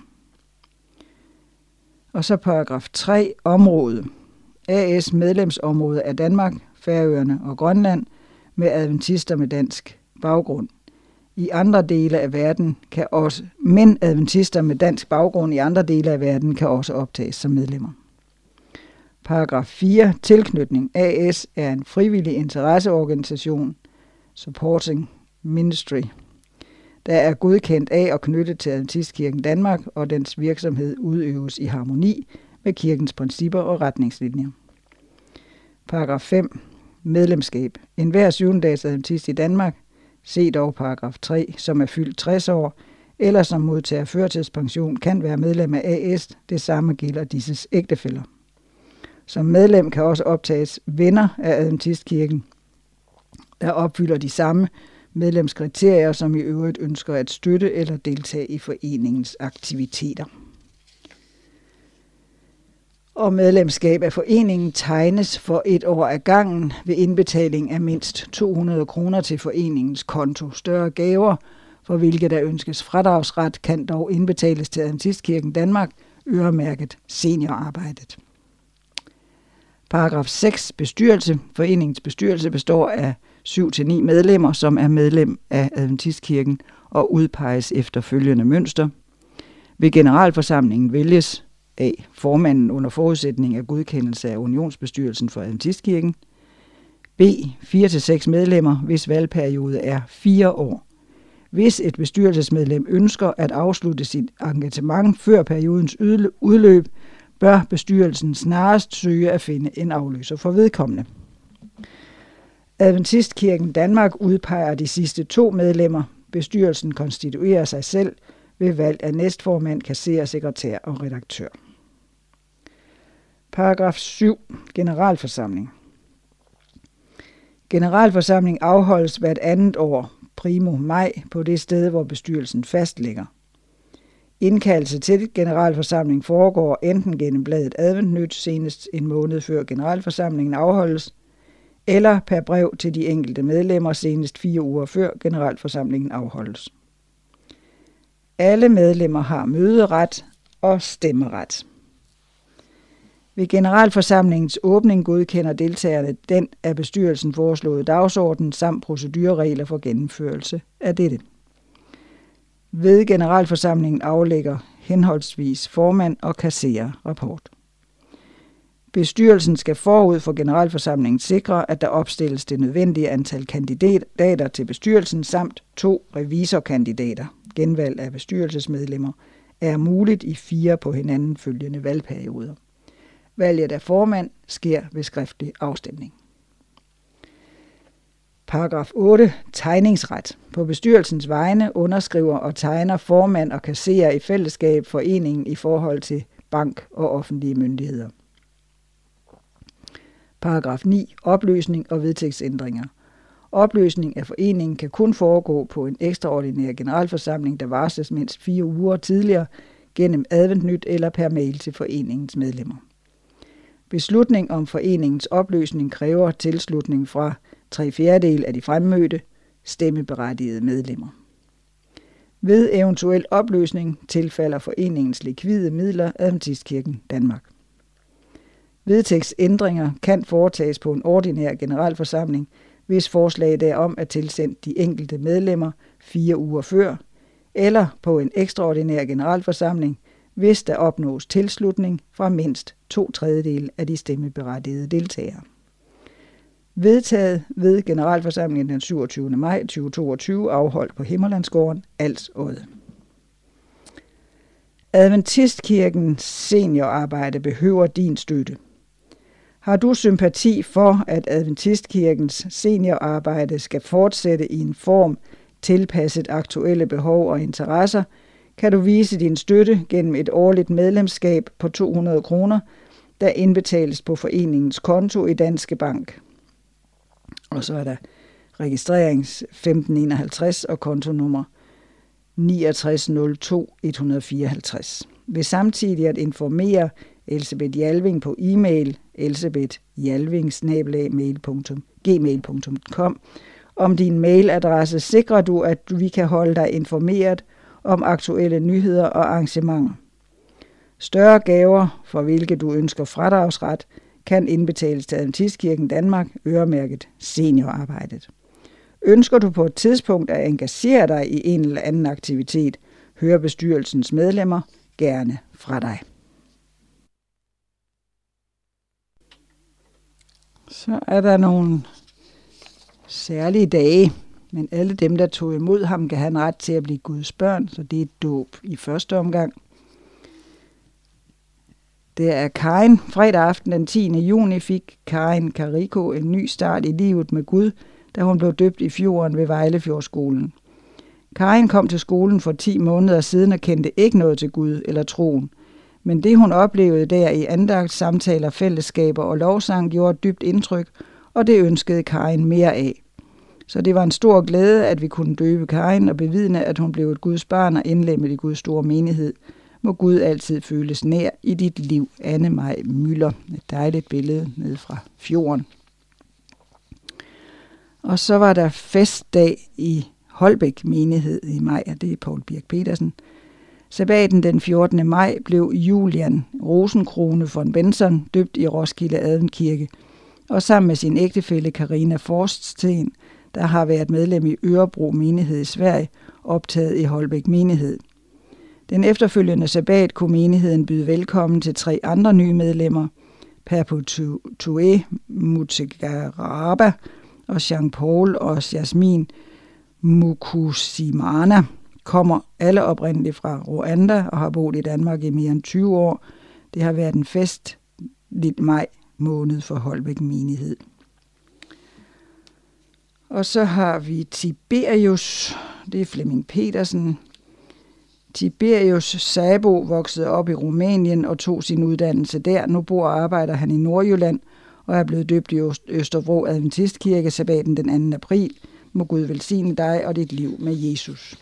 Og så paragraf tre. Område. A S medlemsområde af Danmark, Færøerne og Grønland med adventister med dansk baggrund. I andre dele af verden kan også, men adventister med dansk baggrund i andre dele af verden kan også optages som medlemmer. Paragraf fire. Tilknytning. A S er en frivillig interesseorganisation, supporting ministry, der er godkendt af og knyttet til Adventistkirken Danmark, og dens virksomhed udøves i harmoni med kirkens principper og retningslinjer. Paragraf fem. Medlemskab. Enhver syvende-dags adventist i Danmark, se dog paragraf tre, som er fyldt tres år, eller som modtager førtidspension, kan være medlem af A S. Det samme gælder disses ægtefæller. Som medlem kan også optages venner af Adventistkirken, der opfylder de samme medlemskriterier, som i øvrigt ønsker at støtte eller deltage i foreningens aktiviteter. Og medlemskab af foreningen tegnes for et år ad gangen ved indbetaling af mindst to hundrede kroner til foreningens konto. Større gaver, for hvilke der ønskes fradragsret, kan dog indbetales til Adventistkirken Danmark, øremærket seniorarbejdet. Paragraf seks. Bestyrelse. Foreningens bestyrelse består af syv til ni medlemmer, som er medlem af Adventistkirken og udpeges efter følgende mønster. Ved generalforsamlingen vælges A. Formanden under forudsætning af godkendelse af Unionsbestyrelsen for Adventistkirken. B. fire til seks medlemmer, hvis valgperiode er fire år. Hvis et bestyrelsesmedlem ønsker at afslutte sit engagement før periodens udløb, bør bestyrelsen snarest søge at finde en afløser for vedkommende. Adventistkirken Danmark udpeger de sidste to medlemmer. Bestyrelsen konstituerer sig selv ved valg af næstformand, kasserer, sekretær og redaktør. Paragraf syv. Generalforsamling. Generalforsamling afholdes hvert andet år, primo maj, på det sted, hvor bestyrelsen fastlægger. Indkaldelse til generalforsamling foregår enten gennem bladet Adventnyt senest en måned før generalforsamlingen afholdes, eller per brev til de enkelte medlemmer senest fire uger før generalforsamlingen afholdes. Alle medlemmer har møderet og stemmeret. Ved generalforsamlingens åbning godkender deltagerne den af bestyrelsen foreslåede dagsorden samt procedureregler for gennemførelse af dette. Ved generalforsamlingen aflægger henholdsvis formand og kasserer rapport. Bestyrelsen skal forud for generalforsamlingen sikre, at der opstilles det nødvendige antal kandidater til bestyrelsen samt to revisorkandidater. Genvalg af bestyrelsesmedlemmer er muligt i fire på hinanden følgende valgperioder. Valget af formand sker ved skriftlig afstemning. Paragraf otte. Tegningsret. På bestyrelsens vegne underskriver og tegner formand og kasserer i fællesskab foreningen i forhold til bank og offentlige myndigheder. Paragraf ni. Opløsning og vedtægtsændringer. Opløsning af foreningen kan kun foregå på en ekstraordinær generalforsamling, der varsles mindst fire uger tidligere gennem Adventnyt eller per mail til foreningens medlemmer. Beslutning om foreningens opløsning kræver tilslutning fra tre fjerdedel af de fremmødte stemmeberettigede medlemmer. Ved eventuel opløsning tilfalder foreningens likvide midler Adventistkirken Danmark. Vedtægtsændringer kan foretages på en ordinær generalforsamling, hvis forslaget er om at tilsende de enkelte medlemmer fire uger før, eller på en ekstraordinær generalforsamling, hvis der opnås tilslutning fra mindst to tredjedele af de stemmeberettigede deltagere. Vedtaget ved generalforsamlingen den syvogtyvende maj to tusind og toogtyve, afholdt på Himmerlandsgården, Als Odde. Adventistkirkens seniorarbejde behøver din støtte. Har du sympati for, at Adventistkirkens seniorarbejde skal fortsætte i en form tilpasset aktuelle behov og interesser, kan du vise din støtte gennem et årligt medlemskab på to hundrede kroner, der indbetales på foreningens konto i Danske Bank. Og så er der registrerings femten enoghalvtreds og kontonummer niogtres nul to et hundrede fireoghalvtreds. Ved samtidig at informere Elsebeth Jalving på e-mail elsebeth jalving bindestreg gmail punktum com om din mailadresse, sikrer du, at vi kan holde dig informeret om aktuelle nyheder og arrangementer. Større gaver, for hvilke du ønsker fradragsret, kan indbetales til Adventistkirken Danmark, øremærket seniorarbejdet. Ønsker du på et tidspunkt at engagere dig i en eller anden aktivitet, hører bestyrelsens medlemmer gerne fra dig. Så er der nogle særlige dage, men alle dem, der tog imod ham, kan have en ret til at blive Guds børn, så det er dåb i første omgang. Det er Karin. Fredag aften den tiende juni fik Karin Kariko en ny start i livet med Gud, da hun blev døbt i fjorden ved Vejlefjordskolen. Karin kom til skolen for ti måneder siden og kendte ikke noget til Gud eller troen. Men det hun oplevede der i andagt, samtaler, fællesskaber og lovsang gjorde et dybt indtryk, og det ønskede Karin mere af. Så det var en stor glæde, at vi kunne døbe Karin og bevidne, at hun blev et Guds barn og indlemmet i Guds store menighed. Må Gud altid føles nær i dit liv. Anne Maj Møller. Et dejligt billede ned fra fjorden. Og så var der festdag i Holbæk menighed i maj, og det er Poul Birk Petersen. Sabbaten den fjortende maj blev Julian Rosenkrone von Benson døbt i Roskilde Adventkirke, og sammen med sin ægtefælle Karina Forsten, der har været medlem i Ørebro menighed i Sverige, optaget i Holbæk menighed. Den efterfølgende sabbat kunne menigheden byde velkommen til tre andre nye medlemmer, Perpetue Mutegaraba og Jean Paul og Jasmin Mukusimana, kommer alle oprindeligt fra Rwanda og har boet i Danmark i mere end tyve år. Det har været en festlig maj måned for Holbæk menighed. Og så har vi Tiberius, det er Flemming Petersen. Tiberius Sabo voksede op i Rumænien og tog sin uddannelse der. Nu bor og arbejder han i Nordjylland og er blevet døbt i Østerbro Adventistkirke sabbaten den anden april. Må Gud velsigne dig og dit liv med Jesus.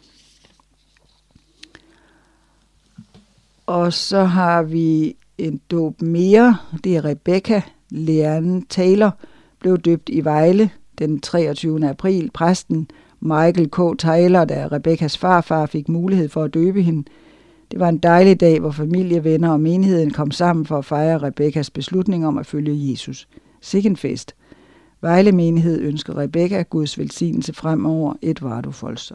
Og så har vi en dåb mere. Det er Rebecca Leanne Taylor, blev døbt i Vejle den treogtyvende april. Præsten Michael K. Taylor, da Rebeccas farfar fik mulighed for at døbe hende. Det var en dejlig dag, hvor familie, venner og menigheden kom sammen for at fejre Rebeccas beslutning om at følge Jesus. Sikken fest. Vejle menighed ønsker Rebecca Guds velsignelse fremover. Edvardo Folster.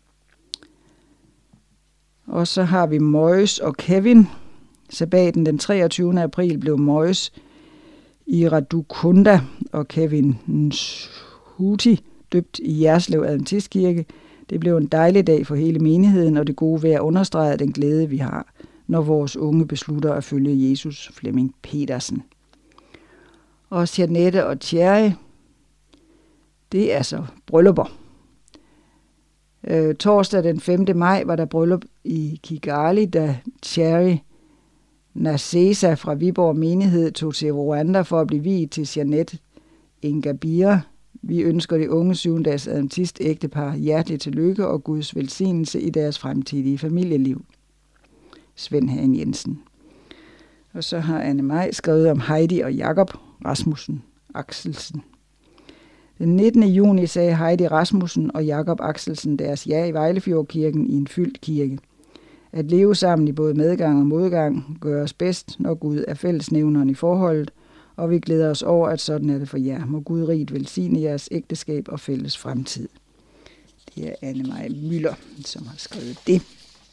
Og så har vi Mois og Kevin. Sabbaten den treogtyvende april blev Mois i Radukunda og Kevin Huti døbt i Jerslev Adventistkirke. Det blev en dejlig dag for hele menigheden, og det gode vejr understreger den glæde, vi har, når vores unge beslutter at følge Jesus. Flemming Petersen. Og Jeanette og Thierry, det er så bryllupper. Øh, torsdag den femte maj var der bryllup i Kigali, da Thierry Nasesa fra Viborg menighed tog til Rwanda for at blive viet til Jeanette Ingabire. Vi ønsker det unge syvendags adventist ægtepar hjerteligt tillykke og Guds velsignelse i deres fremtidige familieliv. Svend Hagen Jensen. Og så har Anne Maj skrevet om Heidi og Jakob Rasmussen Axelsen. Den nittende juni sagde Heidi Rasmussen og Jakob Axelsen deres ja i Vejlefjordkirken i en fyldt kirke. At leve sammen i både medgang og modgang gør os bedst, når Gud er fællesnævneren i forholdet, og vi glæder os over, at sådan er det for jer. Må Gud rigt velsigne jeres ægteskab og fælles fremtid. Det er Anne-Marie Müller, som har skrevet det.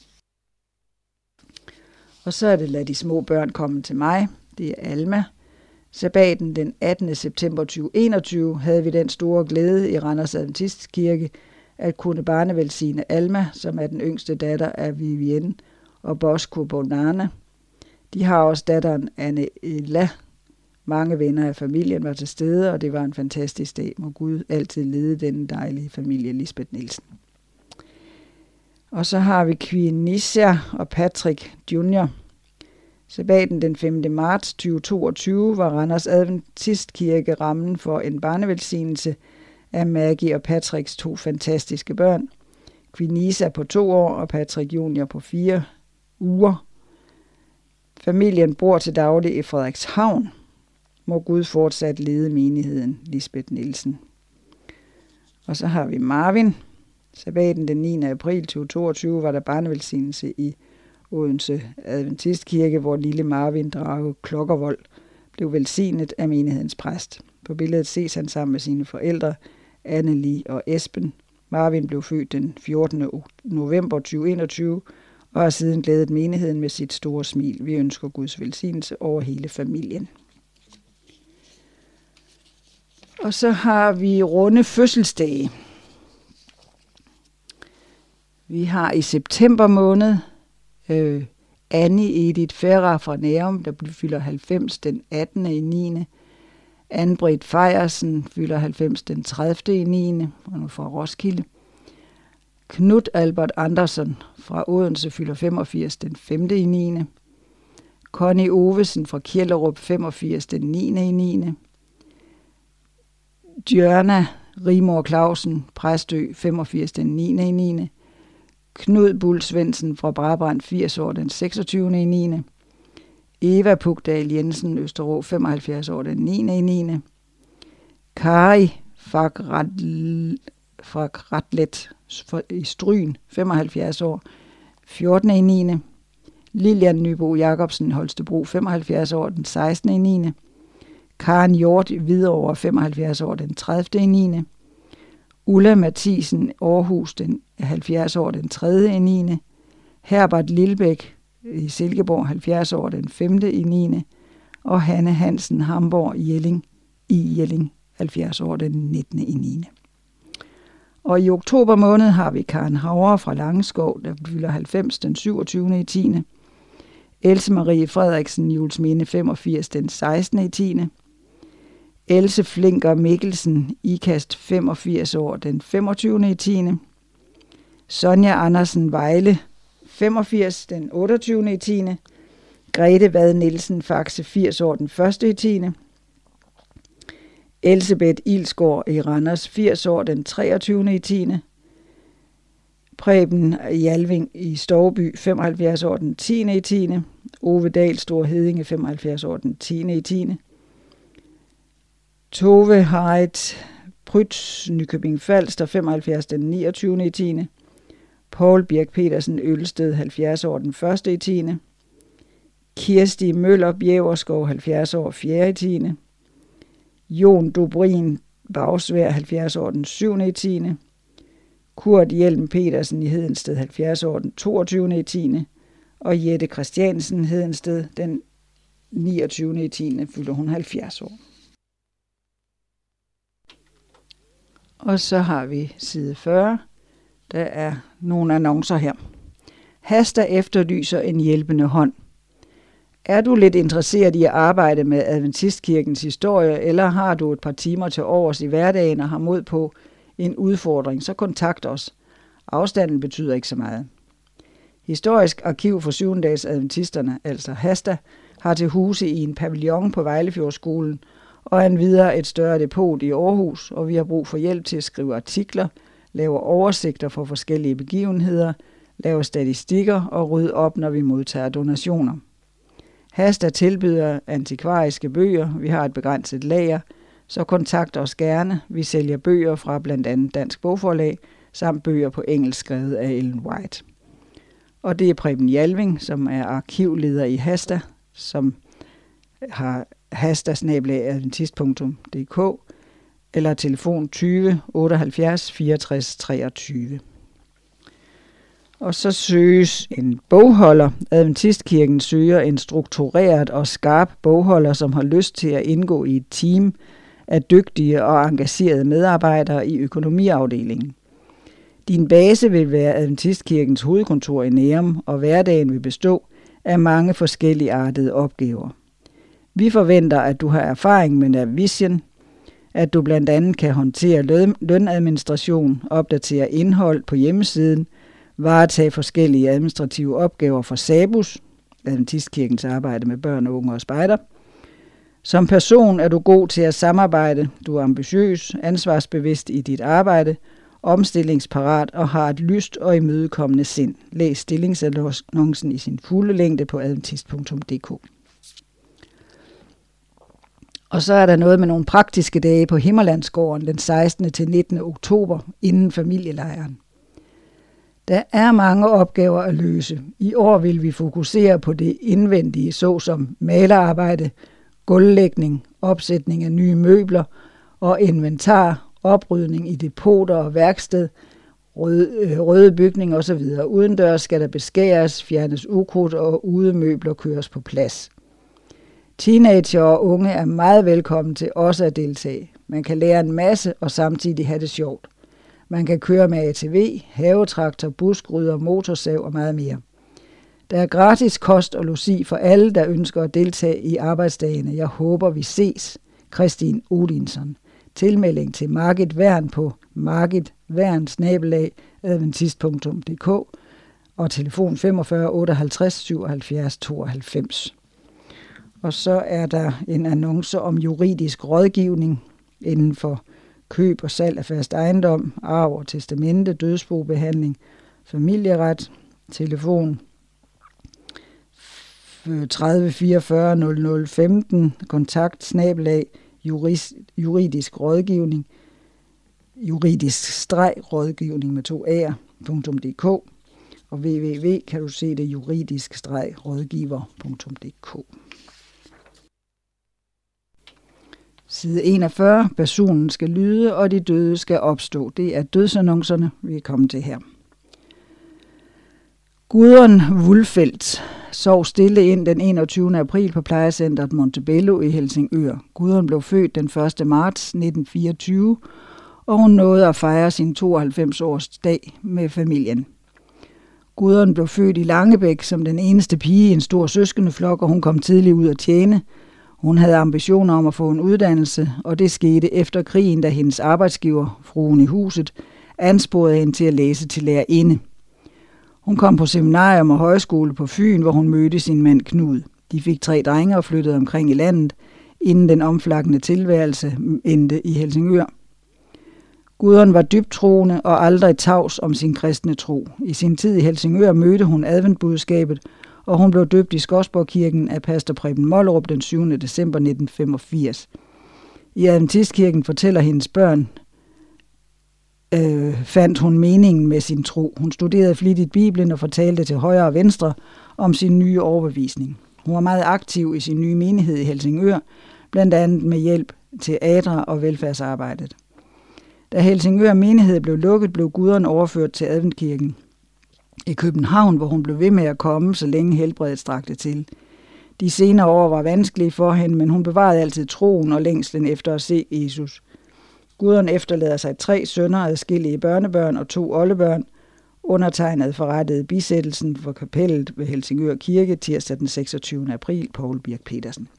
Og så er det Lad de små børn komme til mig. Det er Alma. Sabbaten den attende september tyve enogtyve havde vi den store glæde i Randers Adventistkirke at kunne barnevelsigne Alma, som er den yngste datter af Vivienne og Bosco Bonana. De har også datteren Anne Ella. Mange venner af familien var til stede, og det var en fantastisk dag. Må Gud altid lede denne dejlige familie, Lisbeth Nielsen. Og så har vi Quenisha og Patrick junior Sabbaten den femte marts tyve toogtyve var Randers Adventistkirke rammen for en barnevelsignelse af Maggie og Patricks to fantastiske børn. Quenisha på to år og Patrick junior på fire uger. Familien bor til daglig i Frederikshavn. Må Gud fortsat lede menigheden, Lisbeth Nielsen. Og så har vi Marvin. Sabbaten den niende april tyve toogtyve var der barnevelsignelse i Odense Adventistkirke, hvor lille Marvin Drage Klokkervold blev velsignet af menighedens præst. På billedet ses han sammen med sine forældre, Annelie og Esben. Marvin blev født den fjortende november tyve enogtyve og har siden glædet menigheden med sit store smil. Vi ønsker Guds velsignelse over hele familien. Og så har vi runde fødselsdage. Vi har i september måned øh, Annie Edith Ferra fra Nærum, der fylder halvfems den attende i niende Anne-Britt Fejersen fylder halvfems den tredivte i niende og nu fra Roskilde. Knut Albert Andersen fra Odense fylder femogfirs den femte i niende Connie Ovesen fra Kjellerup femogfirs den niende i niende Djørna Rigmor Clausen, Præstø, femogfirs den niende i niende Knud Bull Svendsen fra Brabrand, firs år, den seksogtyvende i niende Eva Pugdal Jensen, Østerå, femoghalvfjerds år, den niende i niende Kari fra Gratlet i Stryn, femoghalvfjerds år, fjortende i niende Lilian Nybo Jacobsen, Holstebro, femoghalvfjerds år, den sekstende i niende Karen Hjort Hvidovre, femoghalvfjerds år, den tredivte i niende Ulla Mathisen, Aarhus, den halvfjerds år, den tredje i niende Herbert Lillebæk i Silkeborg, halvfjerds år, den femte i niende og Hanne Hansen, Hamborg, Jelling i Jelling, halvfjerds år, den nittende i niende Og i oktober måned har vi Karen Havre fra Langeskov, der fylder halvfems den syvogtyvende i tiende Else Marie Frederiksen, Juelsminde, femogfirs den sekstende i tiende Else Flinker Mikkelsen, Ikast, femogfirs år, den femogtyvende i tiende Sonja Andersen Vejle, femogfirs den otteogtyvende i tiende Grete Vad Nielsen, Faxe, firs år, den første i tiende Elsebeth Ilsgaard i Randers, firs år, den treogtyvende i tiende Preben Jalving i Stovby, femoghalvfjerds år, den tiende i tiende Ove Dahl Stor Hedinge, femoghalvfjerds år, den tiende i tiende Tove Harrit Prytz, Nykøbing Falster, femoghalvfjerds den niogtyvende i tiende Paul Birk Petersen Ølsted, halvfjerds år, den første i tiende Kirsti Møller Bjæverskov, halvfjerds år, fjerde i tiende Jon Dobrin Bagsvær, halvfjerds år, den syvende i tiende Kurt Hjelm Petersen i Hedensted, halvfjerds år, den toogtyvende i tiende og Jette Christiansen Hedensted, den niogtyvende i tiende fylder hun halvfjerds år. Og så har vi side fyrre. Der er nogle annoncer her. Hasta efterlyser en hjælpende hånd. Er du lidt interesseret i at arbejde med Adventistkirkens historie, eller har du et par timer til overs i hverdagen og har mod på en udfordring, så kontakt os. Afstanden betyder ikke så meget. Historisk Arkiv for syvende-dags adventisterne, altså Hasta, har til huse i en pavillon på Vejlefjordskolen og endvidere et større depot i Aarhus, og vi har brug for hjælp til at skrive artikler, lave oversigter for forskellige begivenheder, lave statistikker og rydde op, når vi modtager donationer. Hasta tilbyder antikvariske bøger. Vi har et begrænset lager, så kontakt os gerne. Vi sælger bøger fra blandt andet Dansk Bogforlag, samt bøger på engelsk skrevet af Ellen White. Og det er Preben Jalving, som er arkivleder i Hasta, som har hasta bindestreg adventist punktum d k. eller telefon tyve otteoghalvfjerds fireogtres treogtyve. Og så søges en bogholder. Adventistkirken søger en struktureret og skarp bogholder, som har lyst til at indgå i et team af dygtige og engagerede medarbejdere i økonomiafdelingen. Din base vil være Adventistkirkens hovedkontor i Nærum, og hverdagen vil bestå af mange forskellige artede opgaver. Vi forventer, at du har erfaring med Navision, at du blandt andet kan håndtere løn- lønadministration, opdatere indhold på hjemmesiden, varetage forskellige administrative opgaver for SABUS, Adventistkirkens arbejde med børn, unge og spejder. Som person er du god til at samarbejde, du er ambitiøs, ansvarsbevidst i dit arbejde, omstillingsparat og har et lyst og imødekommende sind. Læs stillingsannoncen i sin fulde længde på adventist punktum d k. Og så er der noget med nogle praktiske dage på Himmerlandsgården den sekstende til nittende oktober inden familielejren. Der er mange opgaver at løse. I år vil vi fokusere på det indvendige, såsom malerarbejde, gulvlægning, opsætning af nye møbler og inventar, oprydning i depoter og værksted, røde, røde bygning osv. Udendørs skal der beskæres, fjernes ukrudt og udemøbler køres på plads. Teenager og unge er meget velkommen til også at deltage. Man kan lære en masse og samtidig have det sjovt. Man kan køre med A T V, havetraktor, busgryder, motorsav og meget mere. Der er gratis kost og logi for alle, der ønsker at deltage i arbejdsdagene. Jeg håber, vi ses. Kristin Odinsson. Tilmelding til Margit Værn på margitværn snabel-a adventist punktum d k og telefon femogfyrre otteoghalvtreds syvoghalvfjerds tooghalvfems. Og så er der en annonce om juridisk rådgivning inden for køb og salg af fast ejendom, arv og testamente, dødsbobehandling, familieret, telefon tredive fireogfyrre nul nul femten, kontakt snabel-a juridisk rådgivning, juridisk rådgivning med to a'er, .dk, og www kan du se det juridisk rådgiver punktum d k. Side enogfyrre. Basunen skal lyde, og de døde skal opstå. Det er dødsannoncerne, vi er kommet til her. Gudrun Wulfeldt sov stille ind den enogtyvende april på plejecentret Montebello i Helsingør. Gudrun blev født den første marts nitten fireogtyve, og hun nåede at fejre sin tooghalvfems års dag med familien. Gudrun blev født i Langebæk som den eneste pige i en stor søskendeflok, og hun kom tidligt ud at tjene. Hun havde ambitioner om at få en uddannelse, og det skete efter krigen, da hendes arbejdsgiver, fruen i huset, ansporede hende til at læse til lærerinde. Hun kom på seminarium og højskole på Fyn, hvor hun mødte sin mand Knud. De fik tre drenge og flyttede omkring i landet, inden den omflakkende tilværelse endte i Helsingør. Gudrun var dybt troende og aldrig tavs om sin kristne tro. I sin tid i Helsingør mødte hun adventbudskabet, og hun blev døbt i Skodsborgkirken af pastor Preben Mollerup den syvende december nitten femogfirs. I Adventistkirken fortæller hendes børn, øh, fandt hun meningen med sin tro. Hun studerede flittigt Bibelen og fortalte til højre og venstre om sin nye overbevisning. Hun var meget aktiv i sin nye menighed i Helsingør, blandt andet med hjælp til adre og velfærdsarbejdet. Da Helsingør menighed blev lukket, blev Gudrun overført til Adventkirken i København, hvor hun blev ved med at komme, så længe helbredet strakte til. De senere år var vanskelige for hende, men hun bevarede altid troen og længslen efter at se Jesus. Gudrun efterlader sig tre sønner, adskillige børnebørn og to oldebørn. Undertegnet forrettede bisættelsen for kapellet ved Helsingør Kirke tirsdag den seksogtyvende april, Poul Birk Petersen.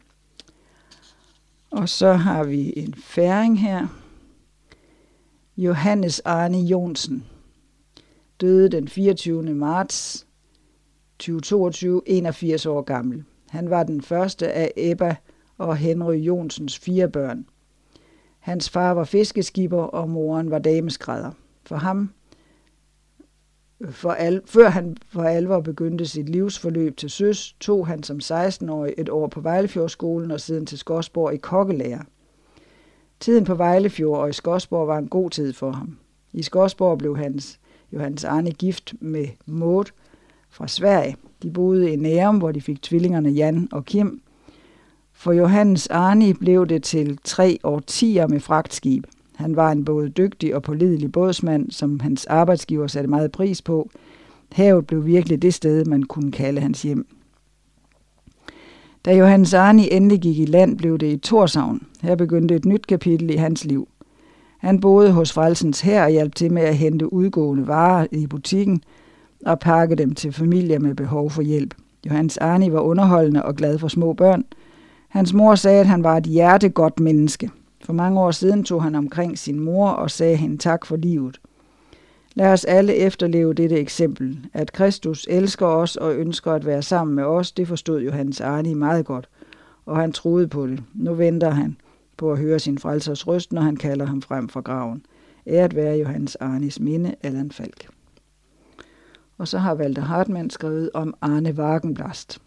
Og så har vi en færing her. Johannes Arne Jonsen døde den fireogtyvende marts to tusind og toogtyve, enogfirs år gammel. Han var den første af Ebba og Henry Jonsens fire børn. Hans far var fiskeskipper, og moren var dameskrædder. For ham, for al, før han for alvor begyndte sit livsforløb til søs, tog han som seksten-årig et år på Vejlefjordskolen og siden til Skodsborg i kokkelærer. Tiden på Vejlefjord og i Skodsborg var en god tid for ham. I Skodsborg blev hans Johannes Arne gift med Maud fra Sverige. De boede i Nærum, hvor de fik tvillingerne Jan og Kim. For Johannes Arne blev det til tre årtier med fragtskib. Han var en både dygtig og pålidelig bådsmand, som hans arbejdsgiver satte meget pris på. Havet blev virkelig det sted, man kunne kalde hans hjem. Da Johannes Arni endelig gik i land, blev det i Tórshavn. Her begyndte et nyt kapitel i hans liv. Han boede hos Frelsens Hær og hjalp til med at hente udgående varer i butikken og pakke dem til familier med behov for hjælp. Johannes Arni var underholdende og glad for små børn. Hans mor sagde, at han var et hjertegodt menneske. For mange år siden tog han omkring sin mor og sagde hende tak for livet. Lad os alle efterleve dette eksempel. At Kristus elsker os og ønsker at være sammen med os, det forstod Johannes Arni meget godt, og han troede på det. Nu venter han på at høre sin frelsers røst, når han kalder ham frem fra graven. Æret være Johannes Arnis minde, Allan Falk. Og så har Walter Hartmann skrevet om Arne Wagenblast.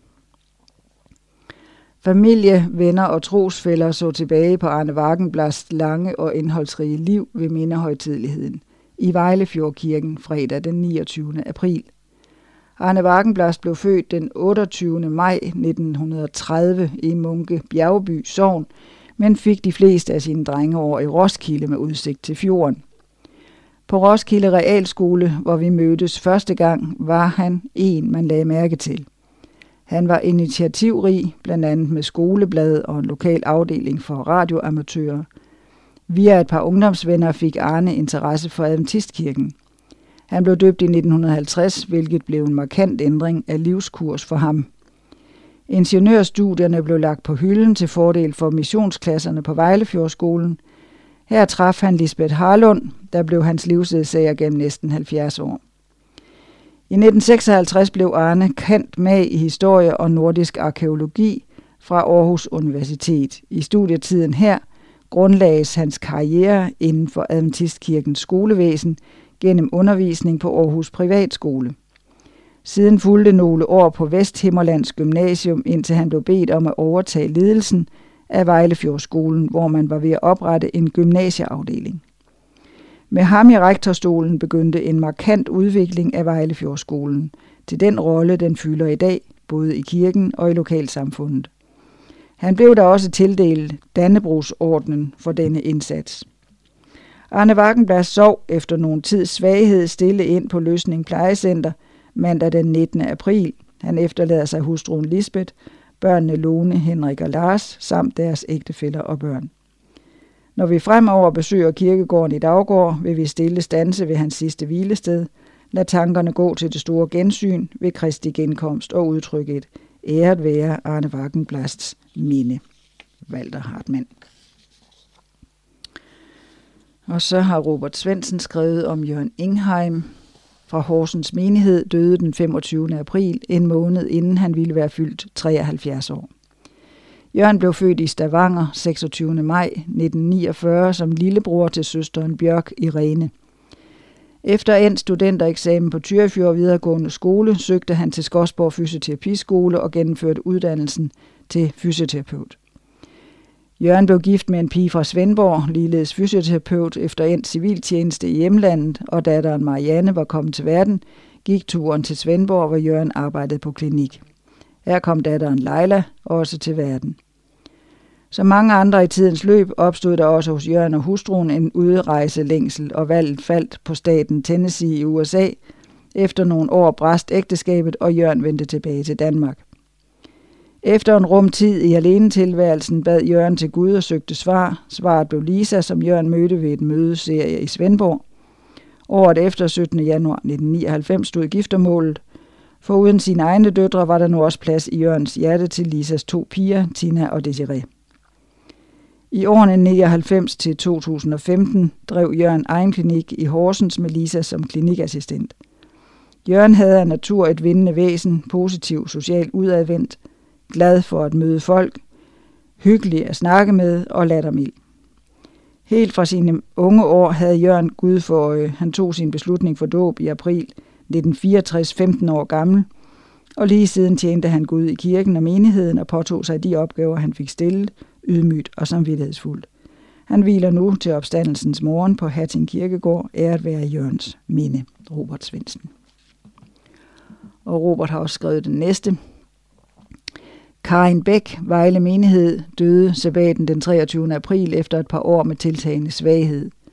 Familie, venner og trosfæller så tilbage på Arne Wagenblasts lange og indholdsrige liv ved mindehøjtideligheden i Vejlefjordkirken fredag den niogtyvende april. Arne Wagenblast blev født den otteogtyvende maj nitten tredive i Munke Bjergby Sogn, men fik de fleste af sine drengeår i Roskilde med udsigt til fjorden. På Roskilde Realskole, hvor vi mødtes første gang, var han en, man lagde mærke til. Han var initiativrig, blandt andet med skoleblad og en lokal afdeling for radioamatører. Via et par ungdomsvenner fik Arne interesse for Adventistkirken. Han blev døbt i nitten halvtreds, hvilket blev en markant ændring af livskurs for ham. Ingeniørstudierne blev lagt på hylden til fordel for missionsklasserne på Vejlefjordskolen. Her traf han Lisbeth Harlund, der blev hans livsledsager gennem næsten halvfjerds år. I nitten seksoghalvtreds blev Arne kendt med i historie og nordisk arkæologi fra Aarhus Universitet. I studietiden her grundlagdes hans karriere inden for Adventistkirkens skolevæsen gennem undervisning på Aarhus Privatskole. Siden fulgte nogle år på Vesthimmerlands Gymnasium, indtil han blev bedt om at overtage ledelsen af Vejlefjordskolen, hvor man var ved at oprette en gymnasieafdeling. Med ham i rektorstolen begyndte en markant udvikling af Vejlefjordskolen til den rolle, den fylder i dag, både i kirken og i lokalsamfundet. Han blev da også tildelt Dannebrogsordenen for denne indsats. Arne Wagenblast sov efter nogen tids svaghed stille ind på Løsning Plejecenter mandag den nittende april. Han efterlader sig hustruen Lisbeth, børnene Lone, Henrik og Lars, samt deres ægtefæller og børn. Når vi fremover besøger kirkegården i Daugård, vil vi stille standse ved hans sidste hvilested, lad tankerne gå til det store gensyn ved Kristi genkomst og udtrykke et æret være Arne Wagenblasts minde. Walter Hartmann. Og så har Robert Svendsen skrevet om Jørgen Ingheim fra Horsens menighed, døde den femogtyvende april, en måned inden han ville være fyldt treoghalvfjerds år. Jørgen blev født i Stavanger seksogtyvende maj nitten niogfyrre som lillebror til søsteren Bjørk Irene. Efter endt studentereksamen på Tyrifjord videregående skole søgte han til Skodsborg Fysioterapiskole og gennemførte uddannelsen til fysioterapeut. Jørgen blev gift med en pige fra Svendborg, ligeledes fysioterapeut, efter endt civiltjeneste i hjemlandet, og datteren Marianne var kommet til verden, gik turen til Svendborg, hvor Jørgen arbejdede på klinik. Her kom datteren Leila også til verden. Som mange andre i tidens løb opstod der også hos Jørgen og hustruen en udrejselængsel, og valget faldt på staten Tennessee i U S A. Efter nogle år brast ægteskabet, og Jørgen vendte tilbage til Danmark. Efter en rum tid i alenetilværelsen bad Jørgen til Gud og søgte svar. Svaret blev Lisa, som Jørgen mødte ved et mødeserie i Svendborg. Året efter, syttende januar nitten nioghalvfems, stod giftermålet. For uden sine egne døtre var der nu også plads i Jørgens hjerte til Lisas to piger, Tina og Desiree. I årene nioghalvfems til to tusind og femten drev Jørgen egen klinik i Horsens med Lisa som klinikassistent. Jørgen havde af natur et vindende væsen, positiv socialt udadvendt, glad for at møde folk, hyggelig at snakke med og lattermild. Helt fra sine unge år havde Jørgen Gud for øje. Han tog sin beslutning for dåb i april nitten fireogtres, femten år gammel, og lige siden tjente han Gud i kirken og menigheden og påtog sig de opgaver, han fik stillet, ydmygt og samvittighedsfuldt. Han hviler nu til opstandelsens morgen på Hatting Kirkegård, æret være Jørgens minde. Robert Svendsen. Og Robert har også skrevet den næste. Karin Bæk, Vejle menighed, døde sabbaten den treogtyvende april efter et par år med tiltagende svaghed.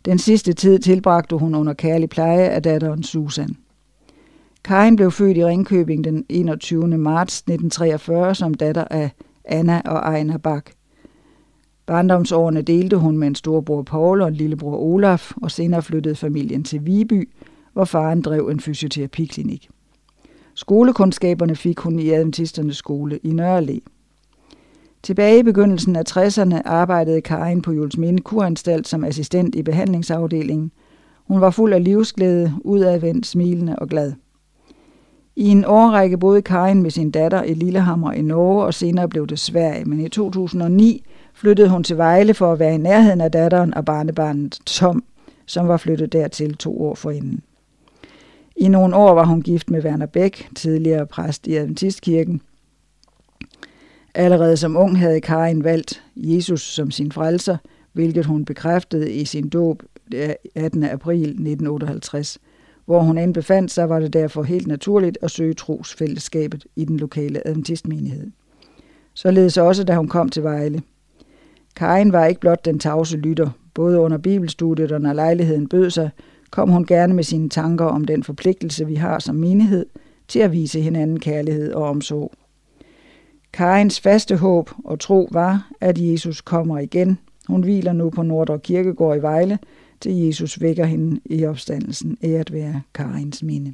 Den sidste tid tilbragte hun under kærlig pleje af datteren Susan. Karin blev født i Ringkøbing den enogtyvende marts nitten treogfyrre som datter af Anna og Ejner Bak. Barndomsårene delte hun med en storbror Paul og en lillebror Olaf, og senere flyttede familien til Viby, hvor faren drev en fysioterapiklinik. Skolekundskaberne fik hun i Adventisternes skole i Nørre. Tilbage i begyndelsen af tresserne arbejdede Karin på Juelsminde Kuranstalt som assistent i behandlingsafdelingen. Hun var fuld af livsglæde, udadvendt, smilende og glad. I en årrække boede Karin med sin datter i Lillehammer i Norge, og senere blev det Sverige, men i to tusind og ni flyttede hun til Vejle for at være i nærheden af datteren og barnebarnet Tom, som var flyttet dertil to år forinden. I nogle år var hun gift med Werner Bæk, tidligere præst i Adventistkirken. Allerede som ung havde Karin valgt Jesus som sin frelser, hvilket hun bekræftede i sin dåb attende april nitten otteoghalvtreds. Hvor hun end befandt sig, var det derfor helt naturligt at søge trosfællesskabet i den lokale adventistmenighed. Således også, da hun kom til Vejle. Karin var ikke blot den tavse lytter. Både under bibelstudiet og når lejligheden bød sig, kom hun gerne med sine tanker om den forpligtelse, vi har som menighed, til at vise hinanden kærlighed og omsorg. Karins faste håb og tro var, at Jesus kommer igen. Hun hviler nu på Nordre Kirkegård i Vejle, til Jesus vækker hende i opstandelsen, æret være Karins minde.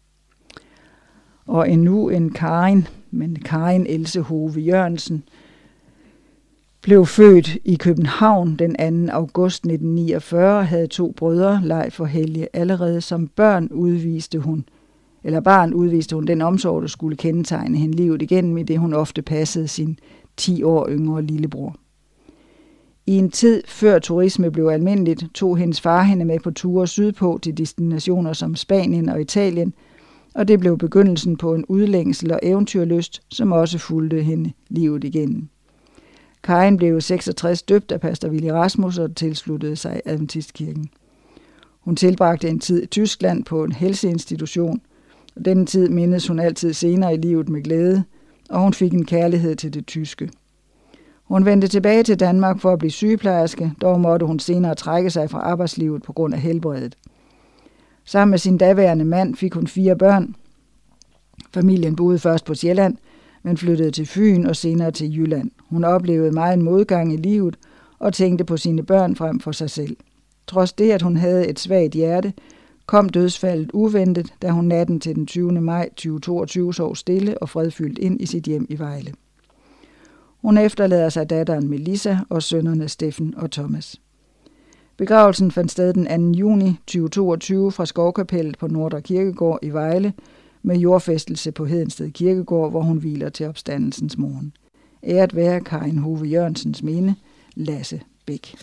Og endnu en Karin, men Karin Else Hove Jørgensen, blev født i København den anden august nitten niogfyrre og havde to brødre, Leif og Helge. Allerede som børn udviste hun, eller barn udviste hun den omsorg, der skulle kendetegne hende livet igennem, i det hun ofte passede sin ti år yngre lillebror. I en tid før turisme blev almindeligt, tog hendes far hende med på ture sydpå til destinationer som Spanien og Italien, og det blev begyndelsen på en udlængsel og eventyrlyst, som også fulgte hende livet igennem. Karin blev seksogtres døbt af pastor Willy Rasmus og tilsluttede sig Adventistkirken. Hun tilbragte en tid i Tyskland på en helseinstitution, og denne tid mindes hun altid senere i livet med glæde, og hun fik en kærlighed til det tyske. Hun vendte tilbage til Danmark for at blive sygeplejerske, dog måtte hun senere trække sig fra arbejdslivet på grund af helbredet. Sammen med sin daværende mand fik hun fire børn. Familien boede først på Sjælland, men flyttede til Fyn og senere til Jylland. Hun oplevede meget en modgang i livet og tænkte på sine børn frem for sig selv. Trods det, at hun havde et svagt hjerte, kom dødsfaldet uventet, da hun natten til den tyvende maj to tusind og toogtyve sov stille og fredfyldt ind i sit hjem i Vejle. Hun efterlader sig datteren Melissa og sønnerne Steffen og Thomas. Begravelsen fandt sted den anden juni to tusind og toogtyve fra Skovkapellet på Nordre Kirkegård i Vejle med jordfæstelse på Hedensted Kirkegård, hvor hun hviler til opstandelsens morgen. Æret være Karin Hove Jørgensens minde, Lasse Bæk.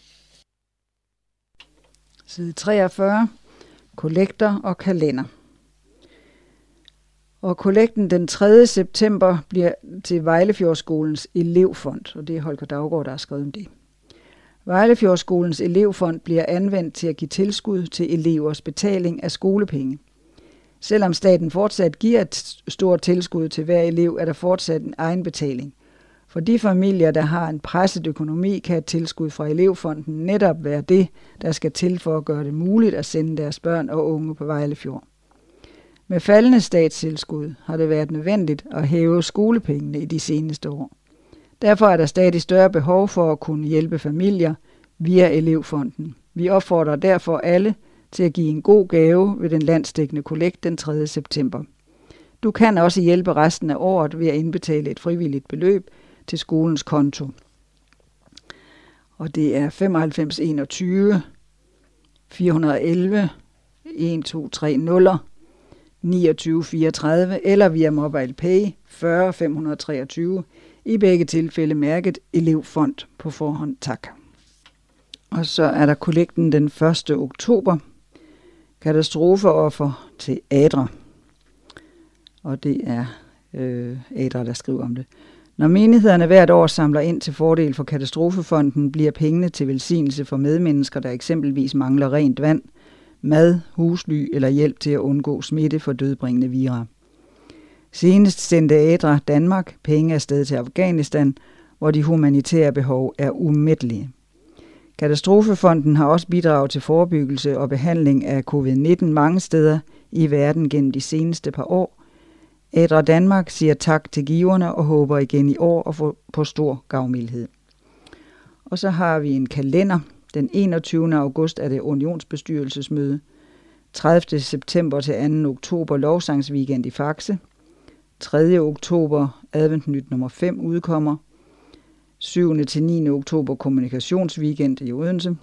Side treogfyrre. Kollekter og kalender. Og kollekten den tredje september bliver til Vejlefjordskolens elevfond, og det er Holger Daugaard, der har skrevet om det. Vejlefjordskolens elevfond bliver anvendt til at give tilskud til elevers betaling af skolepenge. Selvom staten fortsat giver et stort tilskud til hver elev, er der fortsat en egenbetaling. For de familier, der har en presset økonomi, kan et tilskud fra elevfonden netop være det, der skal til for at gøre det muligt at sende deres børn og unge på Vejlefjord. Med faldende statstilskud har det været nødvendigt at hæve skolepengene i de seneste år. Derfor er der stadig større behov for at kunne hjælpe familier via elevfonden. Vi opfordrer derfor alle til at give en god gave ved den landsdækkende kollekt den tredje september. Du kan også hjælpe resten af året ved at indbetale et frivilligt beløb til skolens konto. Og det er femoghalvfems enogtyve fire hundrede og elleve en to tre nul niogtyve fireogtredive eller via MobilePay fyrre fem hundrede og treogtyve, i begge tilfælde mærket elevfond på forhånd. Tak. Og så er der kollekten den første oktober. Katastrofeoffer til Adra. Og det er øh, Adra, der skriver om det. Når menighederne hvert år samler ind til fordel for katastrofefonden, bliver pengene til velsignelse for medmennesker, der eksempelvis mangler rent vand, mad, husly eller hjælp til at undgå smitte for dødbringende vira. Senest sendte Adra Danmark penge afsted til Afghanistan, hvor de humanitære behov er umættelige. Katastrofefonden har også bidraget til forebyggelse og behandling af covid nitten mange steder i verden gennem de seneste par år. Ædre Danmark siger tak til giverne og håber igen i år at få på stor gavmildhed. Og så har vi en kalender. Den enogtyvende august er det unionsbestyrelsesmøde. tredivte september til anden oktober lovsangsweekend i Faxe. tredje oktober adventnyt nummer fem udkommer. syvende til niende oktober kommunikationsweekend i Odense.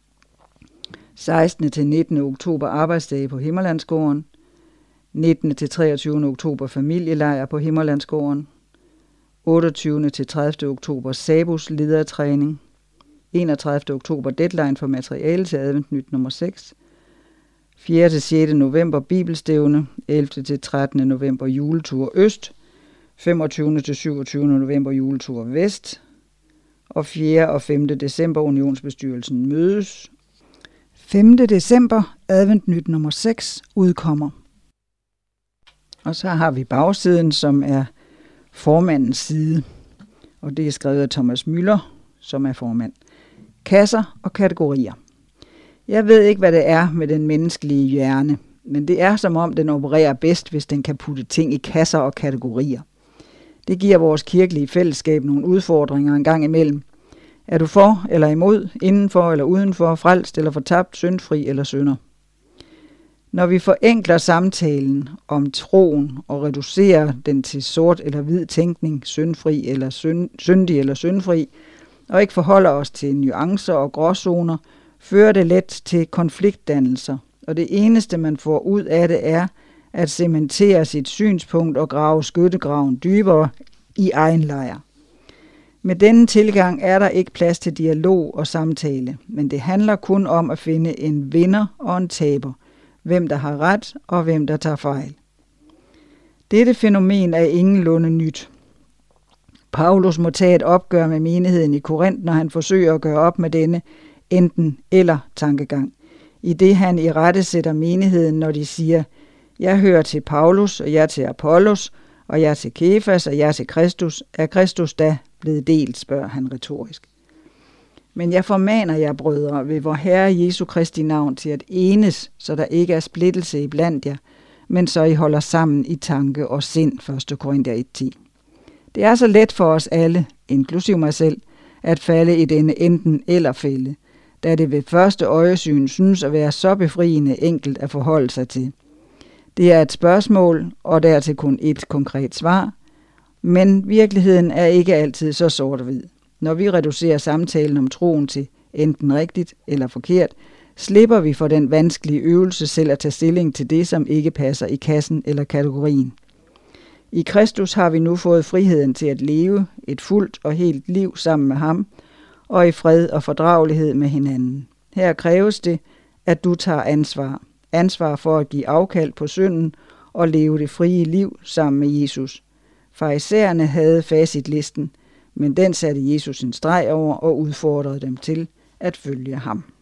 sekstende til nittende oktober arbejdsdage på Himmerlandsgården. nittende til treogtyvende oktober familielejr på Himmerlandsgården. otteogtyvende til tredivte oktober Sabus ledertræning. enogtredivte oktober deadline for materiale til adventnyt nummer seks. fjerde til sjette november bibelstævne. ellevte til trettende november juletur øst. femogtyvende til syvogtyvende november juletur vest. Og fjerde og femte december unionsbestyrelsen mødes. femte december adventnyt nummer seks udkommer. Og så har vi bagsiden, som er formandens side. Og det er skrevet af Thomas Müller, som er formand. Kasser og kategorier. Jeg ved ikke, hvad det er med den menneskelige hjerne, men det er som om, den opererer bedst, hvis den kan putte ting i kasser og kategorier. Det giver vores kirkelige fællesskab nogle udfordringer en gang imellem. Er du for eller imod, indenfor eller udenfor, frelst eller fortabt, syndfri eller synder? Når vi forenkler samtalen om troen og reducerer den til sort eller hvid tænkning, syndfri eller synd, syndig eller syndfri, og ikke forholder os til nuancer og gråzoner, fører det let til konfliktdannelser, og det eneste man får ud af det er at cementere sit synspunkt og grave skyttegraven dybere i egen lejr. Med denne tilgang er der ikke plads til dialog og samtale, men det handler kun om at finde en vinder og en taber, hvem der har ret og hvem der tager fejl. Dette fænomen er ingenlunde nyt. Paulus må tage et opgør med menigheden i Korinth, når han forsøger at gøre op med denne enten eller tankegang. I det han i rette sætter menigheden, når de siger, jeg hører til Paulus, og jeg er til Apollos, og jeg er til Kefas, og jeg er til Kristus. Er Kristus da blevet delt, spørger han retorisk. Men jeg formaner jer, brødre, ved vor Herre Jesu Kristi navn til at enes, så der ikke er splittelse iblandt jer, men så I holder sammen i tanke og sind, første Korinther et ti. Det er så let for os alle, inklusiv mig selv, at falde i denne enten eller fælde, da det ved første øjesyn synes at være så befriende enkelt at forholde sig til. Det er et spørgsmål, og dertil kun et konkret svar, men virkeligheden er ikke altid så sort og hvid. Når vi reducerer samtalen om troen til enten rigtigt eller forkert, slipper vi for den vanskelige øvelse selv at tage stilling til det, som ikke passer i kassen eller kategorien. I Kristus har vi nu fået friheden til at leve et fuldt og helt liv sammen med ham, og i fred og fordragelighed med hinanden. Her kræves det, at du tager ansvar. Ansvar for at give afkald på synden og leve det frie liv sammen med Jesus. Farisæerne havde facitlisten, men den satte Jesus en streg over og udfordrede dem til at følge ham.